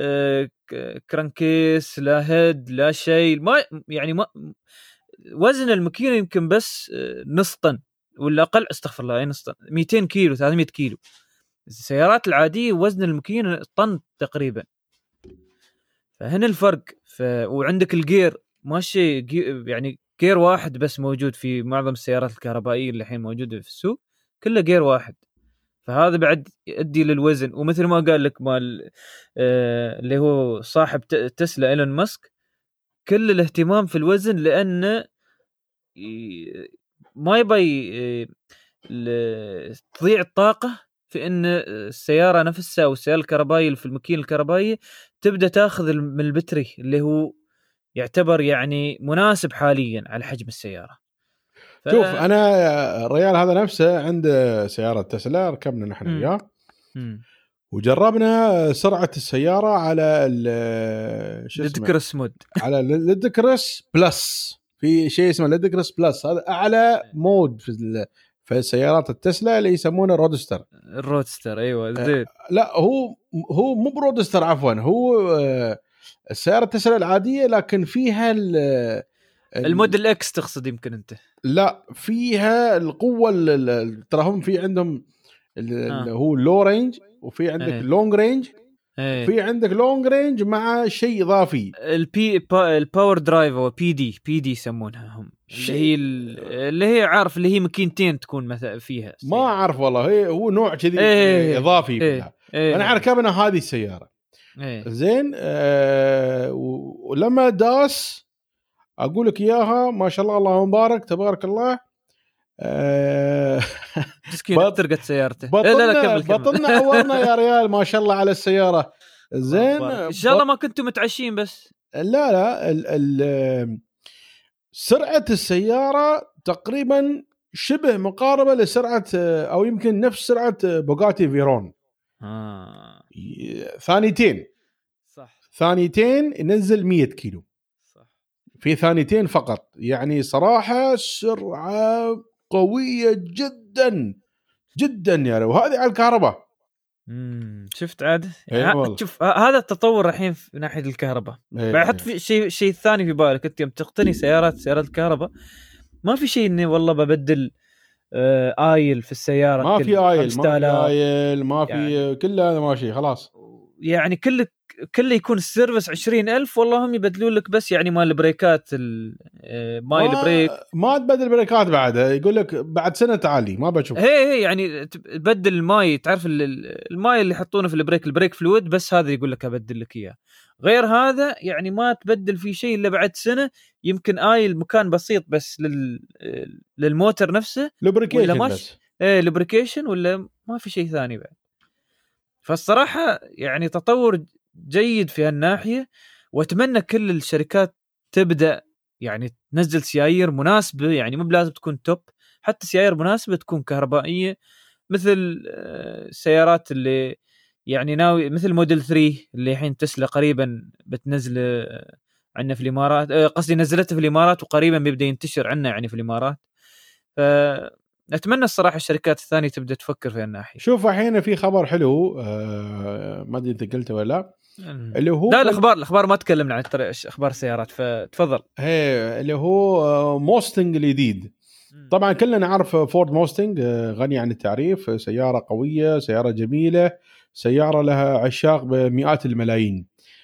كرانكيس لا هيد لا شيء، ما يعني ما وزن الماكينه يمكن بس نص طن ولا اقل، استغفر الله، نص طن 200 كيلو 300 كيلو. السيارات العاديه وزن الماكينه طن تقريبا، فهنا الفرق. وعندك الجير ماشي يعني جير واحد بس موجود في معظم السيارات الكهربائيه اللي الحين موجوده في السوق، كله جير واحد، فهذا بعد يؤدي للوزن. ومثل ما قال لك مال اللي هو صاحب تسلا إيلون ماسك، كل الاهتمام في الوزن لأنه ما يبي تضيع الطاقة في أن السيارة نفسها والسيارة الكهربائية في الماكينة الكهربائية تبدأ تأخذ من البتري اللي هو يعتبر يعني مناسب حاليا على حجم السيارة. شوف أنا الريال هذا نفسه عنده سيارة تسلا ركبنا نحن وياه وجربنا سرعة السيارة على لدكرس مود، على لدكرس بلس، في شيء اسمه لدكرس بلس، هذا أعلى مود في السيارات التسلا اللي يسمونه رودستر. الرودستر أيوة زين. لا هو مو برودستر عفوا، هو السيارة التسلا العادية لكن فيها الموديل اكس تقصد يمكن انت؟ لا فيها القوة ترى هم في عندهم هو لو رينج وفي عندك لونج رينج في عندك لونج رينج مع شيء اضافي الباور درايف او بي دي يسمونها هم، اللي هي عارف اللي هي ماكينتين تكون مثلا فيها ما اعرف والله، هو نوع كذي اضافي. انا ركبنا هذه السياره زين ولما داس اقول لك اياها ما شاء الله اللهم بارك تبارك الله مسكين طرقت سيارته. بطلنا عورنا يا ريال ما شاء الله على السياره زين. ان شاء الله ما كنتم متعشين بس. لا سرعه السياره تقريبا شبه مقاربه لسرعه او يمكن نفس سرعه بوغاتي فيرون. ثانيتين صح، ثانيتين ينزل 100 كيلو صح في ثانيتين فقط، يعني صراحه سرعه قويه جدا جدا يعني، وهذه على الكهرباء. شفت عاد شوف هذا التطور الحين في ناحيه الكهرباء. بحط في شيء ثاني في بالك انت يوم تقتني سيارات الكهرباء، ما في شيء اني والله ببدل آيل في السياره، ما في آيل ما في يعني كل هذا ماشي خلاص، يعني كله يكون السيرفس 20,000 والله هم يبدلون لك بس يعني مال البريكات مايل بريك، ما تبدل بريكات بعد، يقول لك بعد سنه تعالي ما بشوف. هي يعني تبدل الماي، تعرف الماي اللي يحطونه في البريك فلويد بس، هذا يقول لك ابدل لك اياه، غير هذا يعني ما تبدل فيه شيء الا بعد سنه، يمكن آيل مكان بسيط بس للموتر نفسه لوبريكيشن بس، لوبريكيشن ولا ما في شيء ثاني بعد. فالصراحه يعني تطور جيد في هالناحيه، واتمنى كل الشركات تبدا يعني تنزل سيايير مناسبه، يعني مو بلازم تكون توب، حتى سيايير مناسبه تكون كهربائيه، مثل السيارات اللي يعني ناوي مثل موديل 3 اللي الحين تسلا قريبا بتنزل عندنا في الامارات، قصدي نزلته في الامارات وقريبا بيبدا ينتشر عندنا يعني في الامارات. اتمنى الصراحه الشركات الثانيه تبدا تفكر في الناحيه. شوف الحين في خبر حلو، ما ادري اذا قلته ولا لا، اللي هو لا الاخبار ما تكلمنا عن اخبار السيارات، فتفضل. اللي هو موستنج الجديد. طبعا كلنا نعرف فورد موستنج، غني عن التعريف، سيارة قوية، سيارة جميلة، سيارة لها عشاق بمئات الملايين.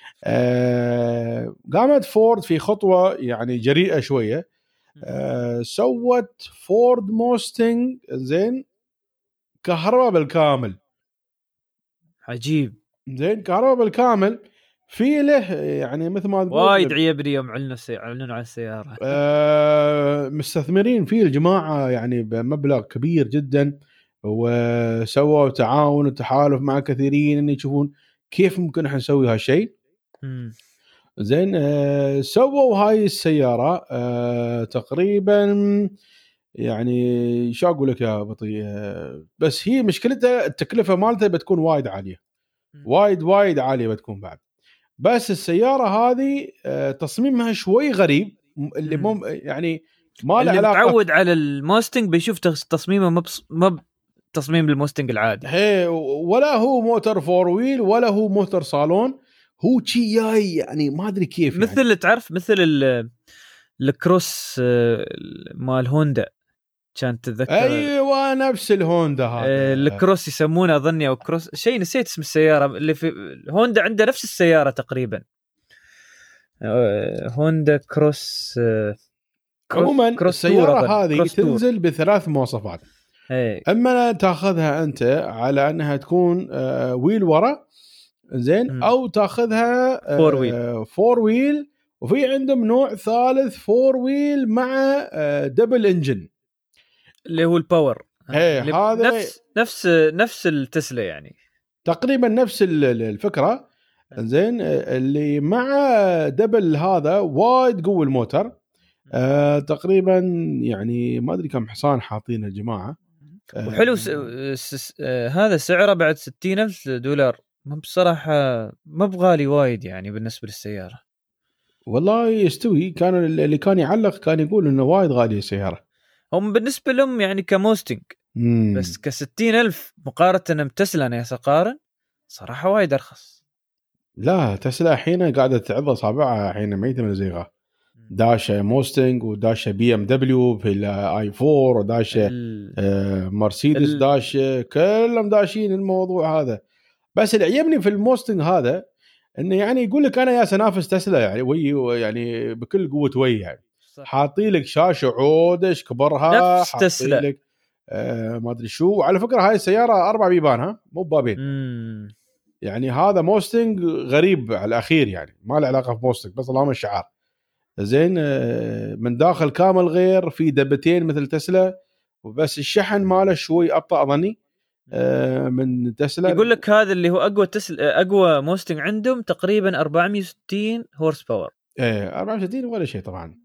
قامت فورد في خطوة يعني جريئة شوية، سوت فورد موستنج زين كهرباء بالكامل. عجيب. زين كهرباء بالكامل، في له يعني مثل ما تقول وايد عيبني يوم اعلنوا عن السيارة. مستثمرين فيه الجماعة يعني بمبلغ كبير جدا، وسووا تعاون وتحالف مع كثيرين ان يشوفون كيف ممكن احنا نسوي هالشيء. زين سووا هاي السيارة تقريبا يعني شو اقول لك يا بطي، بس هي مشكلتها التكلفة مالتها بتكون وايد عالية، وايد عالية بتكون بعد. بس السيارة هذه تصميمها شوي غريب، اللي يعني ما له اللي علاقة. متعود على الموستنج بيشوف تصميمه ما تصميم الموستنج العادي، ولا هو موتور فور ويل ولا هو موتور صالون، هو شي جاي يعني ما ادري كيف مثل يعني. تعرف مثل الكروس مال هوندا، كانت تتذكر؟ ايوه نفس الهوندا هذا، الكروس يسمونه اظني، او كروس شيء، نسيت اسم السياره اللي في هوندا، عنده نفس السياره تقريبا، هوندا كروس. عموما السياره هذه تنزل بثلاث مواصفات. هي. اما تاخذها انت على انها تكون ويل ورا، زين، او تاخذها فور ويل، وفي عندهم نوع ثالث فور ويل مع دبل انجن اللي هو الباور. هذا نفس التسلا يعني، تقريبا نفس الفكره. زين اللي مع دبل هذا وايد قوي الموتر، تقريبا يعني ما ادري كم حصان حاطين الجماعه. وحلو هذا سعره بعد $60,000. بصراحه ما بغالي وايد يعني بالنسبه للسياره. والله يستوي، كان اللي كان يعلق كان يقول انه وايد غاليه السياره، هم بالنسبه لهم يعني كموستنج، بس ك60,000 مقارنه بتسلا انا اقارن صراحه وايد ارخص. لا تسلا الحين قاعده تعض اصابعها الحين ميته من الزيغه، داشه موستنج وداشه بي ام دبليو في الاي 4 وداشه مرسيدس داشه، كلهم داشين الموضوع هذا. بس اللي عجبني في الموستنج هذا انه يعني يقول لك انا يا سنافس تسلا يعني وي يعني بكل قوه وي يعني، حاطين لك شاشه عودش كبرها، حاطين لك ما ادري شو. وعلى فكره هاي السياره 4 بيبان، ها مو بابين. يعني هذا موستنج غريب على الاخير يعني، ما له علاقه بموستنج، بس اللهم الشعار. زين من داخل كامل غير، في دبتين مثل تسلا، وبس الشحن ماله شوي ابطا اظني من تسلا. يقول لك هذا اللي هو اقوى تسلا، اقوى موستنج عندهم تقريبا 460 هورس باور. 64 ولا شيء طبعا.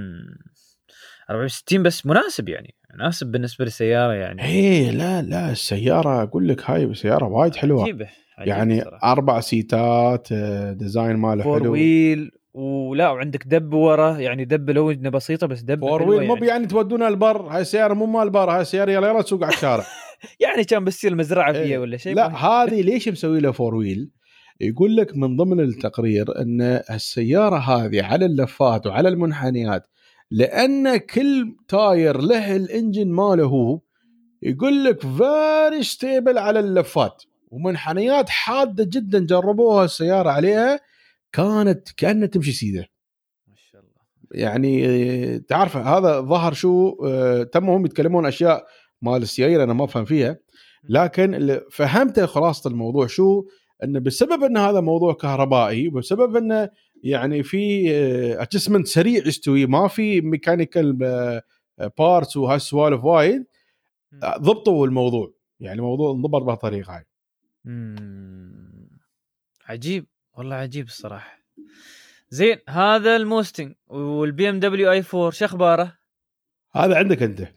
64 بس مناسب يعني، مناسب بالنسبه للسياره يعني. لا السياره اقول لك هاي سياره وايد حلوه، عجيبة يعني صراحة. 4 سيتات، ديزاين ماله حلو، فور ويل، وعندك دب ورا يعني، دب لو انه بسيطه بس دب فور ويل، مو يعني تودونا البر. هاي السياره مو مال البر، هاي السياره يلا تسوق على الشارع. يعني كان بتصير مزرعه فيها ولا شيء. لا هذه ليش مسوي له فور ويل؟ يقول لك من ضمن التقرير ان السياره هذه على اللفات وعلى المنحنيات، لان كل تاير له الانجن ماله هو، يقول لك فيري ستيبل على اللفات، ومنحنيات حاده جدا جربوها السياره عليها كانت كأنها تمشي سيده ما شاء الله. يعني تعرف هذا ظهر شو تم هم يتكلمون اشياء مال السيارة انا ما افهم فيها، لكن اللي فهمته خلاصة الموضوع شو، انه بسبب ان هذا موضوع كهربائي، وبسبب انه يعني في ادجستمنت سريع يستوي، ما في ميكانيكال بارتس وهالسوالف وايد، ضبطوا الموضوع يعني، موضوع انضبط بهالطريقه هاي. عجيب والله، عجيب الصراحه. زين هذا الموستنج والبي ام دبليو اي 4 شو اخباره؟ هذا عندك انت.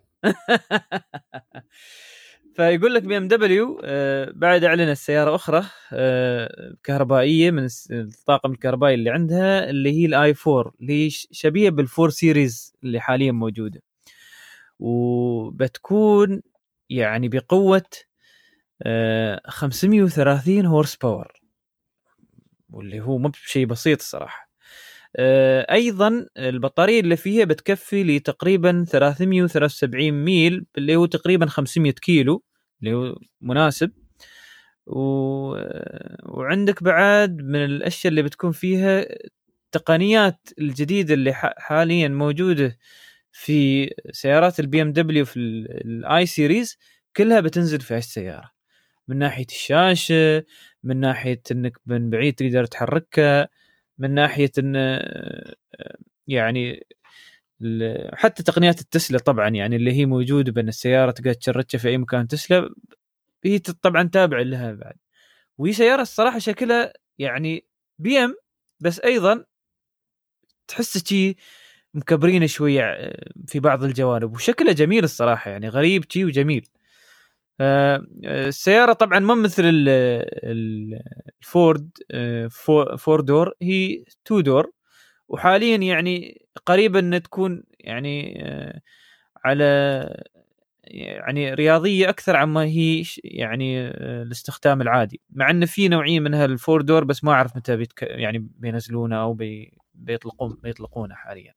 فيقول لك بي ام دبليو بعد اعلنت سياره اخرى كهربائيه من الطاقم الكهربائي اللي عندها، اللي هي الاي 4، اللي شبيهه بالفور سيريز اللي حاليا موجوده. وبتكون يعني بقوة 530 هورس باور، واللي هو مو بشيء بسيط الصراحة. أيضا البطارية اللي فيها بتكفي لتقريبا 373 ميل، اللي هو تقريبا 500 كيلو، اللي هو مناسب. وعندك بعد من الأشياء اللي بتكون فيها التقنيات الجديدة اللي حاليا موجودة في سيارات البي ام دبليو في الاي سيريز، كلها بتنزل في هالسيارة، من ناحية الشاشة، من ناحية انك من بعيد تقدر تحركها، من ناحية ان يعني حتى تقنيات التسلا طبعا يعني اللي هي موجودة بين السيارة تقدر تشركها في اي مكان تسلا، هي طبعا تابع لها بعد. وهي سيارة الصراحة شكلها يعني بي ام، بس ايضا تحس شيء مكبرين شوية في بعض الجوانب، وشكله جميل الصراحة، يعني غريب شيء وجميل. السيارة طبعا ما مثل الفورد 4 دور، هي 2 دور، وحاليا يعني قريبا ان تكون يعني على يعني رياضية أكثر عما هي يعني الاستخدام العادي، مع أن في نوعية منها الفور دور بس ما أعرف متى يعني بينزلونه أو بيطلقونه حاليا.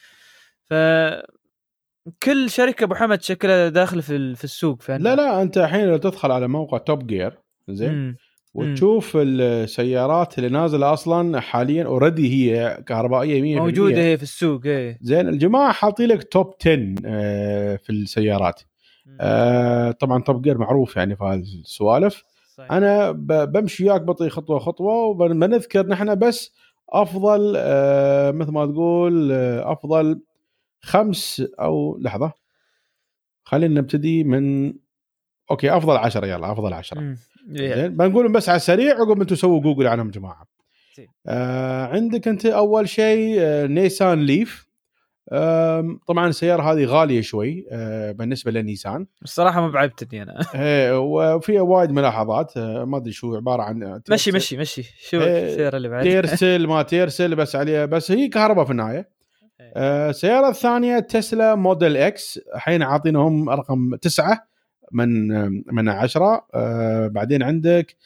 فكل شركة أبو حمد شكلها داخل في السوق. لا أنت الحين لو تدخل على موقع توب جير زين وتشوف السيارات اللي نازلة أصلا حاليا اوريدي هي كهربائية 100% موجودة هي في السوق. زين الجماعة حاطين لك توب 10 في السيارات. طبعا توب جير معروف يعني في هذه السوالف. انا بمشي وياك بطي خطوه خطوه وبنذكر نحن بس افضل مثل ما تقول افضل 5 او لحظه، خلينا نبتدي من اوكي افضل 10. يلا افضل 10 زين بنقولهم بس على السريع عقب انتم سووا جوجل عنهم جماعه. عندك انت اول شيء نيسان ليف. طبعا السيارة هذه غالية شوي بالنسبة لنيسان الصراحة ما بعبتني أنا. وفيها وايد ملاحظات ما أدري شو عبارة عن مشي شو السيارة اللي بعدها تيرسل ما تيرسل بس عليها، بس هي كهرباء في النهاية. السيارة الثانية تسلا موديل اكس، الحين عاطينهم رقم 9 من 10. بعدين عندك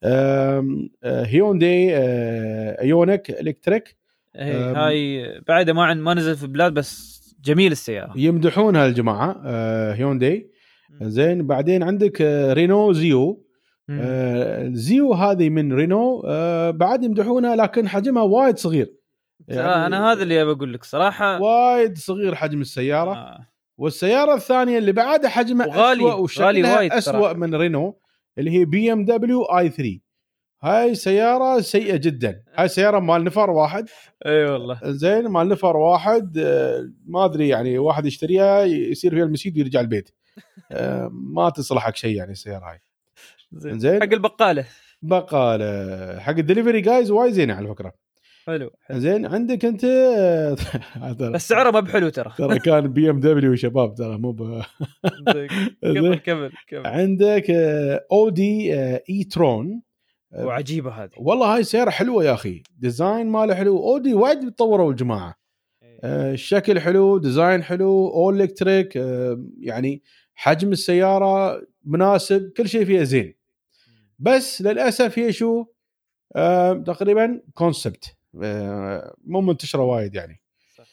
هيونداي ايونيك الكتريك. هاي بعد ما نزل في البلاد بس جميل السيارة، يمدحونها الجماعة هيونداي. زين بعدين عندك رينو زيو. زيو هذه من رينو بعد يمدحونها لكن حجمها وايد صغير يعني أنا هذا اللي بقول لك صراحة وايد صغير حجم السيارة. والسيارة الثانية اللي بعدها حجمها أسوأ وشكلها أسوأ من رينو اللي هي بي ام دبليو اي 3. هاي سيارة سيئة جدا، هاي سيارة مال نفر واحد. اي والله زين مال نفر واحد ما ادري يعني واحد يشتريها يصير فيها المسيد ويرجع البيت. ما تصلح حق شيء يعني السيارة هاي. زين حق البقالة حق الدليفري جايز وايد زينة على فكرة. حلو. زين عندك انت بس سعره ما بحلو ترى كان بي ام دبليو شباب ترى مو كمل. عندك اودي اي ترون. وعجيبه هذه والله هاي سيارة حلوة يا أخي، ديزاين ماله حلو. أودي وايد بتطوروا الجماعة. الشكل حلو، ديزاين حلو، أول إلكتريك يعني حجم السيارة مناسب، كل شيء فيها زين. بس للأسف هي شو تقريبا كونسبت مو منتشرة وايد يعني.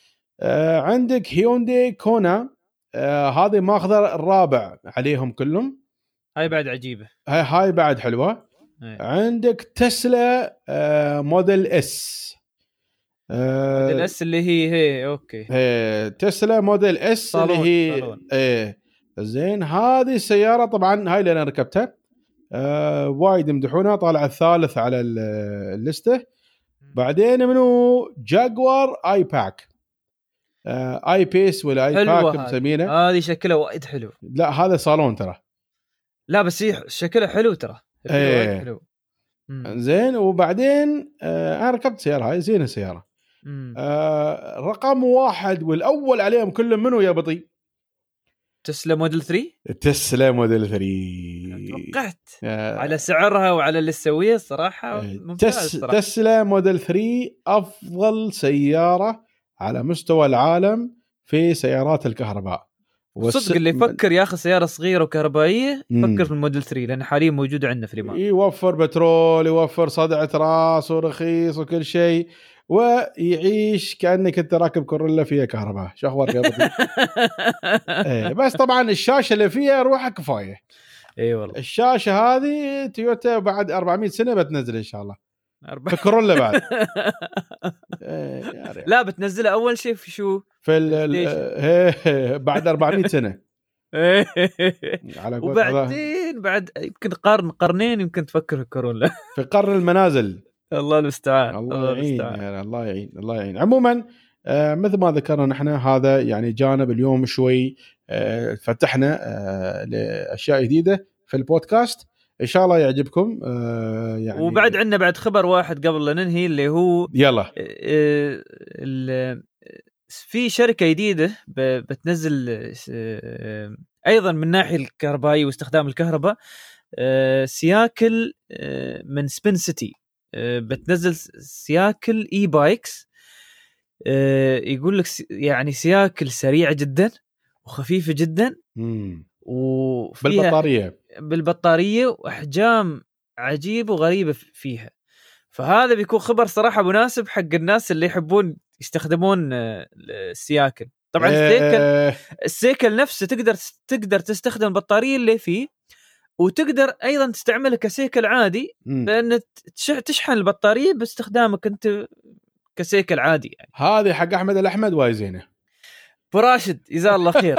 عندك هيونداي كونا هذه ماخذة الرابع عليهم كلهم. هاي بعد عجيبة، هاي بعد حلوة. عندك تسلا موديل اس. موديل اس اللي هي اوكي تسلا موديل اس اللي هي زين هذه السيارة طبعا هاي اللي انا ركبتها وايد يمدحونها، طالع الثالث على الليسته. بعدين منو جاكوار اي باك اي بيس ولا اي باك مسمينه. هذه شكلها وايد حلو. لا هذا صالون ترى، لا بس هي شكلها حلو ترى وايد حلو. زين وبعدين انا ركبت سيارة هاي زينة السيارة. رقم 1 والاول عليهم كلهم منو يا بطي؟ تسلا موديل 3. تسلا موديل 3 توقعت على سعرها وعلى اللي تسويه الصراحة ممتاز. تسلا موديل 3 أفضل سيارة على مستوى العالم في سيارات الكهرباء. صدق اللي يفكر ياخذ سياره صغيره وكهربائيه يفكر في الموديل 3 لان حاليا موجوده عندنا في الإمارات. يوفر بترول، يوفر صدعه راس ورخيص وكل شيء، ويعيش كانك انت راكب كورولا فيها كهرباء. شو اخبارك يا ابو؟ بس طبعا الشاشه اللي فيها روحها كفايه. اي والله الشاشه هذه تويوتا بعد 400 سنه بتنزل ان شاء الله في كورولا بعد. لا بتنزلها اول شيء في شو في بعد 400 سنه على وبعدين بعد يمكن قرنين يمكن تفكر في كورولا في قرن المنازل. الله المستعان. الله يعين. الله يعين. الله يعين. عموما مثل ما ذكرنا نحن هذا يعني جانب اليوم شوي فتحنا لأشياء جديدة في البودكاست، إن شاء الله يعجبكم. يعني وبعد عندنا بعد خبر واحد قبل لا ننهي اللي هو يلا في شركة جديدة بتنزل أيضا من ناحية الكهربائية واستخدام الكهرباء سياكل من سبين سيتي. بتنزل سياكل اي بايكس. يقول لك يعني سياكل سريعة جدا وخفيفة جدا وفيها بالبطارية وأحجام عجيبة وغريبة فيها. فهذا بيكون خبر صراحة مناسب حق الناس اللي يحبون يستخدمون السياكل. طبعا السيكل نفسه تقدر تستخدم البطارية اللي فيه وتقدر أيضا تستعمله كسيكل عادي لأن تشحن البطارية باستخدامك أنت كسيكل عادي يعني. هذه حق أحمد الأحمد وايزينه براشد جزاه الله خير.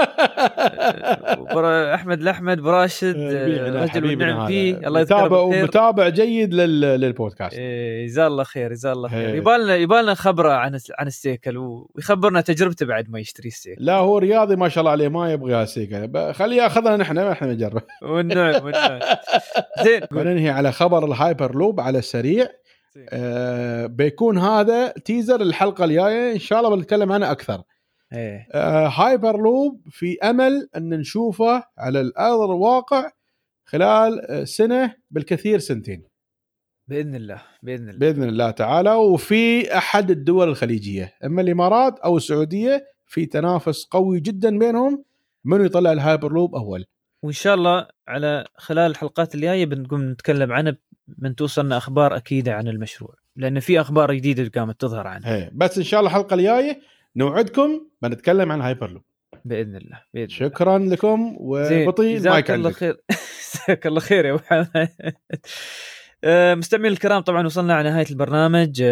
أحمد الأحمد براشد رجل والنعم فيه، الله يذكره بالخير ومتابع جيد للبودكاست. جزاه الله خير جزاه الله خير. يبالنا خبره عن السيكل ويخبرنا تجربته بعد ما يشتري السيكل. لا هو رياضي ما شاء الله عليه، ما يبغى السيكل، خليه ياخذنا نحن نجرب. والنعم زين. وننهي على خبر الهايبر لوب على السريع. بيكون هذا تيزر الحلقة الجاية إن شاء الله بنتكلم عنه أكثر. هايبر لوب في أمل أن نشوفه على الأرض الواقع خلال سنة بالكثير سنتين بإذن الله بإذن الله تعالى. وفي أحد الدول الخليجية إما الإمارات أو السعودية في تنافس قوي جدا بينهم من يطلع الهايبر لوب أول. وإن شاء الله على خلال الحلقات الجاية بنقوم نتكلم عنه من توصلنا أخبار أكيدة عن المشروع لأن في أخبار جديدة قامت تظهر عنه. بس إن شاء الله الحلقة الجاية نوعدكم بنتكلم عن هايبر لوب بإذن الله. شكرا لكم وبطي المايك عندك. جزاك الله خير يا أبو حمد. مستمعين الكرام طبعا وصلنا على نهاية البرنامج.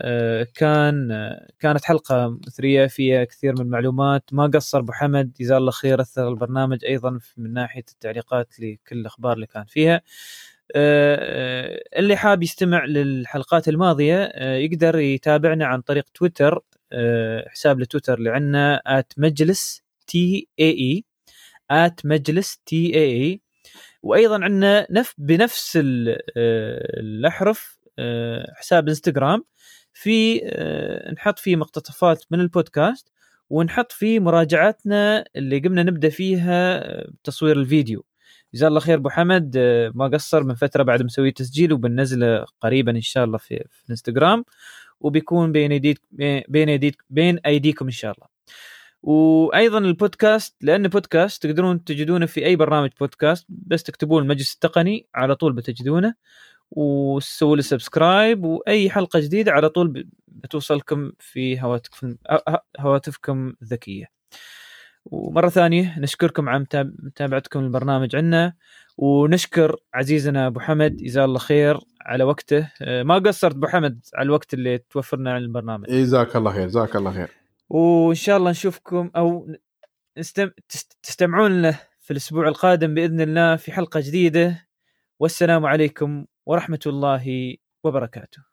كانت حلقة مثرية فيها كثير من المعلومات، ما قصر أبو حمد جزاه الله خير، أثر البرنامج أيضا من ناحية التعليقات لكل الأخبار اللي كان فيها. اللي حاب يستمع للحلقات الماضية يقدر يتابعنا عن طريق تويتر، حساب لتويتر اللي عنا @مجلس TAE @مجلس TAE. وأيضا عنا بنفس الأحرف حساب انستغرام في نحط فيه مقتطفات من البودكاست ونحط فيه مراجعاتنا اللي قمنا نبدأ فيها تصوير الفيديو. جزاه الله خير أبو حمد ما قصر من فترة بعد مسوي تسجيل وبننزله قريبا إن شاء الله في الانستغرام وبيكون بين أيديكم إن شاء الله. وأيضا البودكاست لأنه بودكاست تقدرون تجدونه في أي برنامج بودكاست، بس تكتبون المجلس التقني على طول بتجدونه وسووا له سبسكرايب وأي حلقة جديدة على طول بتوصلكم في هواتفكم الذكية. ومرة ثانية نشكركم على متابعتكم البرنامج عنا، ونشكر عزيزنا أبو حمد جزاه الله خير على وقته. ما قصرت أبو حمد على الوقت اللي توفرنا على البرنامج. جزاك الله خير جزاك الله خير. وإن شاء الله نشوفكم أو تستمعون له في الأسبوع القادم بإذن الله في حلقة جديدة. والسلام عليكم ورحمة الله وبركاته.